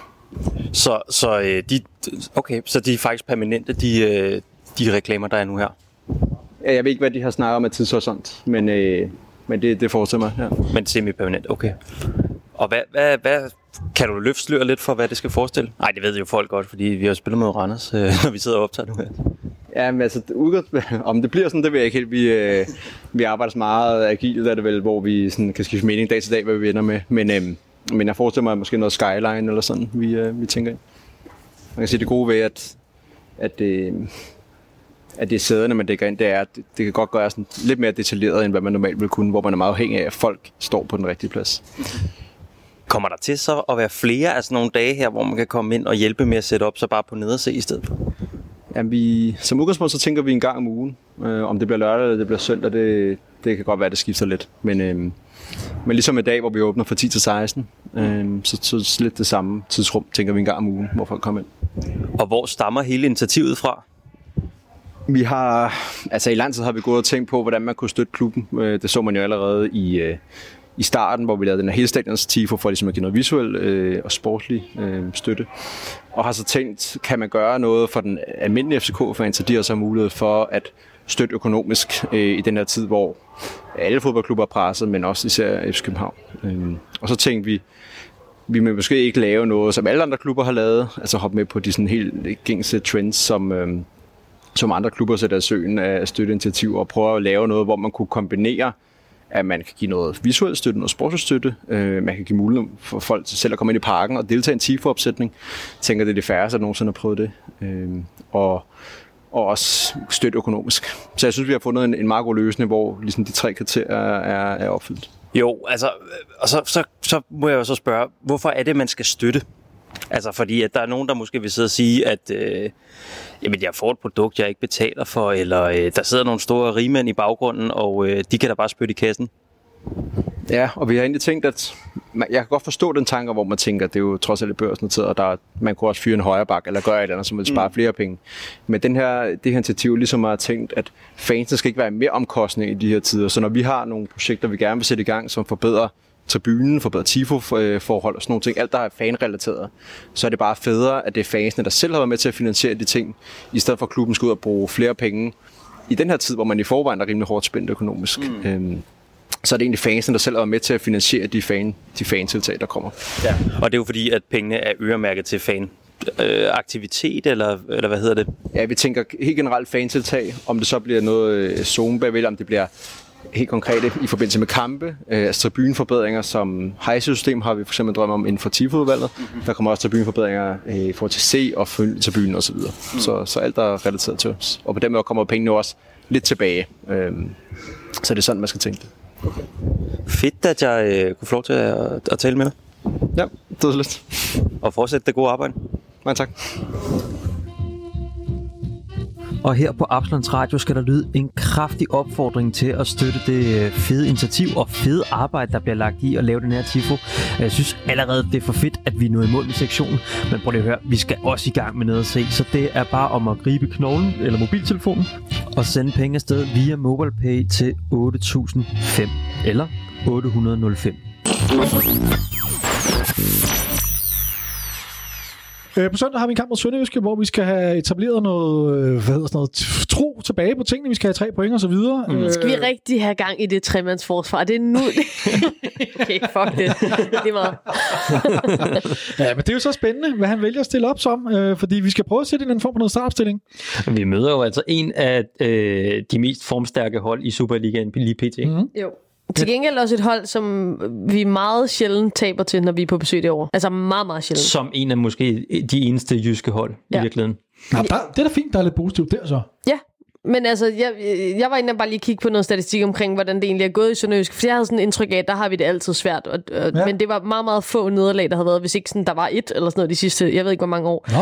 Så de er faktisk permanente, de reklamer, der er nu her? Ja, jeg ved ikke, hvad de har snakket om af tidshorisont, men det forestiller mig, ja. Men semi-permanent, okay. Og hvad kan du løfte slør lidt for, hvad det skal forestille? Nej, det ved jo folk godt, fordi vi har spillet med Randers, når vi sidder og optager nu her. Ja, men altså, om det bliver sådan, det ved jeg ikke helt. Vi arbejder så meget agilt, er det vel, hvor vi sådan kan skifte mening dag til dag, hvad vi ender med. Men jeg forestiller mig måske noget skyline eller sådan, vi tænker ind. Man kan sige, det gode ved, at det er sæderne, man dækker ind, det er, at det kan godt gøre sådan lidt mere detaljeret, end hvad man normalt vil kunne, hvor man er meget afhængig af, at folk står på den rigtige plads. Kommer der til så at være flere af sådan nogle dage her, hvor man kan komme ind og hjælpe med at sætte op, så bare på nederse i stedet for? Jamen, som udgangspunkt, så tænker vi en gang om ugen. Om det bliver lørdag eller det bliver søndag, det kan godt være, det skifter lidt. Men ligesom i dag, hvor vi åbner fra 10 til 16, så lidt det samme tidsrum, tænker vi en gang om ugen, hvor folk kommer ind. Og hvor stammer hele initiativet fra? Vi har, altså i lang tid har vi gået og tænkt på, hvordan man kunne støtte klubben. Det så man jo allerede i i starten, hvor vi lavede den her hele stadions tifo for ligesom at give noget visuel og sportlig støtte. Og har så tænkt, kan man gøre noget for den almindelige FCK-fan, så de har så mulighed for at støtte økonomisk i den her tid, hvor alle fodboldklubber er presset, men også især FC København. Og så tænkte vi vil måske ikke lave noget, som alle andre klubber har lavet, altså hoppe med på de sådan helt gængse trends, som andre klubber sætter i søen af støtteinitiativer, og prøve at lave noget, hvor man kunne kombinere, at man kan give noget visuel støtte, noget sportsstøtte, man kan give mulighed for folk til selv at komme ind i parken og deltage i en tifo-opsætning. Jeg tænker, det er det færreste, der nogensinde har prøvet det. Og også støtte økonomisk. Så jeg synes, vi har fundet en meget god løsning, hvor ligesom de 3 kriterier er opfyldt. Jo, altså, og så må jeg jo så spørge, hvorfor er det, man skal støtte? Altså, fordi at der er nogen, der måske vil sidde og sige, at jamen, jeg får et produkt, jeg ikke betaler for, eller der sidder nogle store rigmænd i baggrunden, og de kan da bare spytte i kassen. Ja, og vi har egentlig tænkt, at jeg kan godt forstå den tanke, hvor man tænker, at det er jo trods alt børsnoteret, og man kunne også fyre en højre bak, eller gøre et eller andet, som vil spare flere penge. Men det her initiativ ligesom har tænkt, at fansene skal ikke være mere omkostning i de her tider. Så når vi har nogle projekter, vi gerne vil sætte i gang, som forbedrer tribunen, forbedrer tifo-forhold og sådan nogle ting, alt der er fanrelateret, så er det bare federe, at det er fansene, der selv har været med til at finansiere de ting, i stedet for at klubben skal ud og bruge flere penge i den her tid, hvor man i forvejen er rimelig hårdt spændt økonomisk. Så er det egentlig fansene, der selv er med til at finansiere de fantiltag, der kommer. Ja. Og det er jo fordi, at pengene er øremærket til aktivitet, eller hvad hedder det? Ja, vi tænker helt generelt fantiltag, om det så bliver noget zone bagved, om det bliver helt konkrete i forbindelse med kampe, altså tribuneforbedringer som hejsesystem har vi for eksempel drømme om inden for TIFO-udvalget. Der kommer også tribuneforbedringer i forhold til C og tribunen osv. Så alt der er relateret til os. Og på den måde kommer pengene også lidt tilbage. Så det er sådan, man skal tænke det. Okay. Fedt, at jeg kunne få lov til at tale med dig. Ja, det var så lidt. Og fortsætte det gode arbejde. Mange tak. Og her på Absalons Radio skal der lyde en kraftig opfordring til at støtte det fede initiativ og fede arbejde, der bliver lagt i at lave den her tifo. Jeg synes allerede, det er for fedt, at vi er nået i mål med sektionen. Men prøv lige at høre, vi skal også i gang med noget at se. Så det er bare om at gribe knoglen eller mobiltelefonen og sende penge afsted via MobilePay til 8.005 eller 805. På søndag har vi en kamp mod Sønderjyske, hvor vi skal have etableret noget, tro tilbage på tingene. Vi skal have 3 point og så videre. Skal vi rigtig have gang i det tremandsforsvar? Det er nu. Okay, fuck det. Det er meget. Ja, men det er jo så spændende, hvad han vælger at stille op som, fordi vi skal prøve at sætte en form for noget startopstilling. Vi møder jo altså en af de mest formstærke hold i Superligaen lige pt. Jo. Til gengæld også et hold, som vi meget sjældent taber til, når vi er på besøg derovre. Altså meget, meget sjældent. Som en af måske de eneste jyske hold i virkeligheden. Nå, det er da fint, der er lidt positivt der så. Ja, men altså, jeg var inde og bare lige kigge på noget statistik omkring, hvordan det egentlig er gået i Sønderjysk. For jeg havde sådan en indtryk af, at der har vi det altid svært. Men det var meget, meget få nederlag, der havde været, hvis ikke sådan, der var et eller sådan noget de sidste, jeg ved ikke, hvor mange år.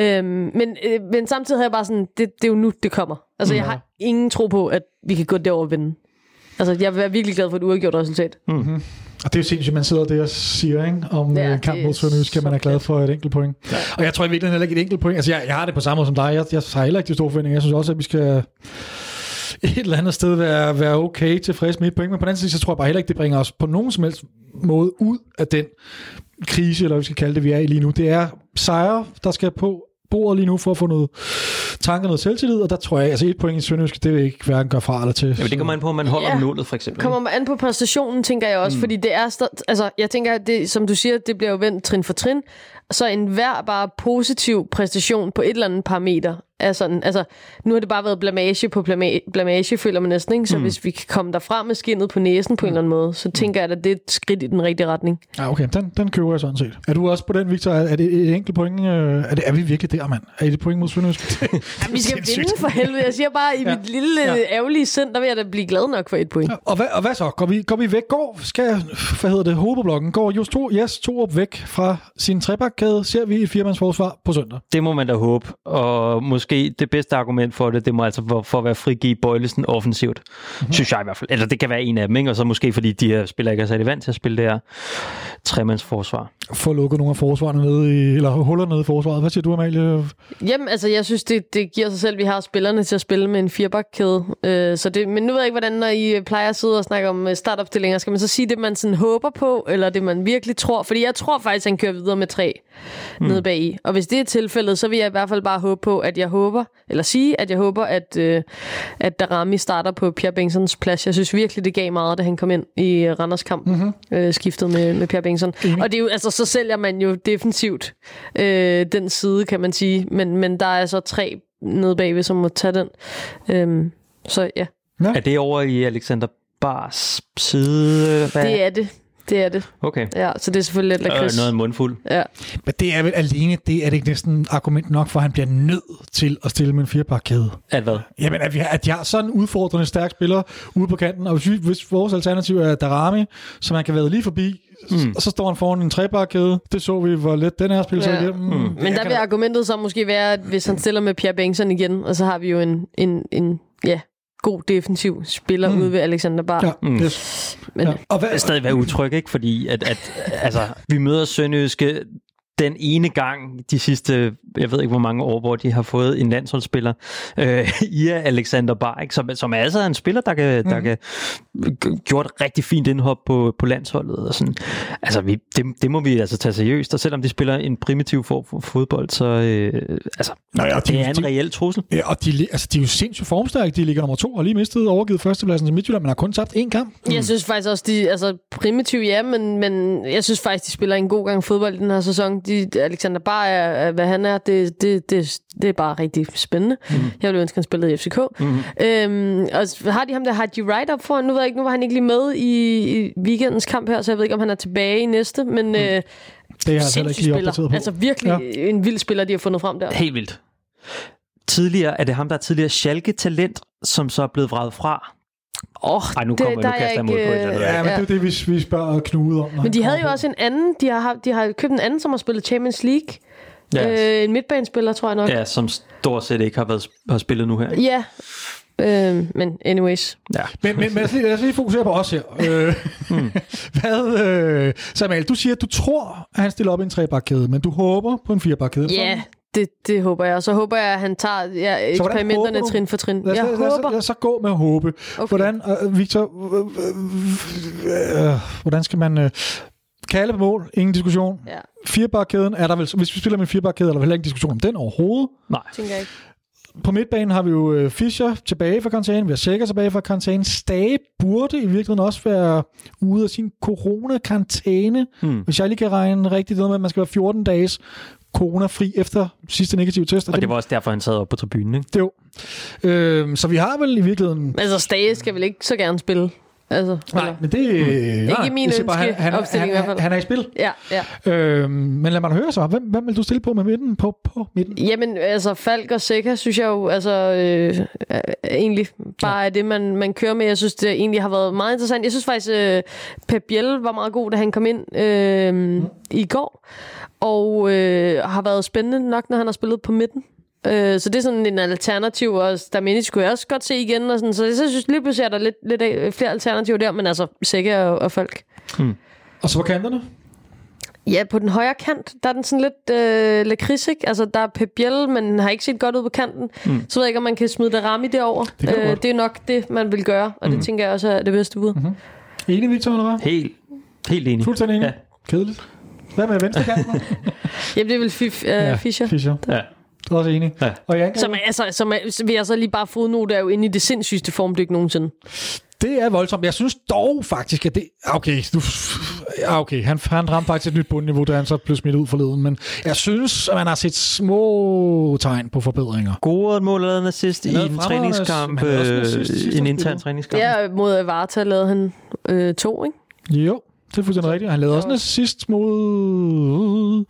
Men samtidig havde jeg bare sådan, det er jo nu, det kommer. Altså, jeg har ingen tro på, at vi kan gå derover og vinde. Altså, jeg er virkelig glad for et uafgjort resultat. Mm-hmm. Og det er jo sindssygt, man sidder der og siger, ikke? Om kamp mod Sønderjyske, man er glad for et enkelt point. Ja. Og jeg tror i virkeligheden heller ikke et enkelt point. Altså, jeg har det på samme måde som dig. Jeg har heller ikke de store forventninger. Jeg synes også, at vi skal et eller andet sted være okay tilfreds med et point. Men på den anden side, så tror jeg bare heller ikke, det bringer os på nogen som helst måde ud af den krise, eller hvad vi skal kalde det, vi er i lige nu. Det er sejre, der skal på bordet lige nu for at få noget tanker, noget selvtillid, og der tror jeg, altså 1 point i Sønderjyske, det vil ikke hverken gøre fra eller til. Ja, det kommer an på, om man holder målet, for eksempel. Kommer man an på præstationen, tænker jeg også, fordi det er, altså jeg tænker, det, som du siger, det bliver jo vendt trin for trin, så enhver bare positiv præstation på et eller andet parameter er sådan, altså nu har det bare været blamage på blamage, føler man næsten, ikke? Så hvis vi kan komme derfra med skindet på næsen på en eller anden måde, så tænker jeg, at det er et skridt i den rigtige retning. Ja, okay, den køber jeg sådan set. Er du også på den, Victor? Er det et enkelt point? Er vi virkelig der, mand? Er det et point mod Sønderjyske? Ja, vi skal vinde for helvede. Jeg siger bare, i mit lille ærgerlige sind, der vil jeg da blive glad nok for 1 point. Ja, og hvad så? Går vi væk? Hovedblokken? Går Jes Torup væk fra sin trebakkæde? Ser vi et 4-mandsforsvar på søndag? Det må man da håbe. Og måske det bedste argument for det må altså for at være frigive Bøjlesen offensivt, synes jeg i hvert fald. Eller det kan være en af dem, ikke? Og så måske fordi de her spillere ikke er særlig vant til at spille det her tremandsforsvar. For at lukke nogle af forsvarerne nede eller huller nede i forsvaret. Hvad siger du, Amalie? Jamen, altså, jeg synes, det giver sig selv, vi har spillerne til at spille med en firebakkæde. Men nu ved jeg ikke, hvordan, når I plejer at sidde og snakke om startopstillinger, skal man så sige det, man sådan håber på, eller det, man virkelig tror? Fordi jeg tror faktisk, han kører videre med 3 nede bag i. Og hvis det er tilfældet, så vil jeg i hvert fald bare håbe på, at jeg håber, at Darami starter på Pierre Bengtssons plads. Jeg synes virkelig, det gav meget, da han kom ind i Randers-kampen, skiftet med Pierre Bengtsson. Og det er jo, altså, så sælger man jo defensivt den side, kan man sige. Men der er så 3 nede bagved, som må tage den. Så ja. Er det over i Alexander Bars side? Det er det. Okay. Ja, så det er selvfølgelig lidt lakrids. Noget mundfuld. Ja. Men det er vel alene, det er det ikke næsten argument nok for, at han bliver nødt til at stille med en firebakkæde. At hvad? Jamen, at jeg har sådan en udfordrende stærk spiller ude på kanten, og hvis vores alternativ er Darami, som han kan være lige forbi, og så står han foran en trebakkæde. Det så vi, hvor let den her spiller sig igennem. Men der vil argumentet så måske være, at hvis han stiller med Pierre Bengtsson igen, og så har vi jo en god defensiv spiller ude ved Alexander Bar. Ja. Men og hvad stadig være utryg, ikke? Fordi at altså, vi møder Sønderjyske den ene gang de sidste, jeg ved ikke hvor mange år, hvor de har fået en landsholdsspiller i Alexander Bar, ikke? Som er altså en spiller, der kan gjort et rigtig fint indhop på landsholdet. Og sådan. Altså, det må vi altså tage seriøst, og selvom de spiller en primitiv form for fodbold, så det er en reel trussel. Ja, og de er jo sindssygt formstærke. De ligger nummer 2 og lige mistet overgivet førstepladsen til Midtjylland, men har kun tabt 1 kamp. Jeg synes faktisk også, primitiv, ja, men jeg synes faktisk, de spiller en god gang fodbold i den her sæson. Alexander Bar er, hvad han er, det er bare rigtig spændende. Jeg ville ønske, han spillede i FCK. Og har de ham der Haji Wright op foran? Nu ved jeg ikke, nu var han ikke lige med i weekendens kamp her, så jeg ved ikke, om han er tilbage i næste, men det er altså heller ikke lige opdateret på. Altså virkelig en vild spiller, de har fundet frem der. Helt vildt. Tidligere er det ham, der er tidligere Schalke-talent, som så er blevet vredet fra. Nu kaster jeg mod på det. Ja, men det er det, vi spørger Knude om. Men de havde jo også en anden. De har købt en anden, som har spillet Champions League. En midtbanespiller, tror jeg nok. Ja, som stort set ikke har spillet nu her. Ja, men anyways. Ja. Men lad os lige fokusere på os her. Samuel, du siger, at du tror, at han stiller op i en trebakkæde, men du håber på en firebakkæde. Ja, det håber jeg. Og så håber jeg, at han tager eksperimenterne trin for trin. Lad os så gå med at håbe. Okay. Hvordan, Victor, hvordan skal man... Kalde på mål, ingen diskussion. Ja. Firebakkæden er der vel... Hvis vi spiller med en firebakkæde, er der vel heller ingen diskussion om den overhovedet? Nej. Tænker jeg ikke. På midtbanen har vi jo Fischer tilbage fra karantæne, vi har Sækker tilbage fra karantæne. Stage burde i virkeligheden også være ude af sin corona-karantæne. Hvis jeg lige kan regne rigtigt med, at man skal være 14 dages corona-fri efter sidste negative test. Og det var også derfor, han sad op på tribunen, ikke? Det jo. Så vi har vel i virkeligheden... Altså, Stage skal vel ikke så gerne spille? Altså, nej, men det ikke i min ønskeopstilling i hvert fald. Han er i spil. Ja. Men lad mig høre så. Hvem vil du stille på med midten? På midten? Jamen, altså Falk og Sækker, synes jeg jo, egentlig bare er det, man kører med. Jeg synes, det egentlig har været meget interessant. Jeg synes faktisk, Pep Biel var meget god, da han kom ind i går. Og har været spændende nok, når han har spillet på midten. Så det er sådan en alternativ, og Stamenic kunne jeg også godt se igen. Og sådan, så jeg synes lige pludselig, er der lidt flere alternativer der, men altså Sækker og Falk. Og så på kanterne? Ja, på den højre kant, der er den sådan lidt lakrids, ikke? Altså, der er Pep Biel, men har ikke set godt ud på kanten. Så ved jeg ikke, om man kan smide Darami derover. Det er nok det, man vil gøre, og det tænker jeg også er det bedste bud. Enig, Victor, eller hvad? Helt enig. Fuldstændig enig? Ja. Kedeligt. Hvad med venstre kanten? Jamen, det er vel Fischer. Fischer. Ja. Du er også enig. Ja. Og som vil jeg så lige bare fodnote, er jo inde i det sindssygste formdyk nogensinde. Det er voldsomt. Jeg synes dog faktisk, at det... Okay, han ramte faktisk et nyt bundniveau, da han så blev smidt ud forleden, men jeg synes, at man har set små tegn på forbedringer. Gode mål lavede en assist i en træningskamp, en intern træningskamp. Ja, mod Varta lavede han 2, ikke? Jo, det er fuldstændig rigtigt. Han lavede også en assist mod...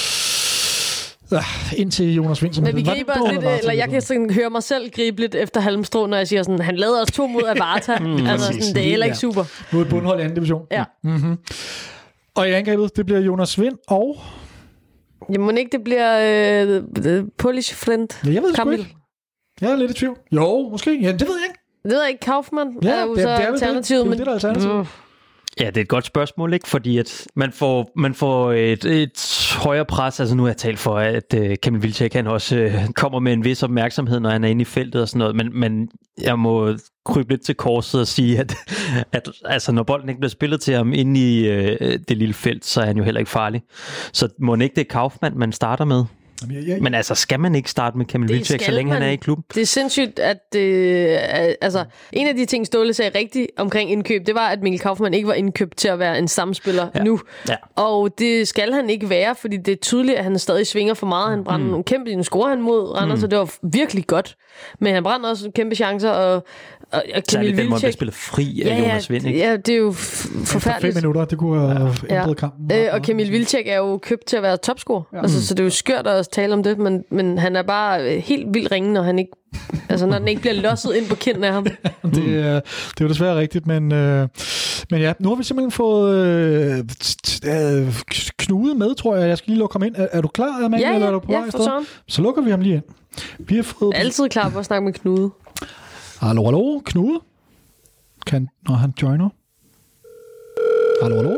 indtil Jonas Vind. Men vi griber os lidt, eller jeg kan sådan høre mig selv gribe lidt efter halmstrå, når jeg siger sådan, han lavede også 2 mod Avarta. Altså sådan, det er heller ikke super. Mod et bundhold i anden division. Ja. Og i angrebet, det bliver Jonas Vind og Jamen, må ikke det bliver Polish Friend? Ja, jeg ved det sgu Kamil. ikke. Jeg er lidt i tvivl. Jo, måske. Ja, det ved jeg ikke. Det ved jeg ikke. Kaufmann Ja, er jo det så er vel alternativet. det er der er alternativet. Ja, det er et godt spørgsmål, ikke? Fordi at man får et højere pres. Altså nu har jeg talt for, at Kamil Wilczek, han også kommer med en vis opmærksomhed, når han er inde i feltet og sådan noget. Men jeg må krybe lidt til korset og sige, at altså, når bolden ikke bliver spillet til ham inde i det lille felt, så er han jo heller ikke farlig. Så må ikke det er Kaufmann, man starter med? Men altså, skal man ikke starte med Kamil Wilczek, så længe han er i klubben? Det er sindssygt, at altså, en af de ting, Ståle sagde rigtigt omkring indkøb, det var, at Mikkel Kaufmann ikke var indkøbt til at være en samspiller nu. Ja. Og det skal han ikke være, fordi det er tydeligt, at han stadig svinger for meget. Han brænder nogle kæmpe, nu scorer han mod Randers, så det var virkelig godt. Men han brænder også kæmpe chancer, og Kamil den måde, Wilczek... spillet fri af Jonas Vind, ikke? Ja, det er jo forfærdeligt. 5 minutter, det kunne have ændret kampen. Og Kamil Wilczek er jo købt til at være topscorer. Ja. Altså, så det er jo skørt at tale om det, men han er bare helt vildt ringe, når han ikke, altså når den ikke bliver losset ind på kinden af ham. Det er jo desværre rigtigt, men ja, nu har vi simpelthen fået Knude med, tror jeg. Jeg skal lige lukke ham ind. Er du klar, Amalie, eller er du på vej afsted? Så lukker vi ham lige ind. Vi har fået... Altid klar på at snakke med Knude. Hallo, Knude? Når han joiner? Hallo?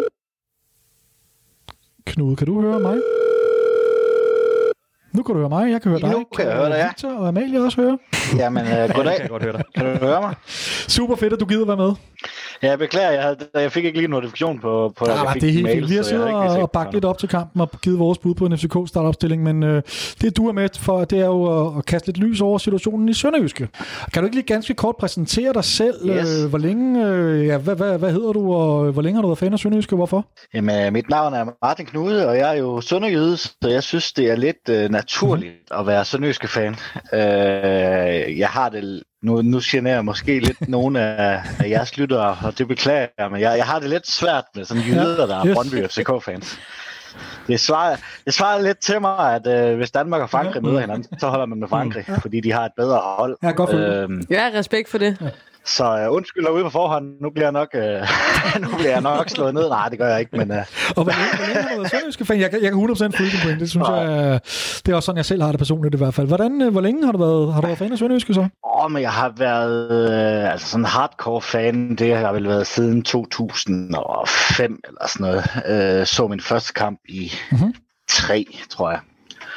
Knude, kan du høre mig? Nu kan du høre mig, jeg kan høre dig. Nu kan jeg høre dig, ja. Victor og Amalie også høre. Jamen, goddag. Jeg kan godt høre dig. Kan du høre mig? Super fedt, at du gider være med. Ja, jeg beklager, jeg fik ikke lige en notifikation på det er helt mail, fint. Vi har siddet og bakket lidt op til kampen og givet vores bud på en FCK startopstilling, men det du er med for, det er jo at kaste lidt lys over situationen i Sønderjyske. Kan du ikke lige ganske kort præsentere dig selv? Yes. Hvor længe, hvad hedder du, og hvor længe har du været fan af Sønderjyske, og hvorfor? Jamen, mit navn er Martin Knude, og jeg er jo sønderjyde, så jeg synes, det er lidt naturligt at være sønderjyske fan. Jeg har det... Nu generer jeg måske lidt nogle af jeres lyttere, og det beklager jeg, men jeg har det lidt svært med sådan jyder, der er Brøndby FCK-fans. Det svarer lidt til mig, at hvis Danmark og Frankrig møder hinanden, så holder man med Frankrig, fordi de har et bedre hold. Ja, godt Jeg har respekt for det. Så undskyld ude på forhånd. Nu bliver jeg nok slået ned. Nej, det gør jeg ikke, men... Og hvor længe har du været sønderjyske fan? Jeg kan 100% følge din point. Det synes jeg, det er også sådan, jeg selv har det personligt i hvert fald. Hvor længe har du været fan af Sønderjyske så? Men jeg har været sådan hardcore fan. Det har vel været siden 2005 eller sådan noget. Så min første kamp i 3, tror jeg.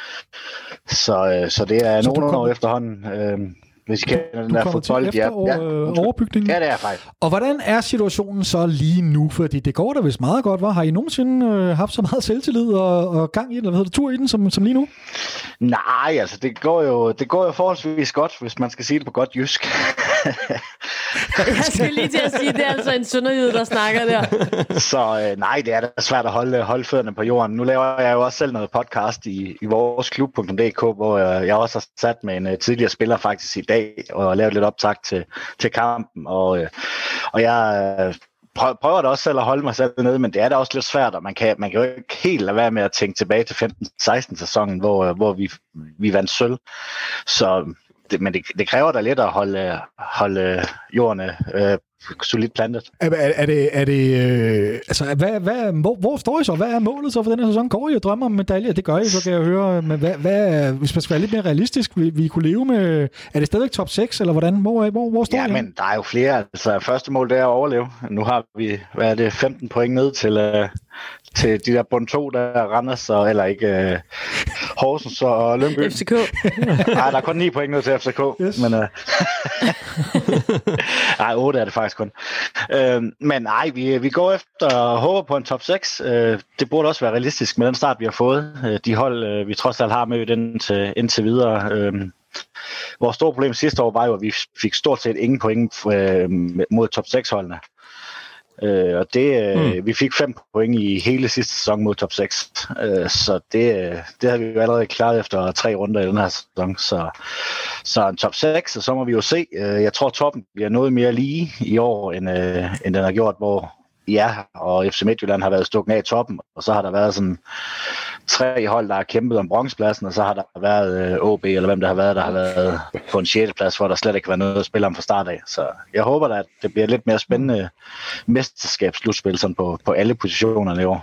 Så det er nogle år efterhånden. Hvis I kender den der fodbold, overbygningen. Ja, det er faktisk. Og hvordan er situationen så lige nu? Fordi det går da vist meget godt, var. Har I nogensinde haft så meget selvtillid og gang i den, eller hvad hedder det, tur i den, som lige nu? Nej, altså det går jo forholdsvis godt, hvis man skal sige det på godt jysk. Jeg skal lige til at sige, det er altså en sønderjyde, der snakker der. Så nej, det er da svært at holde fødderne på jorden. Nu laver jeg jo også selv noget podcast i vores klub.dk, hvor jeg også har sat med en tidligere spiller faktisk i dag, og lavet lidt optag til kampen. Og jeg prøver da også selv at holde mig selv nede, men det er da også lidt svært, og man kan jo ikke helt lade være med at tænke tilbage til 15-16 sæsonen, hvor vi vandt sølv. Så men det kræver da lidt at holde jordene solidt plantet. Altså, hvor står I så? Hvad er målet så for den her sæson? Går I og drømmer om medaljer? Det gør I, så kan jeg høre. Men hvis man skal være lidt mere realistisk, vi kunne leve med... Er det stadigvæk top 6, eller hvordan? Hvor står I? Ja, men der er jo flere. Altså, første mål, det er at overleve. Nu har vi, 15 point ned til de der bund 2, der er Randers, eller ikke Horsens og Lyngby. FCK. Nej, der er kun 9 point ned til FCK. Yes. Men, nej, 8 er det faktisk kun. Men nej, vi går efter og håber på en top 6. Det burde også være realistisk med den start, vi har fået. De hold, vi trods alt har mødt indtil videre. Vores store problem sidste år var jo, at vi fik stort set ingen point mod top 6-holdene. Og vi fik 5 point i hele sidste sæson mod top 6. Så det har vi jo allerede klaret efter 3 runder i den her sæson. Så en top 6, og så må vi jo se. Jeg tror, toppen bliver noget mere lige i år, end den har gjort, hvor og FC Midtjylland har været stukket af i toppen, og så har der været sådan 3 hold, der har kæmpet om bronzepladsen, og så har der været OB, eller hvem der har været på en 6. plads, hvor der slet ikke var noget at spille om fra start af. Så jeg håber da, at det bliver lidt mere spændende mesterskabsslutspil sådan på alle positionerne i år.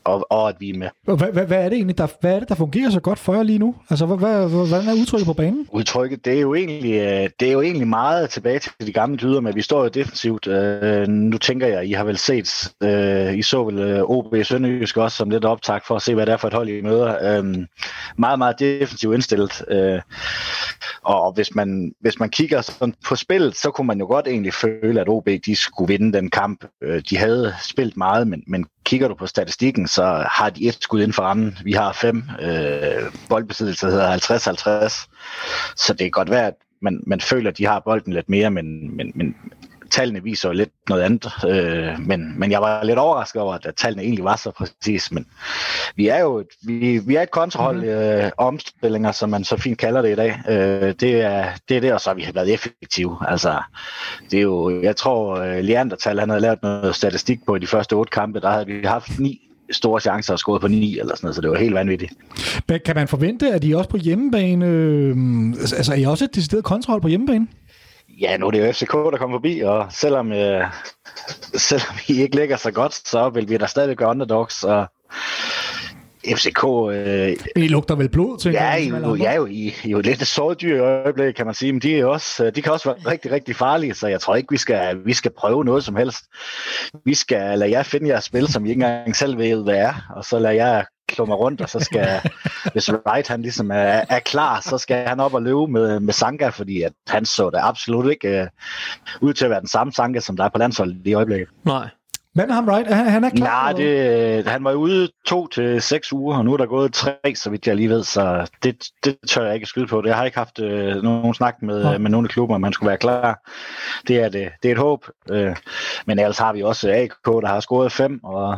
og at vi er med. Hvad er det egentlig, der fungerer så godt for jer lige nu? Altså, hvordan er udtrykket på banen? Udtrykket, det er jo egentlig meget tilbage til de gamle dyder, men vi står jo defensivt. Nu tænker jeg, I har vel set, I så vel OB Sønderjysk også som lidt optakt for at se, hvad det er for et hold, I møder. Meget, meget defensivt indstillet. Og hvis man kigger sådan på spillet, så kunne man jo godt egentlig føle, at OB de skulle vinde den kamp. De havde spillet meget, men kigger du på statistikken, så har de et skud inden for rammen. Vi har 5 boldbesiddelser, der hedder 50-50. Så det kan godt være, at man føler, at de har bolden lidt mere, men tallene viser jo lidt noget andet. Men jeg var lidt overrasket over, at tallene egentlig var så præcis. Men vi er jo et kontrahold omstillinger, som man så fint kalder det i dag. Det er det, og så har vi været effektive. Altså, det er jo, jeg tror, Leandertal, han havde lavet noget statistik på i de første 8 kampe. Der havde vi haft 9 store chancer og skåret på 9 eller sådan noget, så det var helt vanvittigt. Kan man forvente, at I også på hjemmebane, altså er I også et decideret kontrahold på hjemmebane? Ja, nu er det jo FCK, der kommer forbi, og selvom I ikke ligger så godt, så vil vi da stadig gøre underdogs, og FCK... I lugter vel blod, tænker jeg? I er jo lidt sårdyr i øjeblikket, kan man sige, men de kan også være rigtig, rigtig farlige, så jeg tror ikke, vi skal prøve noget som helst. Vi skal lade jer finde jeres spil, som I ikke engang selv ved, hvad er, og så lader jeg klummer rundt, og så skal, hvis Wright han ligesom er klar, så skal han op og løbe med Sanka, fordi at han så det absolut ikke ud til at være den samme Sanka, som der er på landsholdet i øjeblikket. Nej. Hvad med ham, Wright? Han er klar? Nej, han var ude 2 til 6 uger, og nu er der gået 3, så vidt jeg lige ved, så det tør jeg ikke skyde på. Jeg har ikke haft nogen snak med nogle klubber, om han skulle være klar. Det er et håb. Men ellers har vi også AK, der har scoret 5, og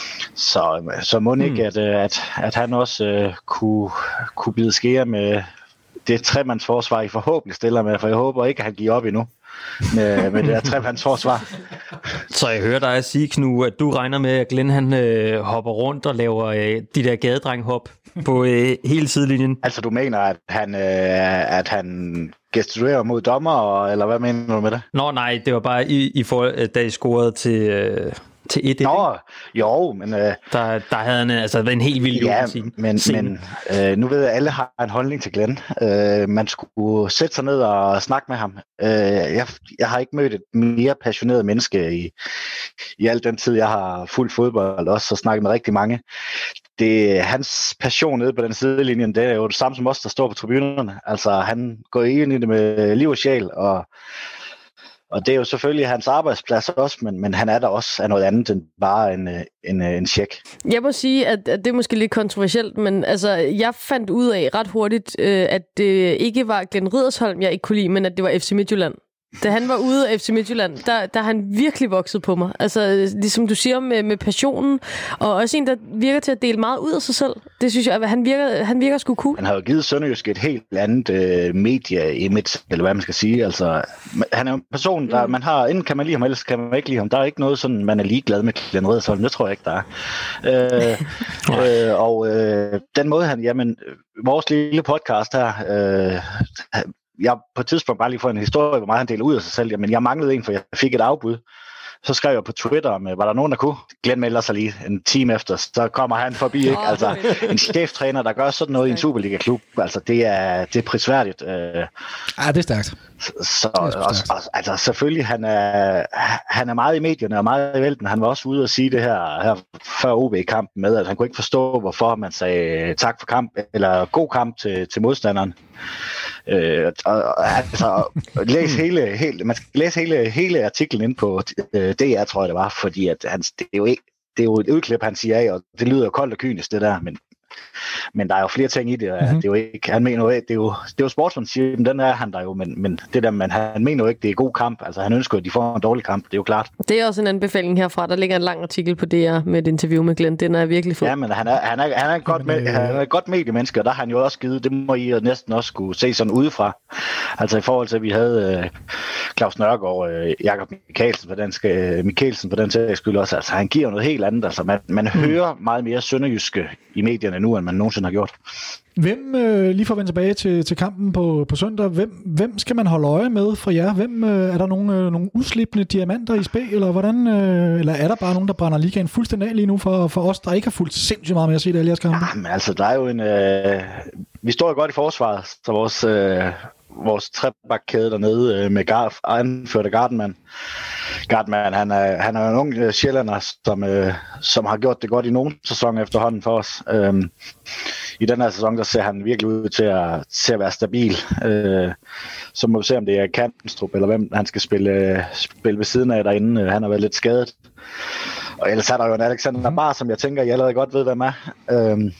så må ikke, at han også kunne bide skære med det tremandsforsvar, I forhåbentlig stiller med, for jeg håber ikke, at han giver op endnu med det her tremandsforsvar. Så jeg hører dig sige, Knu, at du regner med, at Glenn han hopper rundt og laver de der gadedrenghop på hele sidelinjen. Altså du mener, at han gestikulerer mod dommer, eller hvad mener du med det? Nå nej, det var bare i forhold, da I scorede til 1-1. Nå, jo, men... Der havde han altså en helt vild men nu ved jeg, at alle har en holdning til Glenn. Man skulle sætte sig ned og snakke med ham. Jeg har ikke mødt et mere passioneret menneske i al den tid, jeg har fulgt fodbold, også og snakket med rigtig mange. Hans passion nede på den sidelinjen, det er jo det samme som os, der står på tribunerne. Altså, han går ind i det med liv og sjæl, og det er jo selvfølgelig hans arbejdsplads også, men han er der også af noget andet end bare en check. Jeg må sige, at det er måske lidt kontroversielt, men altså, jeg fandt ud af ret hurtigt, at det ikke var Glenn Riddersholm, jeg ikke kunne lide, men at det var FC Midtjylland. Da han var ude af FC Midtjylland, der han virkelig vokset på mig. Altså, ligesom du siger, med passionen, og også en, der virker til at dele meget ud af sig selv. Det synes jeg, at han virker sgu cool. Han har jo givet Sønderjysk et helt andet medie-image, eller hvad man skal sige. Altså, han er en person, der man har, enten kan man lide ham, ellers kan man ikke lide ham. Der er ikke noget sådan, man er ligeglad med Glenn Riddersholm. Det tror jeg ikke, der er. Den måde vores lille podcast her, jeg på et tidspunkt bare lige får en historie, hvor meget han deler ud af sig selv. Men jeg manglede en, for jeg fik et afbud. Så skrev jeg på Twitter, var der nogen, der kunne? Glenn melder sig lige en time efter, så kommer han forbi. Ikke? Altså, en cheftræner, der gør sådan noget i en Superliga-klub, altså, det er prisværdigt. Ja, det er stærkt. Altså, selvfølgelig, han er meget i medierne og meget i vælten. Han var også ude og sige det her før OB-kampen med, at han kunne ikke forstå, hvorfor man sagde tak for kamp, eller god kamp til modstanderen. Man skal læse hele artiklen ind på DR, tror jeg det var, fordi at det er jo et udklip, han siger af, og det lyder jo koldt og kynisk, det der, men der er jo flere ting i det. Det er jo ikke, han mener jo, det er jo sportsmanship, den er han der jo, men det der, men han mener jo ikke, det er god kamp. Altså han ønsker, at de får en dårlig kamp, det er jo klart. Det er også en anbefaling herfra. Der ligger en lang artikel på DR med et interview med Glenn. Den er virkelig fed. Ja, men han er et godt mediemenneske, og der har han jo også givet, det må I næsten også skulle se sådan udefra. Altså i forhold til, at vi havde Claus Nørgaard og Jakob Mikkelsen på den sags skyld også. Altså han giver noget helt andet. Altså man hører meget mere sønderjyske i medierne nu, end man nogensinde har gjort. Hvem, lige for at vende tilbage til kampen på søndag, hvem skal man holde øje med fra jer? Hvem, er der nogle udslipende diamanter i spil, eller hvordan, eller er der bare nogen, der brænder ligaen fuldstændig af lige nu for os, der ikke har fulgt sindssygt meget med at se det alle jeres kampe? Jamen, altså, der er jo vi står jo godt i forsvaret, så vores trebakkæde dernede med anførte Gardenman. Gardenman, han er en ung sjællander, som har gjort det godt i nogle sæsoner efterhånden for os. I den her sæson, der ser han virkelig ud til at være stabil. Så må vi se, om det er Kanstrup, eller hvem han skal spille ved siden af derinde. Han har været lidt skadet. Og ellers er der jo en Alexander Bar, som jeg tænker, I allerede godt ved, hvem er.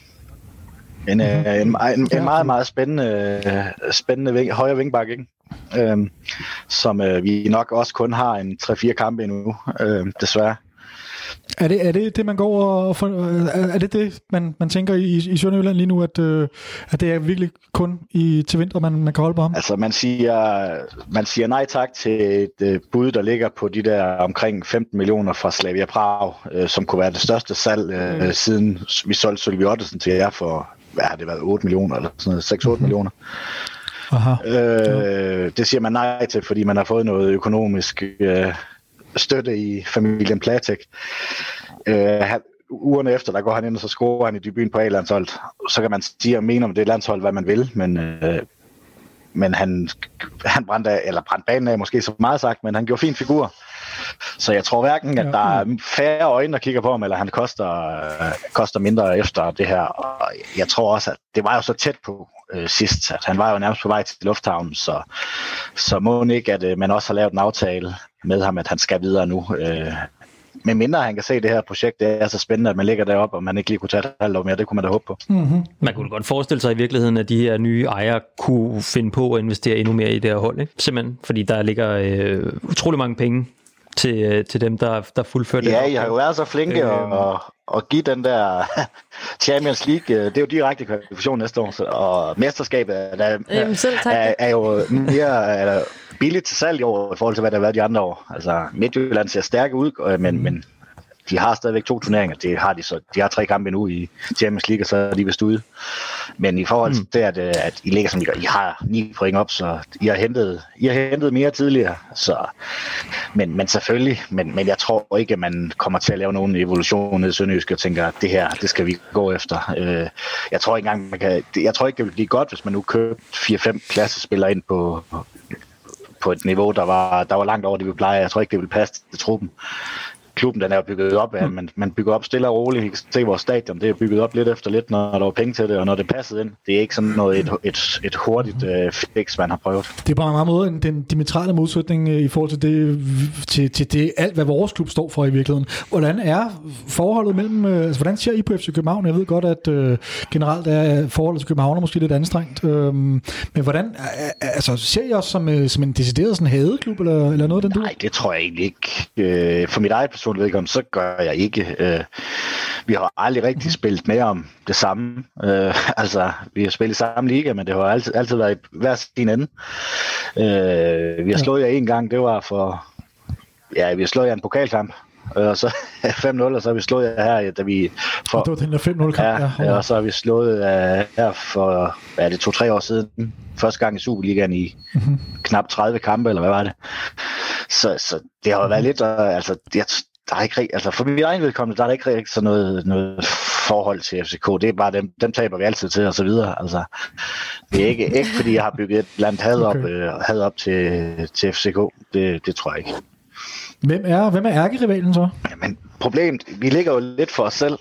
En meget, meget spændende højre vingbak, ikke? Som vi nok også kun har en 3-4 kampe endnu, desværre. Er det man går og er det man tænker i Sønderjylland lige nu, at det er virkelig kun til vinter, man kan holde på ham? Altså man siger nej tak til et bud, der ligger på de der omkring 15 millioner fra Slavia Prag, som kunne være det største salg siden vi solgte Sølvi Ottesen til jer for, hvad har det været, 8 millioner eller sådan noget, 6-8 millioner. Aha. Det siger man nej til, fordi man har fået noget økonomisk støtte i familien Platek. Ugerne efter, der går han ind, og så scorer han i debuten på A-landsholdet. Så kan man sige og mene om det landshold, hvad man vil, men han brændte banen af, måske så meget sagt, men han gjorde fin figur. Så jeg tror hverken, at der er færre øjne, der kigger på ham, eller han koster mindre efter det her. Og jeg tror også, at det var jo så tæt på sidst, at han var jo nærmest på vej til lufthavnen, så må ikke, at man også har lavet en aftale med ham, at han skal videre nu. Men mindre han kan se det her projekt, det er så spændende, at man ligger deroppe, og man ikke lige kunne tage et halvt år mere, det kunne man da håbe på. Mm-hmm. Man kunne godt forestille sig i virkeligheden, at de her nye ejere kunne finde på at investere endnu mere i det her hold, ikke? Simpelthen, fordi der ligger utrolig mange penge til dem, der fuldfører det. Ja, I har jo været så flinke at give den der Champions League, det er jo direkte kvalifikation næste år, og mesterskabet er jo mere billigt til salg i år, i forhold til, hvad der har været de andre år. Altså, Midtjylland ser stærke ud, men de har stadigvæk 2 turneringer. Det har de så. De har 3 kampe nu i Champions League, og så er de vist ude. Men i forhold til det, at I ligger som I har 9 point op, så I har hentet mere tidligere. Så, men selvfølgelig, men jeg tror ikke, at man kommer til at lave nogen evolution i Sønderjysk og tænker, at det her, det skal vi gå efter. Jeg tror ikke engang, jeg tror ikke, det vil blive godt, hvis man nu købte 4-5 klassespillere ind på et niveau, der var langt over det, vi plejer. Jeg tror ikke, det vil passe til truppen. Klubben, den er bygget op af, man bygger op stille og roligt. Vi kan se vores stadion, det er bygget op lidt efter lidt, når der var penge til det, og når det passede ind. Det er ikke sådan noget et hurtigt fix, man har prøvet. Det er på en meget måde den diametrale modsætning i forhold til det, til det alt, hvad vores klub står for i virkeligheden. Hvordan er forholdet mellem, hvordan ser I på FC København? Jeg ved godt, at generelt er forholdet til København måske lidt anstrengt. Men hvordan, ser I os som en decideret sådan hadeklub, eller noget den du? Nej, det tror jeg egentlig ikke. For mit eget personligt vedkommende, så gør jeg ikke. Vi har aldrig rigtig spillet med om det samme. Vi har spillet i samme liga, men det har altid været i hver sin ende. Vi har slået jer en gang, det var vi har slået jer en pokalkamp, og så 5-0, og så har vi slået jer her, da vi... Det var den der 5-0-kamp, ja. Og så har vi slået her for, 2-3 år siden, første gang i Superligaen i knap 30 kampe, eller hvad var det? Så det har jo været lidt, der er ikke, for mit egen vedkommende, der er ikke rigtig sådan noget forhold til FCK. Det er bare dem taber vi altid til, og så videre. Altså, det er ikke fordi jeg har bygget et eller andet had op til FCK. Det tror jeg ikke. Hvem er ærkerivalen så? Jamen, problemet, vi ligger jo lidt for os selv.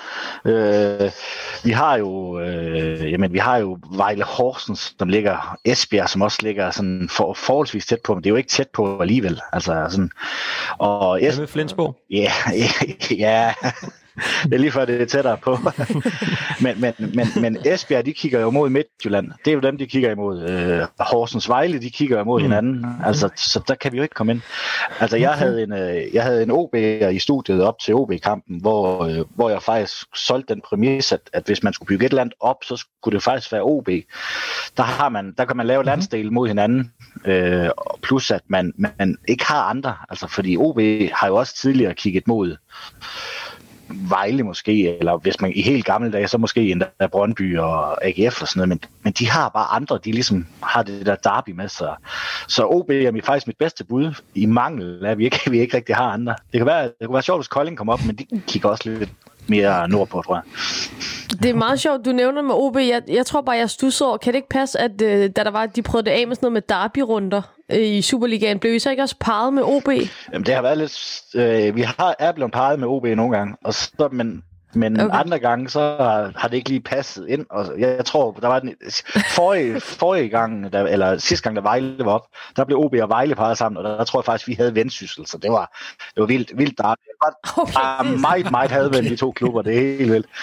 Vi har jo Vejle Horsens, som ligger Esbjerg, som også ligger sådan forholdsvis tæt på, men det er jo ikke tæt på alligevel. Altså sådan. Og med Flensborg? Ja. Det er lige før, det er tættere på. men Esbjerg, de kigger jo mod Midtjylland. Det er jo dem, de kigger imod. Horsens Vejle, de kigger imod hinanden. Altså, så der kan vi jo ikke komme ind. Altså, jeg havde en OB'er i studiet op til OB-kampen, hvor jeg faktisk solgte den præmis, at hvis man skulle bygge et eller andet op, så skulle det faktisk være OB. Der kan man lave landsdel mod hinanden, plus at man ikke har andre. Altså, fordi OB har jo også tidligere kigget mod Vejle måske, eller hvis man i helt gamle dage, så måske endda Brøndby og AGF og sådan noget, men de har bare andre, de ligesom har det der derby med sig. Så OB er faktisk mit bedste bud i mangel af, vi ikke rigtig har andre. Det kunne være sjovt, hvis Kolding kom op, men de kigger også lidt mere nordpå, tror jeg. Det er meget sjovt, du nævner med OB. Jeg tror bare, jeg studsede over. Kan det ikke passe, at da der var, de prøvede det af med sådan noget med derby-runder i Superligaen, blev I så ikke også parret med OB? Jamen, det har været lidt... vi er blevet parret med OB nogle gange, og så, men okay. Andre gange, så har det ikke lige passet ind. Og jeg tror, der var den forrige gang, eller sidste gang, da Vejle var op, der blev OB og Vejle parret sammen, og der tror jeg faktisk, vi havde Vendsyssel, så det var vildt der. Okay. Meget havde vel de to klubber, det er helt vildt.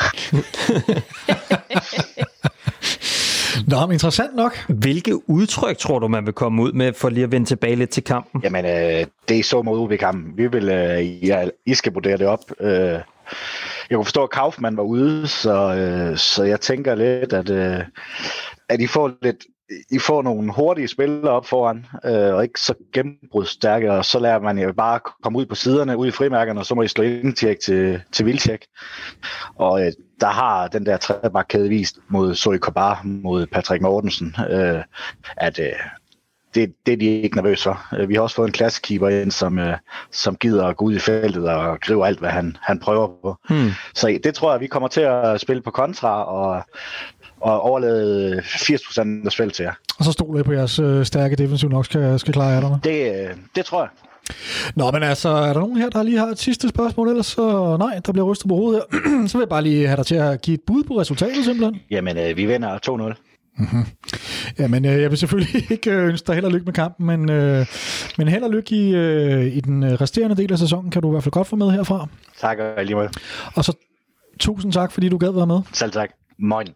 Nå, men interessant nok. Hvilke udtryk tror du, man vil komme ud med, for lige at vende tilbage lidt til kampen? Jamen, det er så mod OB-kampen. Vi vil, I skal vurdere det op. Jeg kunne forstå, at Kaufmann var ude, så jeg tænker lidt, at I får nogle hurtige spillere op foran, og ikke så gennembrudsstærke, og så lærer man jo bare komme ud på siderne, ud i frimærkerne, og så må I slå indtjek til vildtjek. Og der har den der trebakkæde vist mod Zoe Kobar, mod Patrick Mortensen, at det er de ikke nervøse for. Vi har også fået en klassekeeper ind, som gider at gå ud i feltet og gribe alt, hvad han prøver på. Så det tror jeg, vi kommer til at spille på kontra og overlade 80% af spillet til jer. Og så stoler jeg på jeres stærke defensiv nok skal klare jer der. Det tror jeg. Nå, men altså, er der nogen her, der lige har et sidste spørgsmål? Ellers så nej, der bliver rystet på hovedet her. Så vil jeg bare lige have dig til at give et bud på resultatet simpelthen. Jamen, vi vinder 2-0. Mm-hmm. Jamen, jeg vil selvfølgelig ikke ønske dig held og lykke med kampen, men held og lykke i den resterende del af sæsonen, kan du i hvert fald godt få med herfra. Tak, og lige måde. Og så tusind tak, fordi du gad være med. Selv tak. Moin.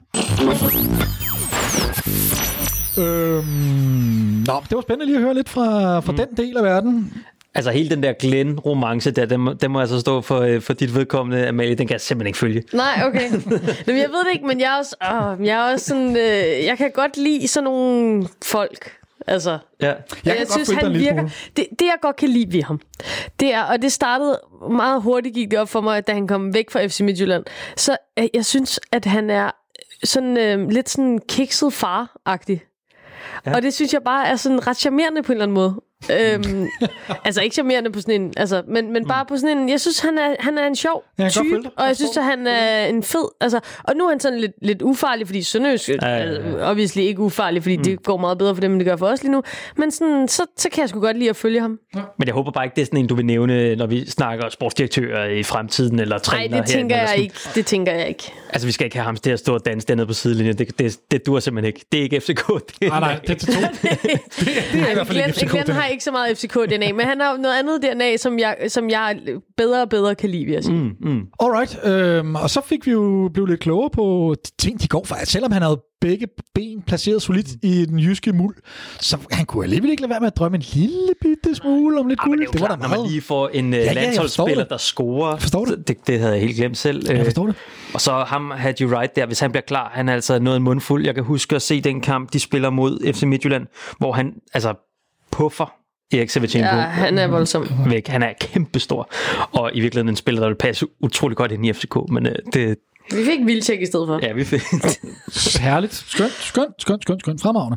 Nå, det var spændende lige at høre lidt fra den del af verden. Altså hele den der Glenn-romance der, den må altså stå for dit vedkommende, Amalie, den kan jeg simpelthen ikke følge. Nej, okay. Jamen, jeg ved det ikke, men jeg er også sådan, jeg kan godt lide sådan nogle folk. Altså, ja. Jeg synes, han virker... Det, jeg godt kan lide ved ham, det er, og det startede meget hurtigt, gik det op for mig, da han kom væk fra FC Midtjylland. Så jeg synes, at han er sådan lidt sådan kikset far-agtig. Ja. Og det synes jeg bare er sådan ret charmerende på en eller anden måde. Altså ikke charmerende på sådan en, altså, men bare på sådan en, jeg synes han er en sjov type, og jeg synes at han er en fed, altså, og nu er han sådan lidt ufarlig, fordi Sønderjysk obviously ikke ufarlig, fordi det går meget bedre for dem, end det gør for os lige nu, men sådan, så kan jeg sgu godt lide at følge ham. Men jeg håber bare ikke, det er sådan en, du vil nævne, når vi snakker sportsdirektører i fremtiden, eller træner. Nej, det tænker jeg ikke. Altså, vi skal ikke have ham til at stå og danse dernede på sidelinjen, det duer simpelthen ikke. Det er ikke FCK. Nej, det er til to. Det er i hvert fald ikke FCK. Glenn har ikke så meget FCK-DNA, men han har noget andet DNA, som jeg bedre og bedre kan lide, vil jeg sige. Alright, og så fik vi jo blevet lidt klogere på ting, de går for. Selvom han havde begge ben placeret solidt i den jyske muld, så han kunne alligevel ikke lade være med at drømme en lille bitte smule om lidt guld. Det var klart, når man lige får en landsholdsspiller, der scorer. Forstår du? Det havde jeg helt glemt selv. Jeg forstår det. Og så ham Hadji Wright der, hvis han bliver klar, han er altså noget mundfuld. Jeg kan huske at se den kamp, de spiller mod FC Midtjylland, hvor han altså puffer Erik Savicenko. Ja, han er voldsom. Væk. Han er kæmpestor. Og i virkeligheden en spiller, der vil passe utrolig godt ind i FCK, men det... Vi fik vildtjek i stedet for. Ja, vi fik. Herligt. Skønt. Fremragende.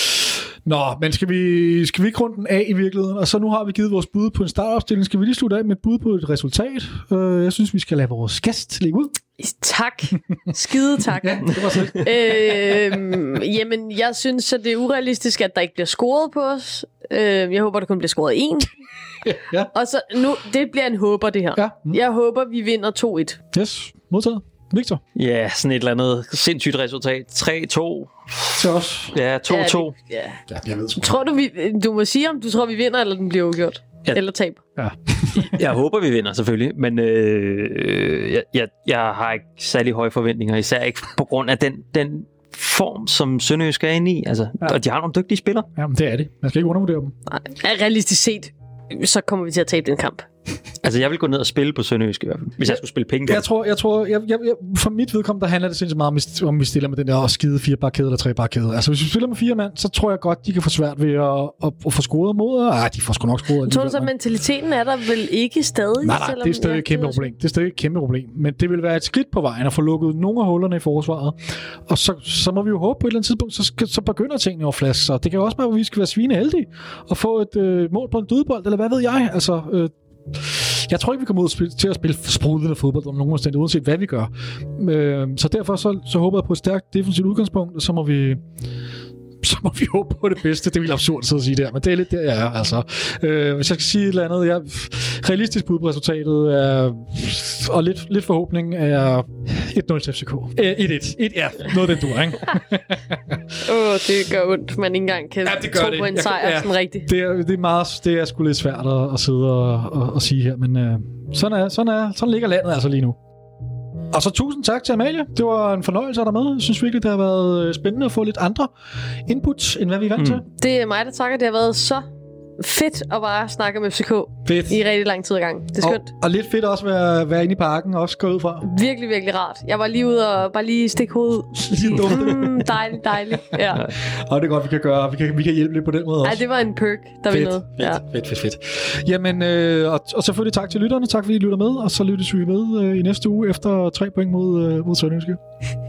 Nå, men skal vi ikke runde den af i virkeligheden? Og så nu har vi givet vores bud på en startopstilling. Skal vi lige slutte af med et bud på et resultat? Jeg synes, vi skal lade vores gæst lægge ud. Tak. Skide tak. Ja, det var så. Jamen, jeg synes, at det er urealistisk, at der ikke bliver scoret på os. Jeg håber, der kun bliver scoret 1. Ja. Og så nu, det bliver en håber, det her. Ja. Jeg håber, vi vinder 2-1. Yes, modtaget. Victor? Ja, sådan et eller andet sindssygt resultat. 3-2. Til os. Ja, 2-2. Ja, jeg ved sgu. Tror du, du må sige, om du tror, vi vinder, eller den bliver uafgjort? Eller taber. Ja. Jeg håber, vi vinder, selvfølgelig. Men jeg har ikke særlig høje forventninger. Især ikke på grund af den form, som Sønderjysk er inde i. Altså, ja. Og de har nogle dygtige spillere. Jamen, det er det. Man skal ikke undervurdere dem. Nej, realistisk set, så kommer vi til at tabe den kamp. Altså, jeg vil gå ned og spille på Sønderjysk i hvert fald, hvis jeg skulle spille penge på. Jeg tror, for mit vedkommende, der handler det sindssygt meget om vi stiller med den der skide 4-bakkæde eller 3-bakkæde. Altså, hvis vi spiller med 4 mand, så tror jeg godt, de kan få svært ved at få scoret mod. De får sgu nok scoret. Tror du så, mentaliteten er der vel ikke stadig? Nej, det er stadig et kæmpe problem. Det er stadig et kæmpe problem. Men det vil være et skridt på vejen at få lukket nogle af hullerne i forsvaret. Og så må vi jo håbe på et eller andet tidspunkt, så begynder tingene at flaske sig. Det kan jo også være, at vi skal være svineheldige og få et mål på en dødbold, eller hvad ved jeg. Altså, jeg tror ikke, vi kommer ud til at spille sprudlende fodbold om nogen omstændighed, uanset hvad vi gør. Så derfor så håber jeg på et stærkt defensivt udgangspunkt, og så må vi håbe på det bedste. Det er vildt absurd at sige der, men det er lidt der, jeg er. Altså, hvis jeg skal sige et eller andet, realistisk bud på resultatet er, og lidt forhåbning er 1-0 til FCK. 1-1. Ja, noget den dur, ikke? Det gør ondt, man ikke engang kan tro på en sejr sådan rigtigt. Det er sgu lidt svært at sidde og sige her, men sådan ligger landet altså lige nu. Og så tusind tak til Amalie. Det var en fornøjelse at have dig med. Jeg synes virkelig, det har været spændende at få lidt andre inputs, end hvad vi er vant til. Det er mig, der takker. Det har været så fedt at bare snakke med FCK fedt. I rigtig lang tid ad gang. Det er skønt. Og lidt fedt også at være inde i parken og også gå ud fra. Virkelig, virkelig rart. Jeg var lige ude og bare lige stikke hovedet. Dejligt. Ja. Og det er godt, vi kan gøre. Vi kan hjælpe lidt på den måde også. Ej, det var en perk, der vi nåede. Fedt. Jamen, og selvfølgelig tak til lytterne. Tak fordi I lytter med. Og så lyttes vi med i næste uge efter 3 point mod Sønderjyske.